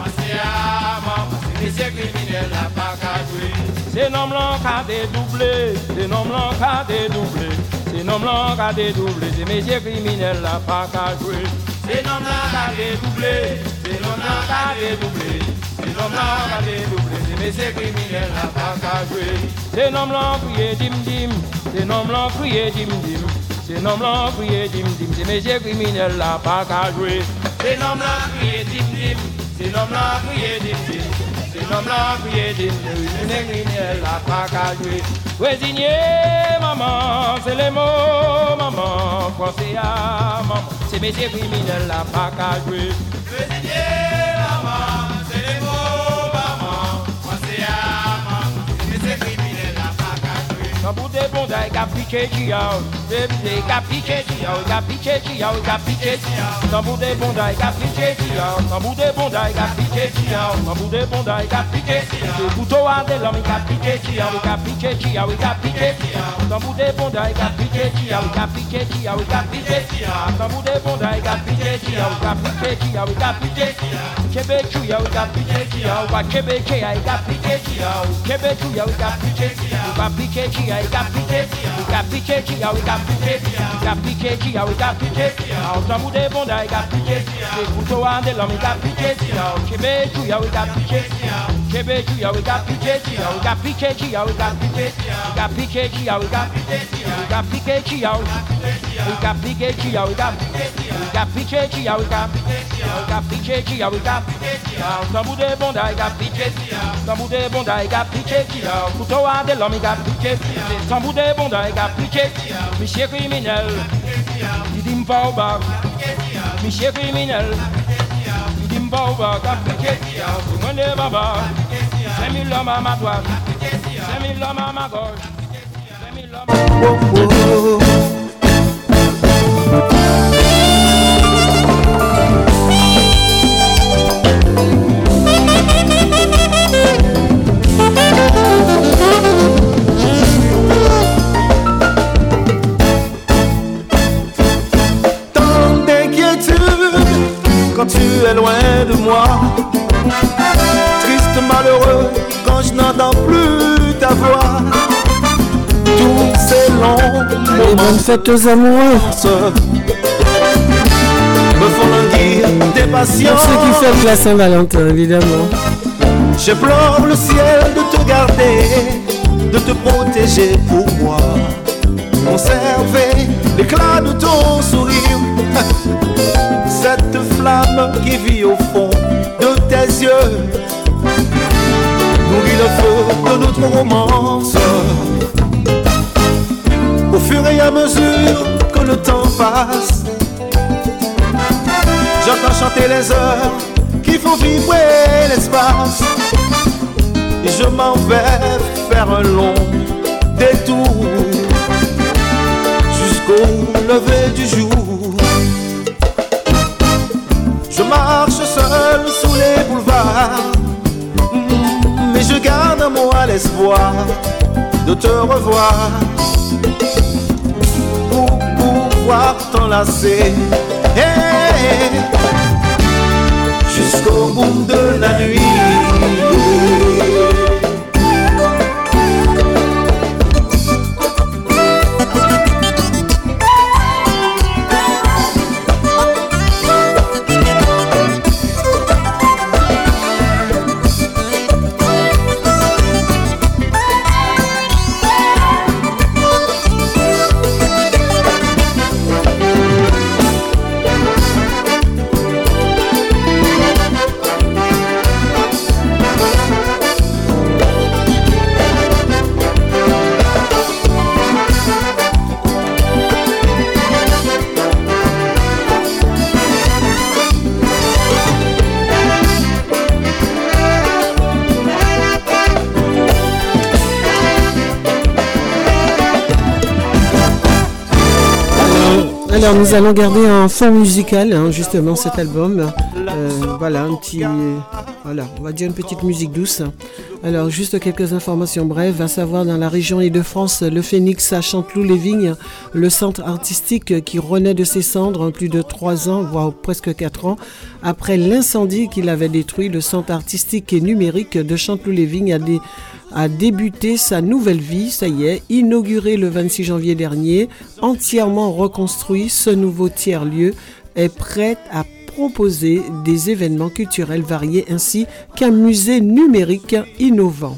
C'est criminel la pas qu'à jouer. C'est nom blanc qu'a dédoublé. C'est nom blanc qu'a dédoublé. C'est nom blanc qu'a dédoublé. C'est messieurs criminels la pas qu'à jouer. C'est nom blanc qu'a dédoublé. C'est nom blanc qu'a dédoublé. C'est nom blanc qu'a dédoublé. C'est messieurs criminels la pas qu'à jouer. C'est nom blanc crié dim dim. C'est nom blanc crié dim dim. C'est nom blanc crié dim dim. C'est messieurs criminels la pas qu'à jouer. C'est nom blanc crié dim dim. C'est nom blanc crié dim dim. C'est nom blanc crié dim dim. C'est criminel la pas qu'à jouer. Résigné maman, c'est les mots maman. Pensez à maman, c'est messieurs criminels la pas qu'à jouer. Résigné maman, c'est les mots maman. Pensez à maman, c'est messieurs criminels la pas qu'à jouer. Quand vous des bons d'ailleurs, qu'a piqué chiao. Des qu'a piqué chiao, qu'a piqué chiao, qu'a piqué chiao. Quand vous des bons d'ailleurs, qu'a piqué chiao. Quand vous des bons d'ailleurs, qu'a piqué chiao. Quand vous des bons d'ailleurs, qu'a piqué chiao. Le couteau à de l'homme, qu'a piqué chiao, qu'a piqué chiao, qu'a piqué chiao. Quand vous des bons d'ailleurs, qu'a piqué chiao, qu'a piqué chiao, qu'a piqué chiao. Quand vous des bons d'ailleurs, qu'a piqué chiao, qu'a piqué chiao, qu'a piqué chiao. Québec chiao, qu'a piqué chiao. Wa Québec chiao, qu'a piqué chiao. Québec chiao, qu'a piqué chiao. Qu'a piqué chiao, qu'a piqué chiao. Qu'a piqué chiao, qu'a piqué chiao. Qu'a piqué chiao, qu'a piqué chiao. Quand vous des bons d'ailleurs, qu'a piqué chiao. Le couteau à de l'homme, qu'a piqué chiao. Québec chiao, qu'a piqué chiao. Québec chiao, qu'a piqué chiao. Qu'a piqué chiao, qu'a piqué chiao. Qu'a piqué chiao, qu'a piqué chiao. Qu'a piqué chiao. Qu'a piqué chiao, qu'a piqué chiao. Qu'a piqué chiao, qu'a piqué chiao. Qu'a piqué chiao, qu'a piqué chiao. Quand vous des bons d'ailleurs, qu'a piqué chiao. Quand vous des bons d'ailleurs, qu'a piqué chiao. Couteau à de l'homme, qu'a piqué chiao. Quand vous des bons d'ailleurs, qu'a piqué chiao. Monsieur criminel, il dit m'pas au bas. Monsieur criminel, il dit m'pas au bas. Qu'a piqué chiao. Tout le monde est baba. Cinq mille hommes à ma droite. Cinq mille hommes à ma gauche. Cinq mille hommes à ma gauche. Quand tu es loin de moi, triste, malheureux, quand je n'entends plus ta voix. Tous ces longs Allez, bonne fête aux amoureux me font languir des patients. Pour ceux qui fêtent la Saint-Valentin, évidemment. J'implore le ciel de te garder, de te protéger pour moi. Conserver l'éclat de ton sourire, cette flamme qui vit au fond de tes yeux, nourrit le feu de notre romance. Au fur et à mesure que le temps passe, j'entends chanter les heures qui font vibrer l'espace. Et je m'en vais faire un long détour jusqu'au lever du jour. Je marche seul sous les boulevards, mais je garde en moi l'espoir de te revoir pour pouvoir t'enlacer. Hey, jusqu'au bout de la nuit. Alors nous allons garder un fond musical, hein, justement cet album. Euh, voilà, un petit, euh, voilà, on va dire une petite musique douce. Alors juste quelques informations brèves, à savoir dans la région Île-de-France, le Phénix à Chanteloup-les-Vignes, le centre artistique qui renaît de ses cendres plus de trois ans, voire presque quatre ans, après l'incendie qu'il avait détruit. Le centre artistique et numérique de Chanteloup-les-Vignes a des a débuté sa nouvelle vie, ça y est, inauguré le vingt-six janvier dernier, entièrement reconstruit, ce nouveau tiers-lieu est prêt à proposer des événements culturels variés ainsi qu'un musée numérique innovant.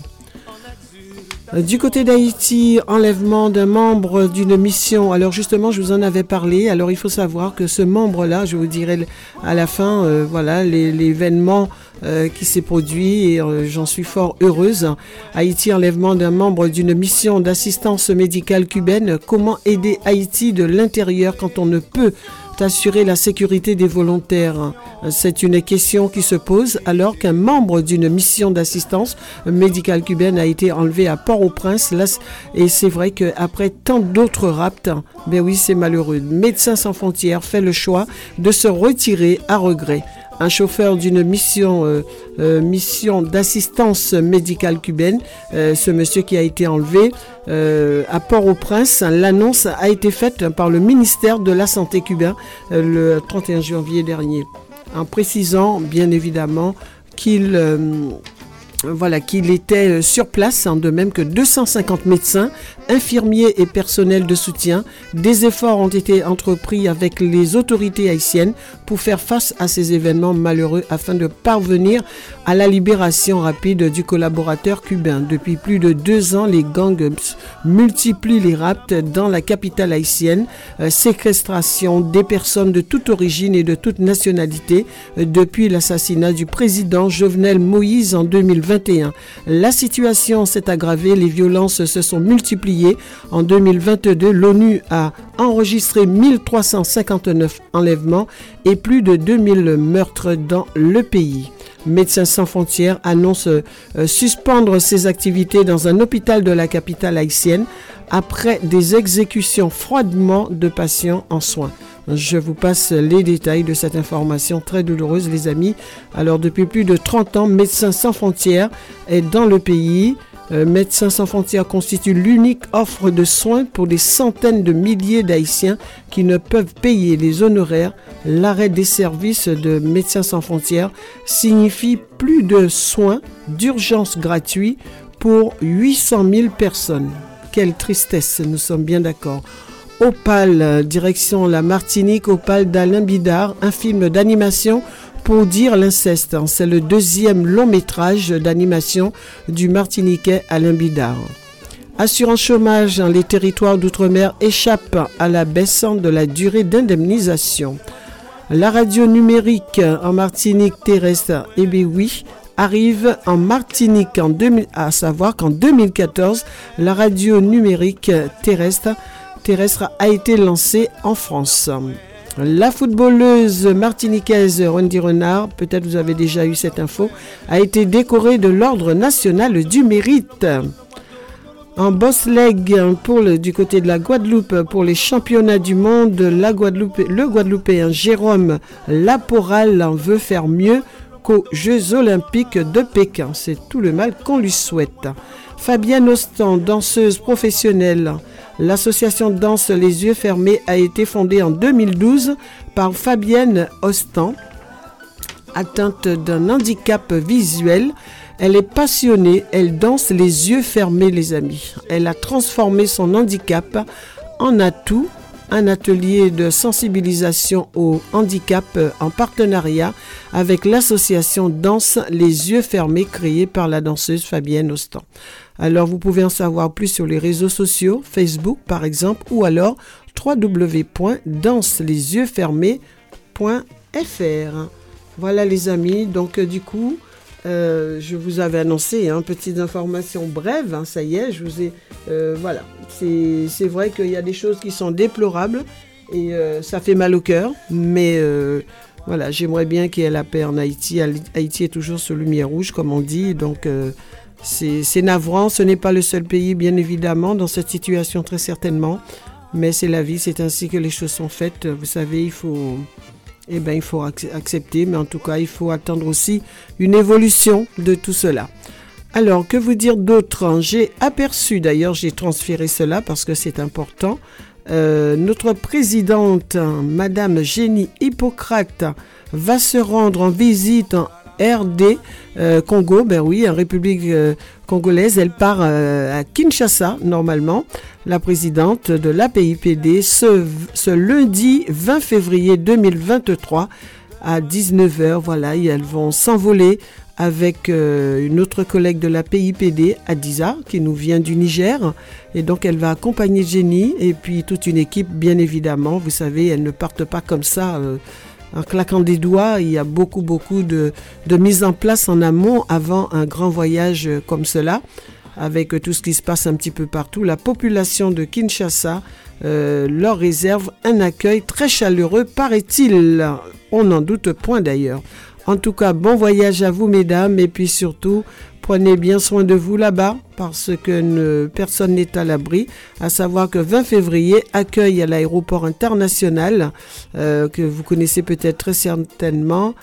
Du côté d'Haïti, enlèvement d'un membre d'une mission. Alors justement, je vous en avais parlé. Alors il faut savoir que ce membre-là, je vous dirai à la fin, euh, voilà, les, l'événement euh, qui s'est produit et euh, j'en suis fort heureuse. Haïti, enlèvement d'un membre d'une mission d'assistance médicale cubaine. Comment aider Haïti de l'intérieur quand on ne peut assurer la sécurité des volontaires? C'est une question qui se pose alors qu'un membre d'une mission d'assistance médicale cubaine a été enlevé à Port-au-Prince. Là, et c'est vrai qu'après tant d'autres rapts, ben oui, c'est malheureux. Médecins sans frontières fait le choix de se retirer à regret. Un chauffeur d'une mission, euh, euh, mission d'assistance médicale cubaine, euh, ce monsieur qui a été enlevé euh, à Port-au-Prince. L'annonce a été faite par le ministère de la Santé cubain euh, le trente et un janvier dernier, en précisant bien évidemment qu'il... Euh, Voilà, qu'il était sur place, hein, de même que deux cent cinquante médecins, infirmiers et personnels de soutien. Des efforts ont été entrepris avec les autorités haïtiennes pour faire face à ces événements malheureux afin de parvenir à la libération rapide du collaborateur cubain. Depuis plus de deux ans, les gangs multiplient les rapts dans la capitale haïtienne, euh, séquestration des personnes de toute origine et de toute nationalité euh, depuis l'assassinat du président Jovenel Moïse en deux mille vingt et un. La situation s'est aggravée, les violences se sont multipliées. En deux mille vingt-deux, l'ONU a enregistré mille trois cent cinquante-neuf enlèvements et plus de deux mille meurtres dans le pays. Médecins sans frontières annonce euh, suspendre ses activités dans un hôpital de la capitale haïtienne après des exécutions froidement de patients en soins. Je vous passe les détails de cette information très douloureuse, les amis. Alors, depuis plus de trente ans, Médecins sans frontières est dans le pays. Euh, Médecins sans frontières constitue l'unique offre de soins pour des centaines de milliers d'Haïtiens qui ne peuvent payer les honoraires. L'arrêt des services de Médecins sans frontières signifie plus de soins d'urgence gratuits pour huit cent mille personnes. Quelle tristesse, nous sommes bien d'accord. Opale, direction la Martinique, Opale d'Alain Bidard, un film d'animation pour dire l'inceste. C'est le deuxième long métrage d'animation du Martiniquais Alain Bidard. Assurance chômage, les territoires d'outre-mer échappent à la baisse de la durée d'indemnisation. La radio numérique en Martinique terrestre, eh bien oui, arrive en Martinique, en deux mille, à savoir qu'en deux mille quatorze, la radio numérique terrestre terrestre a été lancée en France. La footballeuse martiniquaise Wendy Renard, peut-être vous avez déjà eu cette info, a été décorée de l'Ordre national du mérite. En bobsleigh pour le, du côté de la Guadeloupe, pour les championnats du monde, la Guadeloupe, le Guadeloupéen Jérôme Laporal en veut faire mieux qu'aux Jeux Olympiques de Pékin. C'est tout le mal qu'on lui souhaite. Fabienne Ostan, danseuse professionnelle. L'association Danse les yeux fermés a été fondée en deux mille douze par Fabienne Ostan. atteinte d'un handicap visuel. Elle est passionnée, elle danse les yeux fermés, les amis. Elle a transformé son handicap en atout. Un atelier de sensibilisation au handicap en partenariat avec l'association Danse les yeux fermés créée par la danseuse Fabienne Ostan. Alors vous pouvez en savoir plus sur les réseaux sociaux, Facebook par exemple, ou alors w w w point danse les yeux fermés point f r. Voilà les amis, donc euh, du coup Euh, je vous avais annoncé, hein, petites informations brèves, hein, ça y est, je vous ai... Euh, voilà, c'est, c'est vrai qu'il y a des choses qui sont déplorables et euh, ça fait mal au cœur, mais euh, voilà, j'aimerais bien qu'il y ait la paix en Haïti. Haïti est toujours sur lumière rouge, comme on dit, donc euh, c'est, c'est navrant, ce n'est pas le seul pays, bien évidemment, dans cette situation, très certainement, mais c'est la vie, c'est ainsi que les choses sont faites, vous savez, il faut... Eh bien, il faut accepter, mais en tout cas, il faut attendre aussi une évolution de tout cela. Alors, que vous dire d'autre? J'ai aperçu, d'ailleurs, j'ai transféré cela parce que c'est important. Euh, notre présidente, Madame Génie Hippocrate, va se rendre en visite en R D euh, Congo, ben oui, en République euh, congolaise. Elle part euh, à Kinshasa, normalement, la présidente de l'A P I P D, ce, ce lundi vingt février deux mille vingt-trois à dix-neuf heures. Voilà, et elles vont s'envoler avec euh, une autre collègue de l'A P I P D, Adiza, qui nous vient du Niger. Et donc, elle va accompagner Jenny et puis toute une équipe, bien évidemment. Vous savez, elles ne partent pas comme ça... Euh, En claquant des doigts, il y a beaucoup, beaucoup de, de mise en place en amont avant un grand voyage comme cela, avec tout ce qui se passe un petit peu partout. La population de Kinshasa euh, leur réserve un accueil très chaleureux, paraît-il. On n'en doute point d'ailleurs. En tout cas, bon voyage à vous, mesdames, et puis surtout, prenez bien soin de vous là-bas, parce que ne, personne n'est à l'abri. À savoir que vingt février accueille à l'aéroport international, euh, que vous connaissez peut-être très certainement,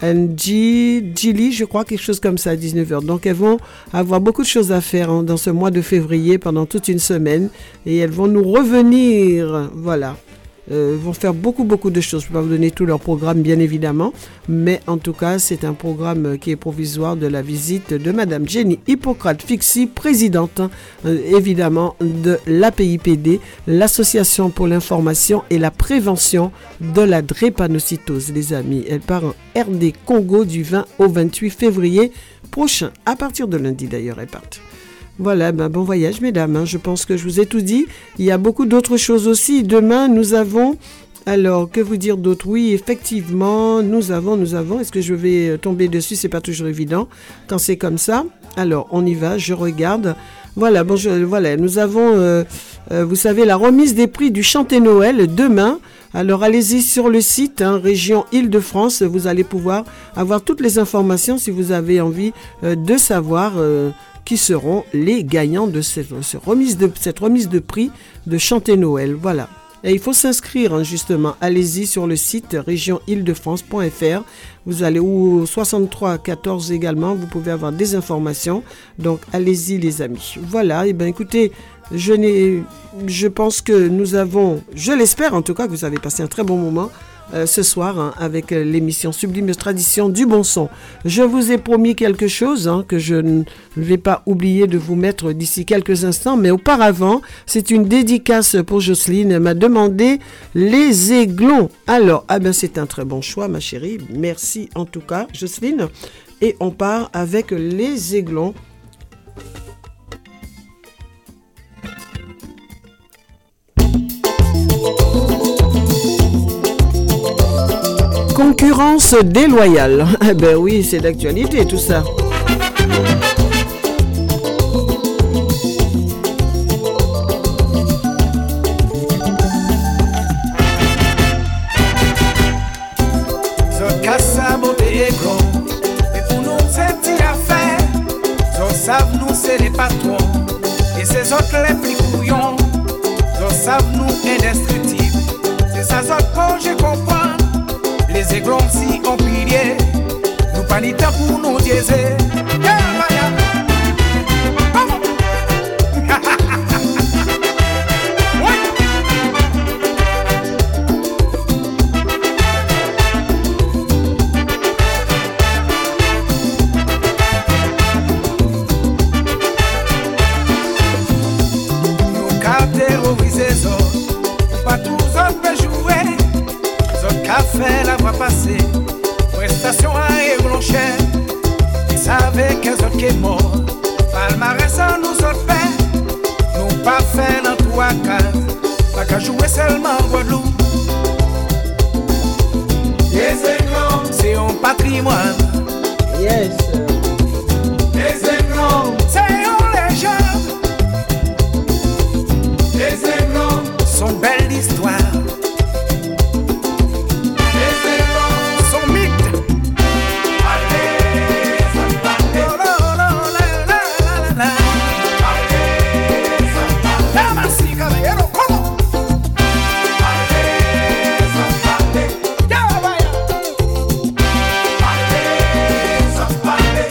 Ndji Djili, je crois, quelque chose comme ça, à dix-neuf heures. Donc, elles vont avoir beaucoup de choses à faire hein, dans ce mois de février, pendant toute une semaine, et elles vont nous revenir, voilà. Euh, vont faire beaucoup beaucoup de choses. Je ne peux pas vous donner tout leur programme bien évidemment, mais en tout cas c'est un programme qui est provisoire de la visite de Madame Jenny Hippocrate Fixi, présidente euh, évidemment de l'A P I P D, l'association pour l'information et la prévention de la drépanocytose, les amis. Elle part en R D Congo du vingt au vingt-huit février prochain, à partir de lundi d'ailleurs elle part. Voilà, ben bon voyage mesdames, hein. Je pense que je vous ai tout dit. Il y a beaucoup d'autres choses aussi. Demain, nous avons... Alors, que vous dire d'autre? Oui, effectivement, nous avons, nous avons... Est-ce que je vais tomber dessus? C'est pas toujours évident quand c'est comme ça. Alors, on y va, je regarde. Voilà, bon, je, voilà nous avons, euh, euh, vous savez, la remise des prix du Chanté Noël demain. Alors, allez-y sur le site, hein, région Île-de-France. Vous allez pouvoir avoir toutes les informations si vous avez envie euh, de savoir... Euh, qui seront les gagnants de cette, cette, remise de, cette remise de prix de Chanté Noël. Voilà. Et il faut s'inscrire, hein, justement. Allez-y sur le site région île de france point f r. Vous allez au soixante-trois quatorze également. Vous pouvez avoir des informations. Donc, allez-y, les amis. Voilà. Et bien, écoutez, je, n'ai, je pense que nous avons, je l'espère en tout cas, que vous avez passé un très bon moment. Euh, ce soir hein, avec euh, l'émission Sublime Tradition du Bon Son. Je vous ai promis quelque chose hein, que je ne vais pas oublier de vous mettre d'ici quelques instants, mais auparavant, c'est une dédicace pour Jocelyne. Elle m'a demandé les aiglons. Alors, ah ben c'est un très bon choix, ma chérie. Merci en tout cas, Jocelyne. Et on part avec les aiglons. Concurrence déloyale. Eh ben oui, c'est d'actualité tout ça. Zot kasa bote aiglon, et pour nous c'est petit affaire. Zot savent nous c'est les patrons, et ces autres les plus couillons. Zot savent nous indestructibles, c'est ça zot quand je comprends. Les aiglons si on pilier, nous pas ni temps pour nous diaiser. seulement Guadeloupe. Les Aiglons, c'est un patrimoine. Yes. Les Aiglons, c'est une légende. Les Aiglons, son belle histoire. Les Aiglons, son mythe. Allez, ça va. Oh là là là là là là. Allez, ça va. Damas y caballeros, ¿cómo? Allez, ça va. Ya vaya. Allez, ça va.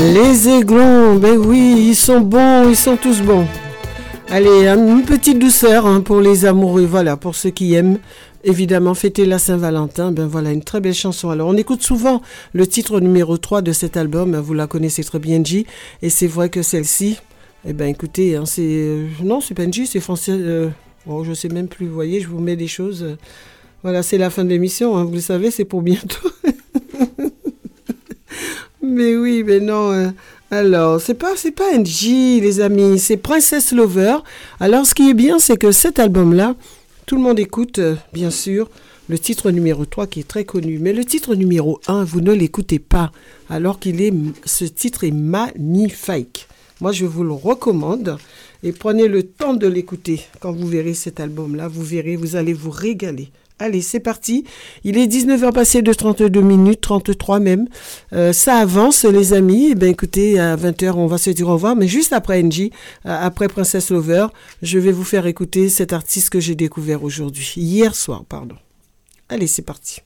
Les Aiglons, ben oui, ils sont bons, ils sont tous bons. Allez, une petite douceur hein, pour les amoureux, voilà, pour ceux qui aiment évidemment fêter la Saint-Valentin. Ben voilà, une très belle chanson. Alors, on écoute souvent le titre numéro trois de cet album, vous la connaissez très bien, G, et c'est vrai que celle-ci, eh ben écoutez, hein, c'est... Euh, non, c'est pas une G, c'est français... Euh, bon, je sais même plus, vous voyez, je vous mets des choses... Euh, voilà, c'est la fin de l'émission, hein, vous le savez, c'est pour bientôt. Mais oui, mais non... Euh, alors, c'est pas, c'est pas N J, les amis, c'est Princess Lover. Alors, ce qui est bien, c'est que cet album-là, tout le monde écoute, euh, bien sûr, le titre numéro trois qui est très connu. Mais le titre numéro un, vous ne l'écoutez pas, alors qu'il est, ce titre est magnifique. Moi, je vous le recommande et prenez le temps de l'écouter. Quand vous verrez cet album-là, vous verrez, vous allez vous régaler. Allez, c'est parti. Il est dix-neuf heures passées de trente-deux minutes, trente-trois même. Euh, ça avance, les amis. Eh bien, écoutez, à vingt heures, on va se dire au revoir. Mais juste après N J, après Princess Lover, je vais vous faire écouter cet artiste que j'ai découvert aujourd'hui. Hier soir, pardon. Allez, c'est parti.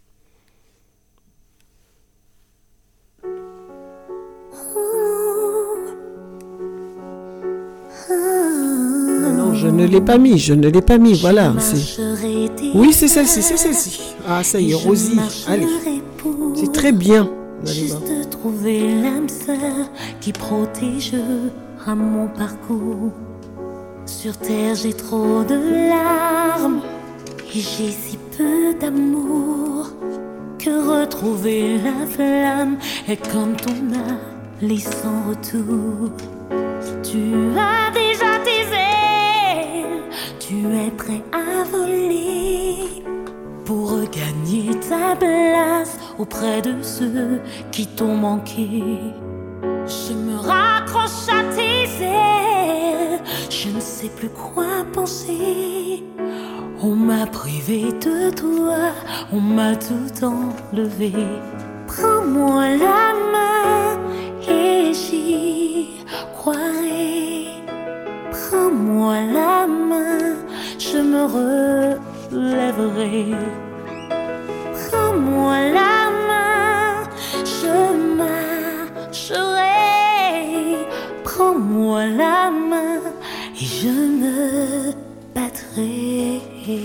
Non, je ne l'ai pas mis, je ne l'ai pas mis, voilà. C'est... Oui, c'est celle-ci, c'est celle-ci. Ah, ça y est, Rosie, allez. C'est très bien. Juste de trouver l'âme sœur qui protégera mon parcours. Sur terre, j'ai trop de larmes et j'ai si peu d'amour que retrouver la flamme est comme ton aller sans retour. Tu as déjà tes ailes, tu es prêt à voler pour regagner ta place auprès de ceux qui t'ont manqué. Je me raccroche à tes ailes, je ne sais plus quoi penser. On m'a privé de toi, on m'a tout enlevé. Prends-moi la main et j'y croirai. Prends-moi la main, je me relèverai. Prends-moi la main, je marcherai. Prends-moi la main et je me battrai.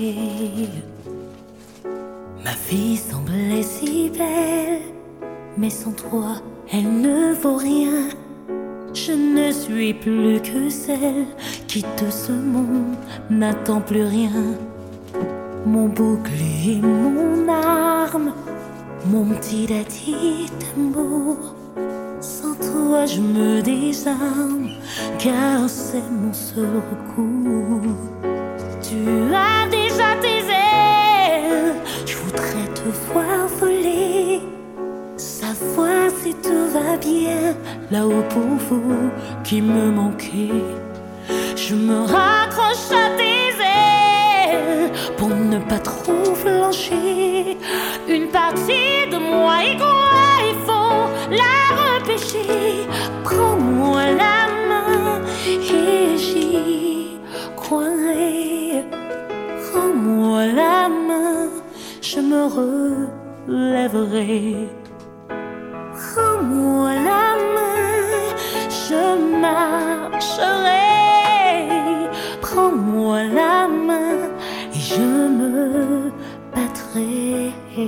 Ma vie semblait si belle, mais sans toi, elle ne vaut rien. Je ne suis plus que celle qui de ce monde n'attend plus rien. Mon bouclier, mon arme, mon petit daddy d'amour. Sans toi je me désarme, car c'est mon seul recours. Tu as déjà tes ailes, je voudrais te voir voler. Savoir si tout va bien là-haut pour vous qui me manquez. Je me raccroche à tes ailes pour ne pas trop flancher. Une partie de moi y croit, il faut la repêcher. Prends-moi la main et j'y croirai. Prends-moi la main, je me relèverai. Prends-moi la main, je marcherai. Prends-moi la main et je me battrai.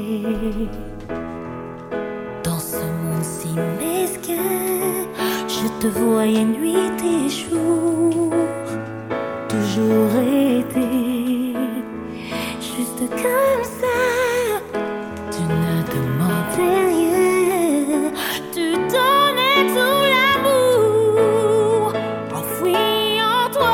Dans ce monde si mesquin, je te voyais nuit et jour, toujours été, juste comme ça. Tu ne demandais rien, tu donnais tout l'amour enfoui en toi.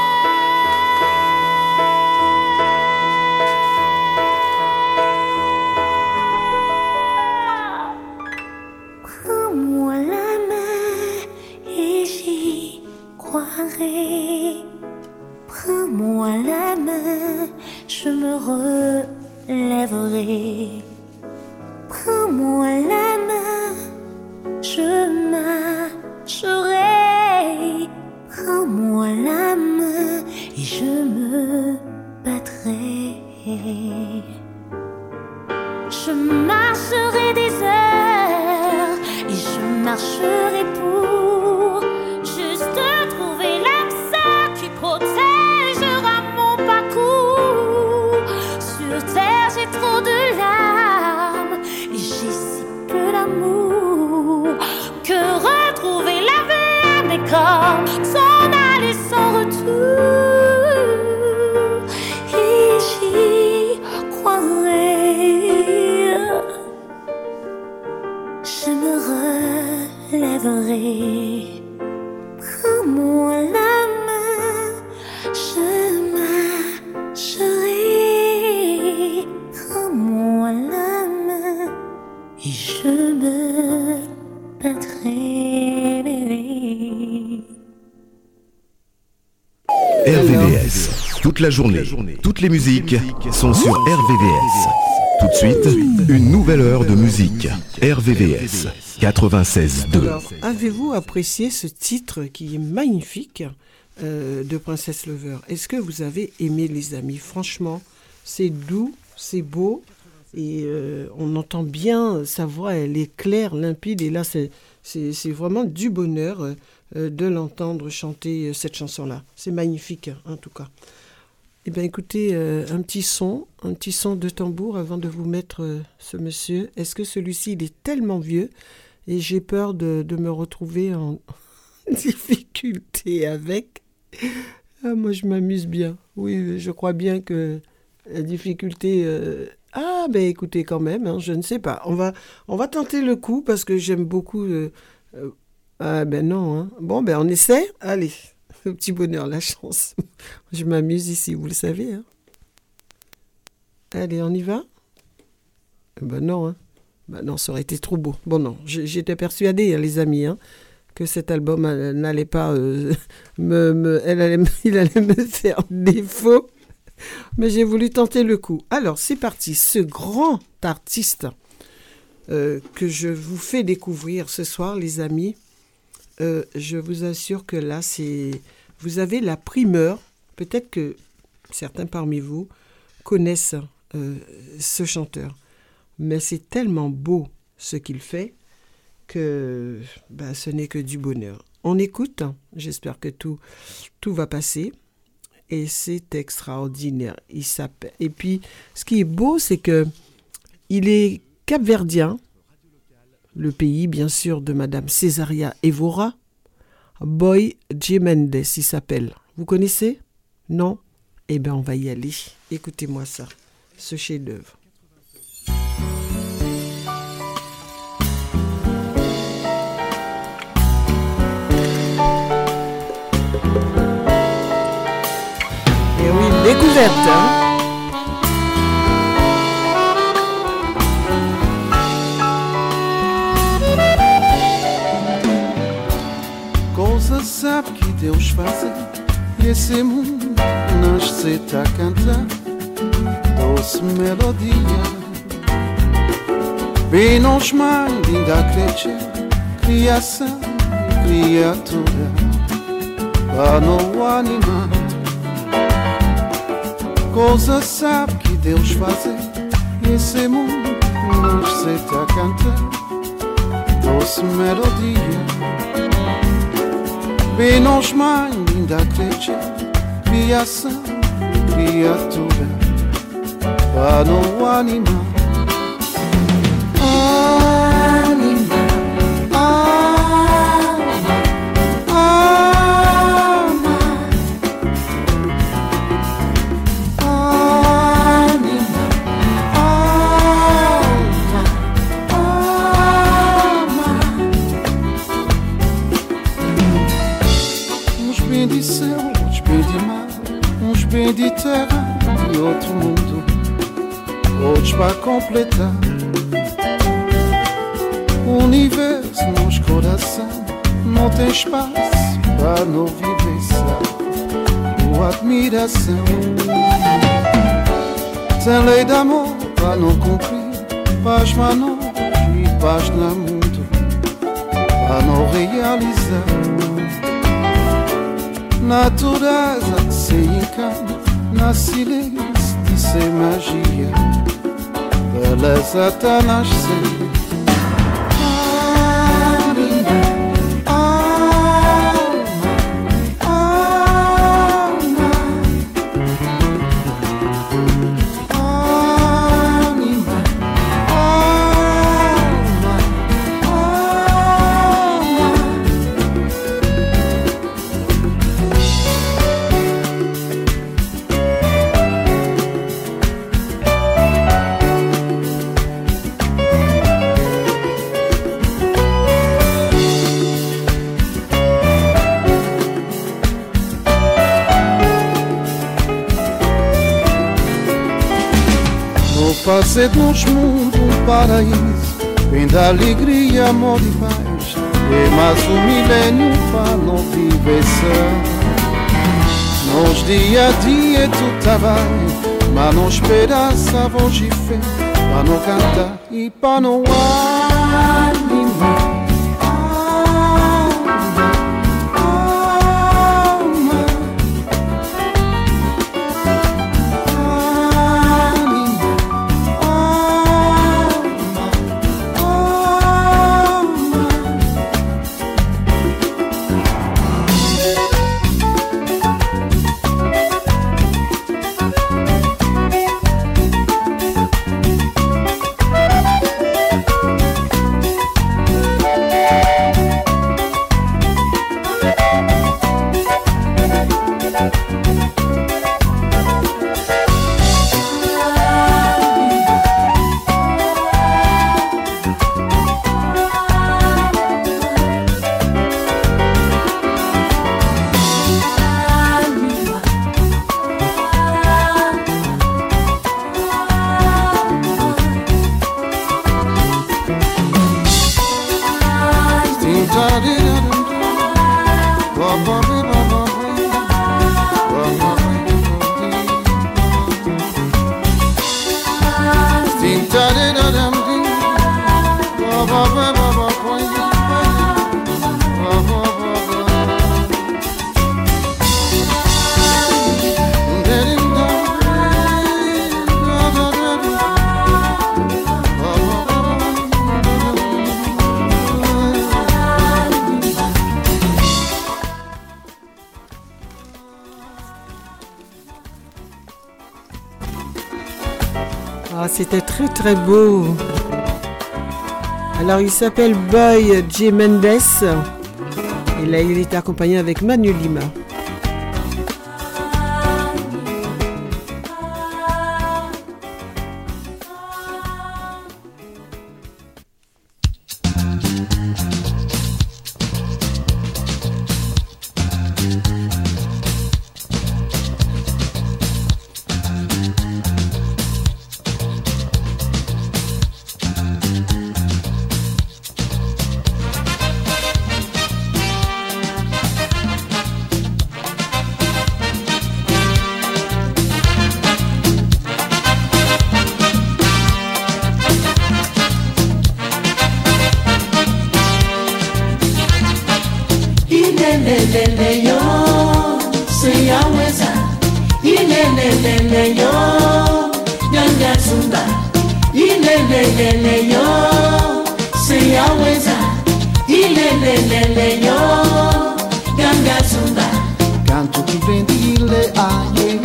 Prends-moi la main et j'y croirai. Prends-moi la main, je me relèverai. Prends-moi la main, je marcherai. Prends-moi la main et je me battrai. Je marcherai des heures et je marcherai pour R V V S. Toute la journée, toutes les musiques sont sur R V V S. Tout de suite, une nouvelle heure de musique. R V V S quatre-vingt-seize deux. Alors, avez-vous apprécié ce titre qui est magnifique euh, de Princess Lover? Est-ce que vous avez aimé, les amis? Franchement, c'est doux, c'est beau. Et euh, on entend bien sa voix, elle est claire, limpide. Et là, c'est, c'est, c'est vraiment du bonheur euh, de l'entendre chanter euh, cette chanson-là. C'est magnifique, hein, en tout cas. Eh bien, écoutez, euh, un petit son, un petit son de tambour avant de vous mettre euh, ce monsieur. Est-ce que celui-ci, il est tellement vieux et j'ai peur de, de me retrouver en difficulté avec. Ah, moi, je m'amuse bien. Oui, je crois bien que la difficulté... Euh, Ah, ben écoutez quand même, hein, je ne sais pas. On va, on va tenter le coup parce que j'aime beaucoup... Euh, euh, ah ben non, hein. Bon, ben on essaie. Allez, le petit bonheur, la chance. Je m'amuse ici, vous le savez. Hein. Allez, on y va? Ben non, hein. Ben non, ça aurait été trop beau. Bon, non, j'étais persuadée, hein, les amis, hein, que cet album euh, n'allait pas... Euh, me, me, elle allait, il allait me faire défaut. Mais j'ai voulu tenter le coup. Alors, c'est parti. Ce grand artiste euh, que je vous fais découvrir ce soir, les amis, euh, je vous assure que là, c'est... vous avez la primeur. Peut-être que certains parmi vous connaissent euh, ce chanteur. Mais c'est tellement beau ce qu'il fait que ben, ce n'est que du bonheur. On écoute. J'espère que tout, tout va passer. Et c'est extraordinaire. Il s'appelle. Et puis, ce qui est beau, c'est que il est capverdien, le pays, bien sûr, de Madame Césaria Évora. Boy Jimenez, il s'appelle. Vous connaissez? Non? Eh bien, on va y aller. Écoutez-moi ça, ce chef-d'œuvre. Découverte, hein? Coisa sabe que Deus fazer e esse mundo nasce a cantar doce melodia. Bem nos mais linda crescer, criação e criatura para no animar. Coisa sabe que Deus fazer e esse mundo nasce a cantar doce melodia. Bem nos mais linda crescer, criação e criatura para no animar. De terra e outro mundo, outros para completar o universo nos coração. Não tem espaço para não vivenciar tua admiração. Tem lei de amor para não cumprir, paz para nós e paz no mundo para não realizar. Natureza que se encanta na silêncio de ser magia, beleza está nascendo. Fazer nos mundos um paraíso, bem da alegria, amor e paz. É mais um milênio para não viver só. Nos dia a dia tu trabalho, mas não espera a voz de fé, para não cantar e para não animar. C'était très très beau. Alors il s'appelle Boy J. Mendes et là il est accompagné avec Manu Lima. Canto que vem de Ile Aie,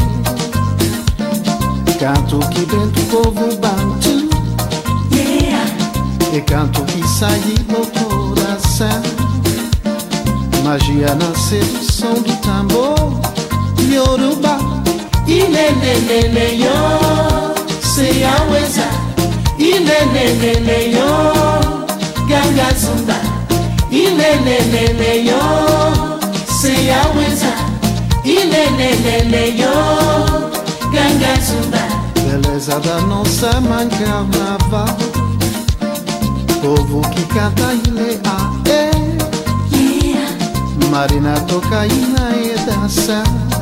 canto que vem do povo bantu, yeah. E canto que sai do coração, magia na sedução do tambor, Yoruba. Ilelelele yo, se aweza. Ilelelele yo, ganga zumba. Ilelelele yo, se aweza. Ilelelele yo, ganga zumba. Beleza da nossa mãe carnaval, povo que canta Ile Aie, yeah. Marina toca e na e dança,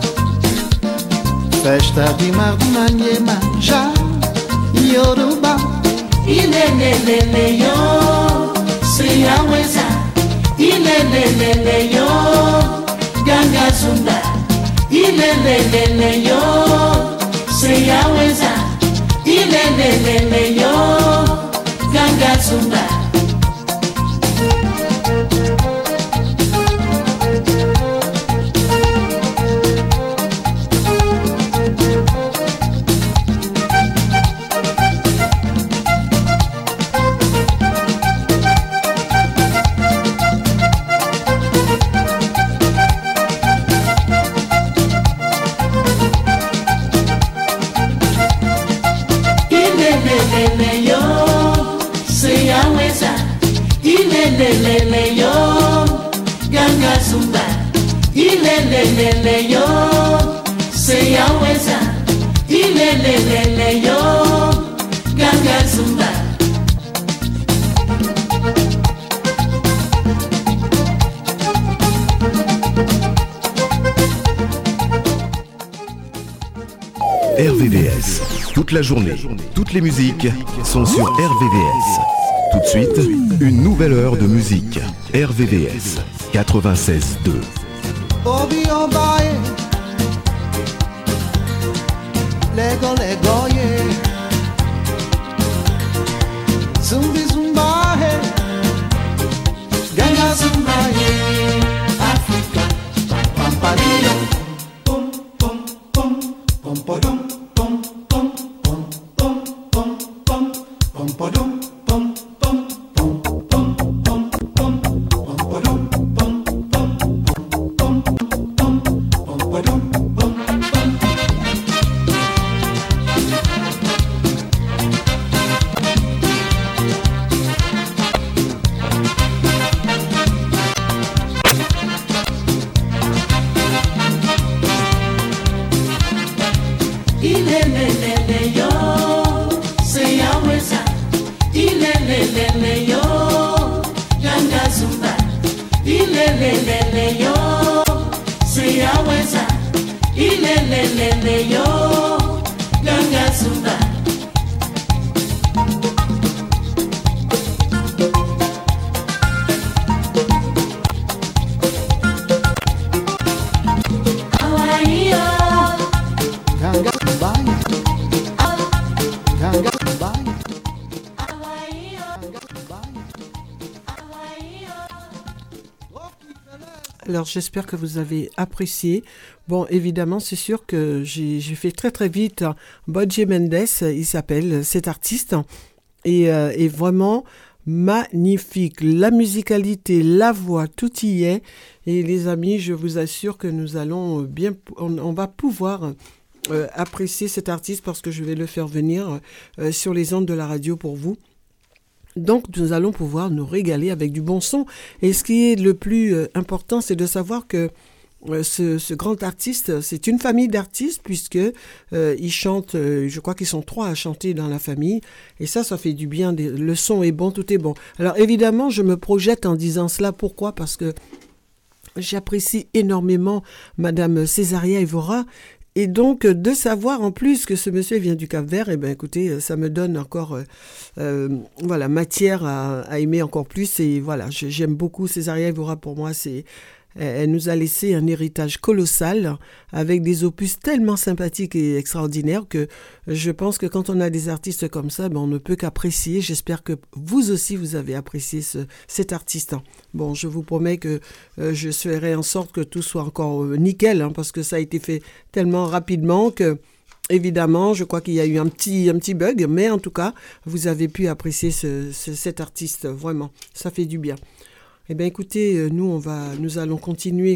festa de mar de manhã manjá, Yoruba. Ilelelele yo, se aweza. Ilelelele yo, ganga zumba. Ilelelele yo, se aweza. Ilelelele yo, ganga zumba. Ilelelele yo, se aweza. Ilelelele yo, ganga zumba. Ilelelele yo, se aweza. Ilelelele yo, ganga zumba. R V V S. Toute la journée, toutes les musiques sont sur R V V S. Tout de suite, une nouvelle heure de musique. R V V S quatre-vingt-seize deux. Obi Obaye, Lego Lego yeah. Zumbi Zumba hey, Ganga Zumba yeah. Africa, Pampadillo, pom pom pom pom podum pom pom pom pom pom pom pom podum pom pom pom pom pom pom pom podum pom pom pom pom pom podum pom pom. Ilelelele yo, say aweza. Ilelelele yo, Ganga Zumba. Ilelelele yo, say aweza. Ilelelele yo, Ganga Zumba. Hawaii Ganga Zumba. Ganga Zumba. Alors j'espère que vous avez apprécié. Bon, évidemment, c'est sûr que j'ai, j'ai fait très très vite. Bodje Mendes, il s'appelle cet artiste, et euh, est vraiment magnifique. La musicalité, la voix, tout y est. Et les amis, je vous assure que nous allons bien, on, on va pouvoir euh, apprécier cet artiste parce que je vais le faire venir euh, sur les ondes de la radio pour vous. Donc, nous allons pouvoir nous régaler avec du bon son. Et ce qui est le plus euh, important, c'est de savoir que euh, ce, ce grand artiste, c'est une famille d'artistes puisque euh, ils chantent, euh, je crois qu'ils sont trois à chanter dans la famille. Et ça, ça fait du bien. Le son est bon, tout est bon. Alors, évidemment, je me projette en disant cela. Pourquoi ? Parce que j'apprécie énormément Madame Césaria Evora. Et donc, de savoir en plus que ce monsieur vient du Cap-Vert, eh ben, écoutez, ça me donne encore euh, euh, voilà, matière à, à aimer encore plus. Et voilà, j'aime beaucoup Césaria Evora. Pour moi, c'est, elle nous a laissé un héritage colossal avec des opus tellement sympathiques et extraordinaires que je pense que quand on a des artistes comme ça, ben, on ne peut qu'apprécier. J'espère que vous aussi, vous avez apprécié ce, cet artiste. Bon, je vous promets que euh, je ferai en sorte que tout soit encore euh, nickel, hein, parce que ça a été fait tellement rapidement que, évidemment, je crois qu'il y a eu un petit, un petit bug, mais en tout cas, vous avez pu apprécier ce, ce, cet artiste, vraiment. Ça fait du bien. Eh bien, écoutez, nous, on va, nous allons continuer,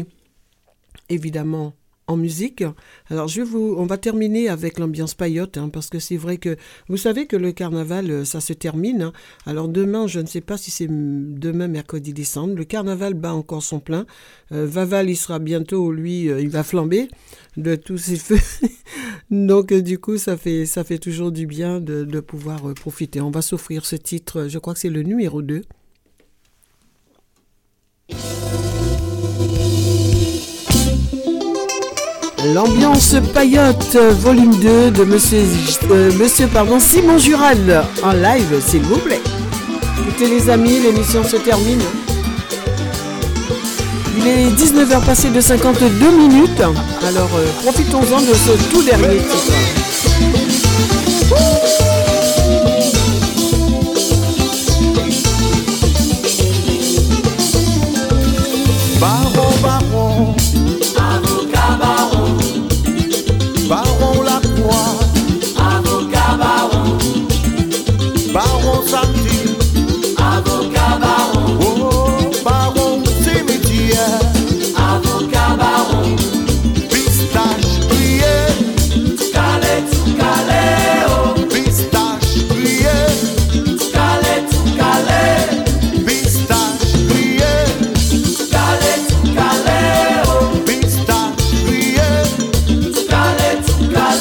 évidemment, en musique. Alors, je vais vous, on va terminer avec l'ambiance paillote, hein, parce que c'est vrai que, vous savez que le carnaval, ça se termine. Hein. Alors, demain, je ne sais pas si c'est demain, mercredi décembre, le carnaval bat encore son plein. Euh, Vaval, il sera bientôt, lui, euh, il va flamber de tous ses feux. Donc, euh, du coup, ça fait, ça fait toujours du bien de, de pouvoir euh, profiter. On va s'offrir ce titre, je crois que c'est le numéro deux. L'ambiance paillote, volume deux de monsieur, euh, monsieur pardon, Simon Jural en live, s'il vous plaît. Écoutez les amis, l'émission se termine. Il est dix-neuf heures passées de cinquante-deux minutes. Alors euh, profitons-en de ce tout dernier titre. Baron, baron, avocat baron, baron Lacroix, avocat baron, baron Samedi, avocat baron, oh, baron Cimetière, avocat baron, pistache grillé, calais tout calais, oh, pistache grillé, calais tout calais, pistache grillé, calais tout calais, oh, pistache grillé, calais tout calais.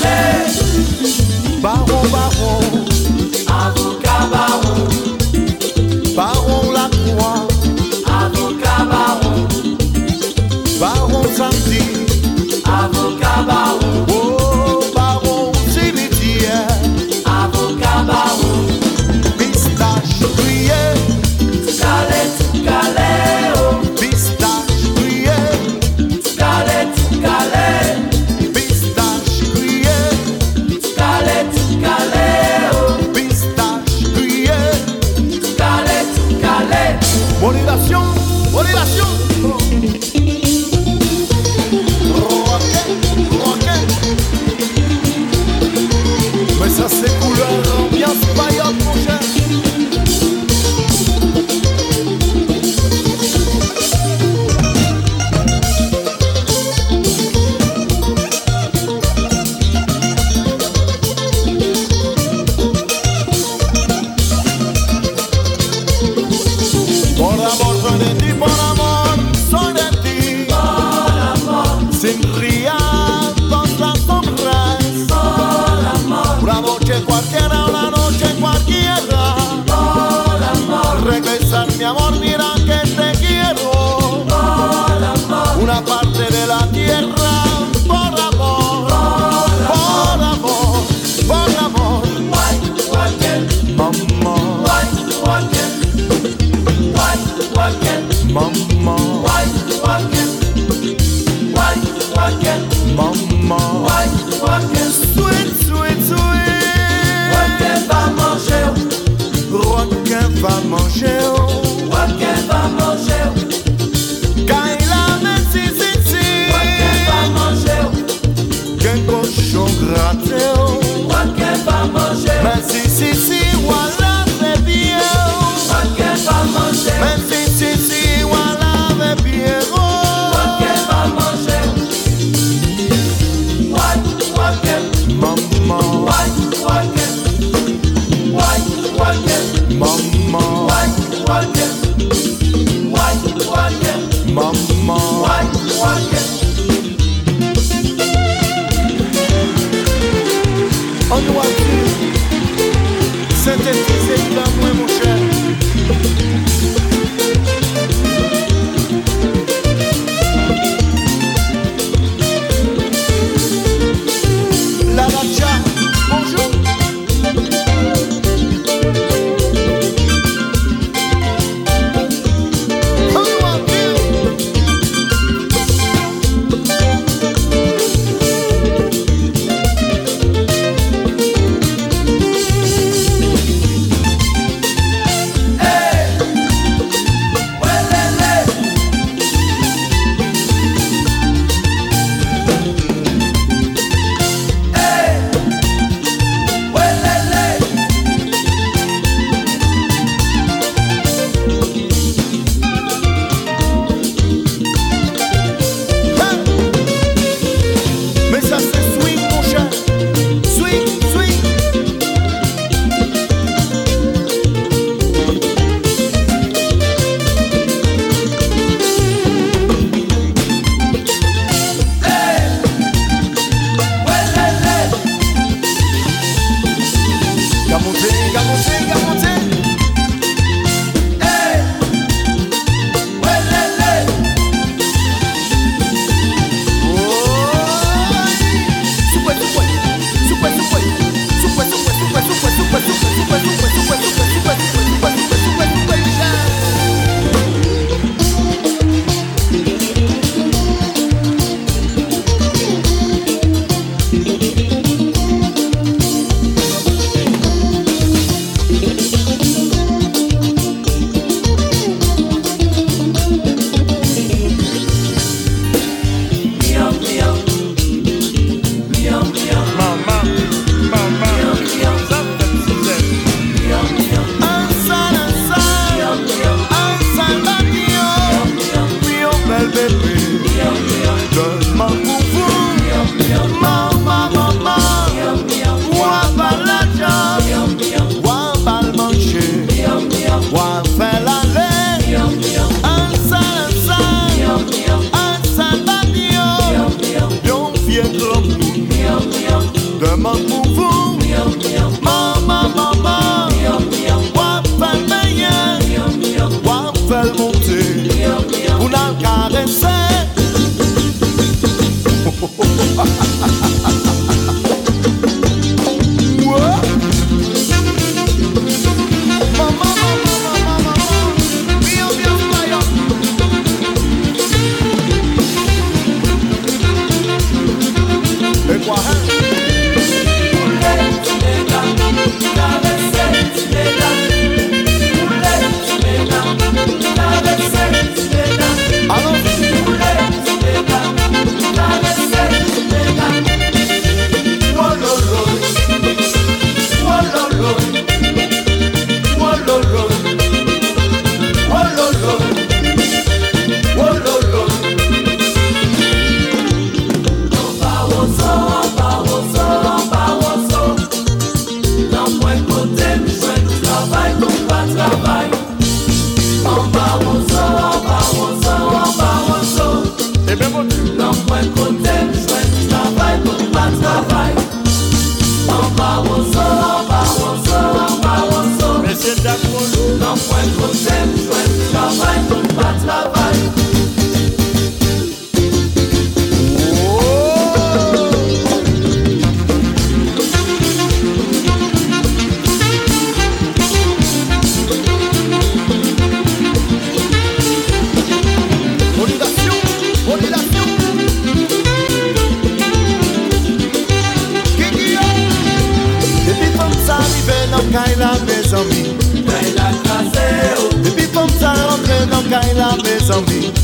gratter. Moi qui pas manger. Mais si, si, si, voilà, c'est bien. Moi qui pas manger. Mais si, si, si, voilà, c'est bien. Moi qui pas manger. Moi, moi qui. Maman. Moi, moi qui. Moi, moi qui. Maman. Moi, moi qui. Moi, moi qui. Maman. Moi, moi qui. On doit synthétiser l'amour, mon cher. La Raja, bonjour. On doit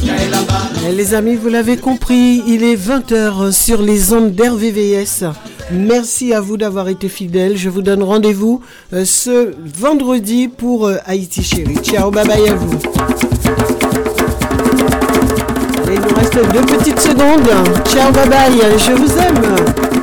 Les amis, vous l'avez compris, il est vingt heures sur les ondes d'R V V S. Merci à vous d'avoir été fidèles. Je vous donne rendez-vous euh, ce vendredi pour euh, Haïti Chérie. Ciao, bye bye à vous. Et il nous reste deux petites secondes. Ciao, bye bye. Je vous aime.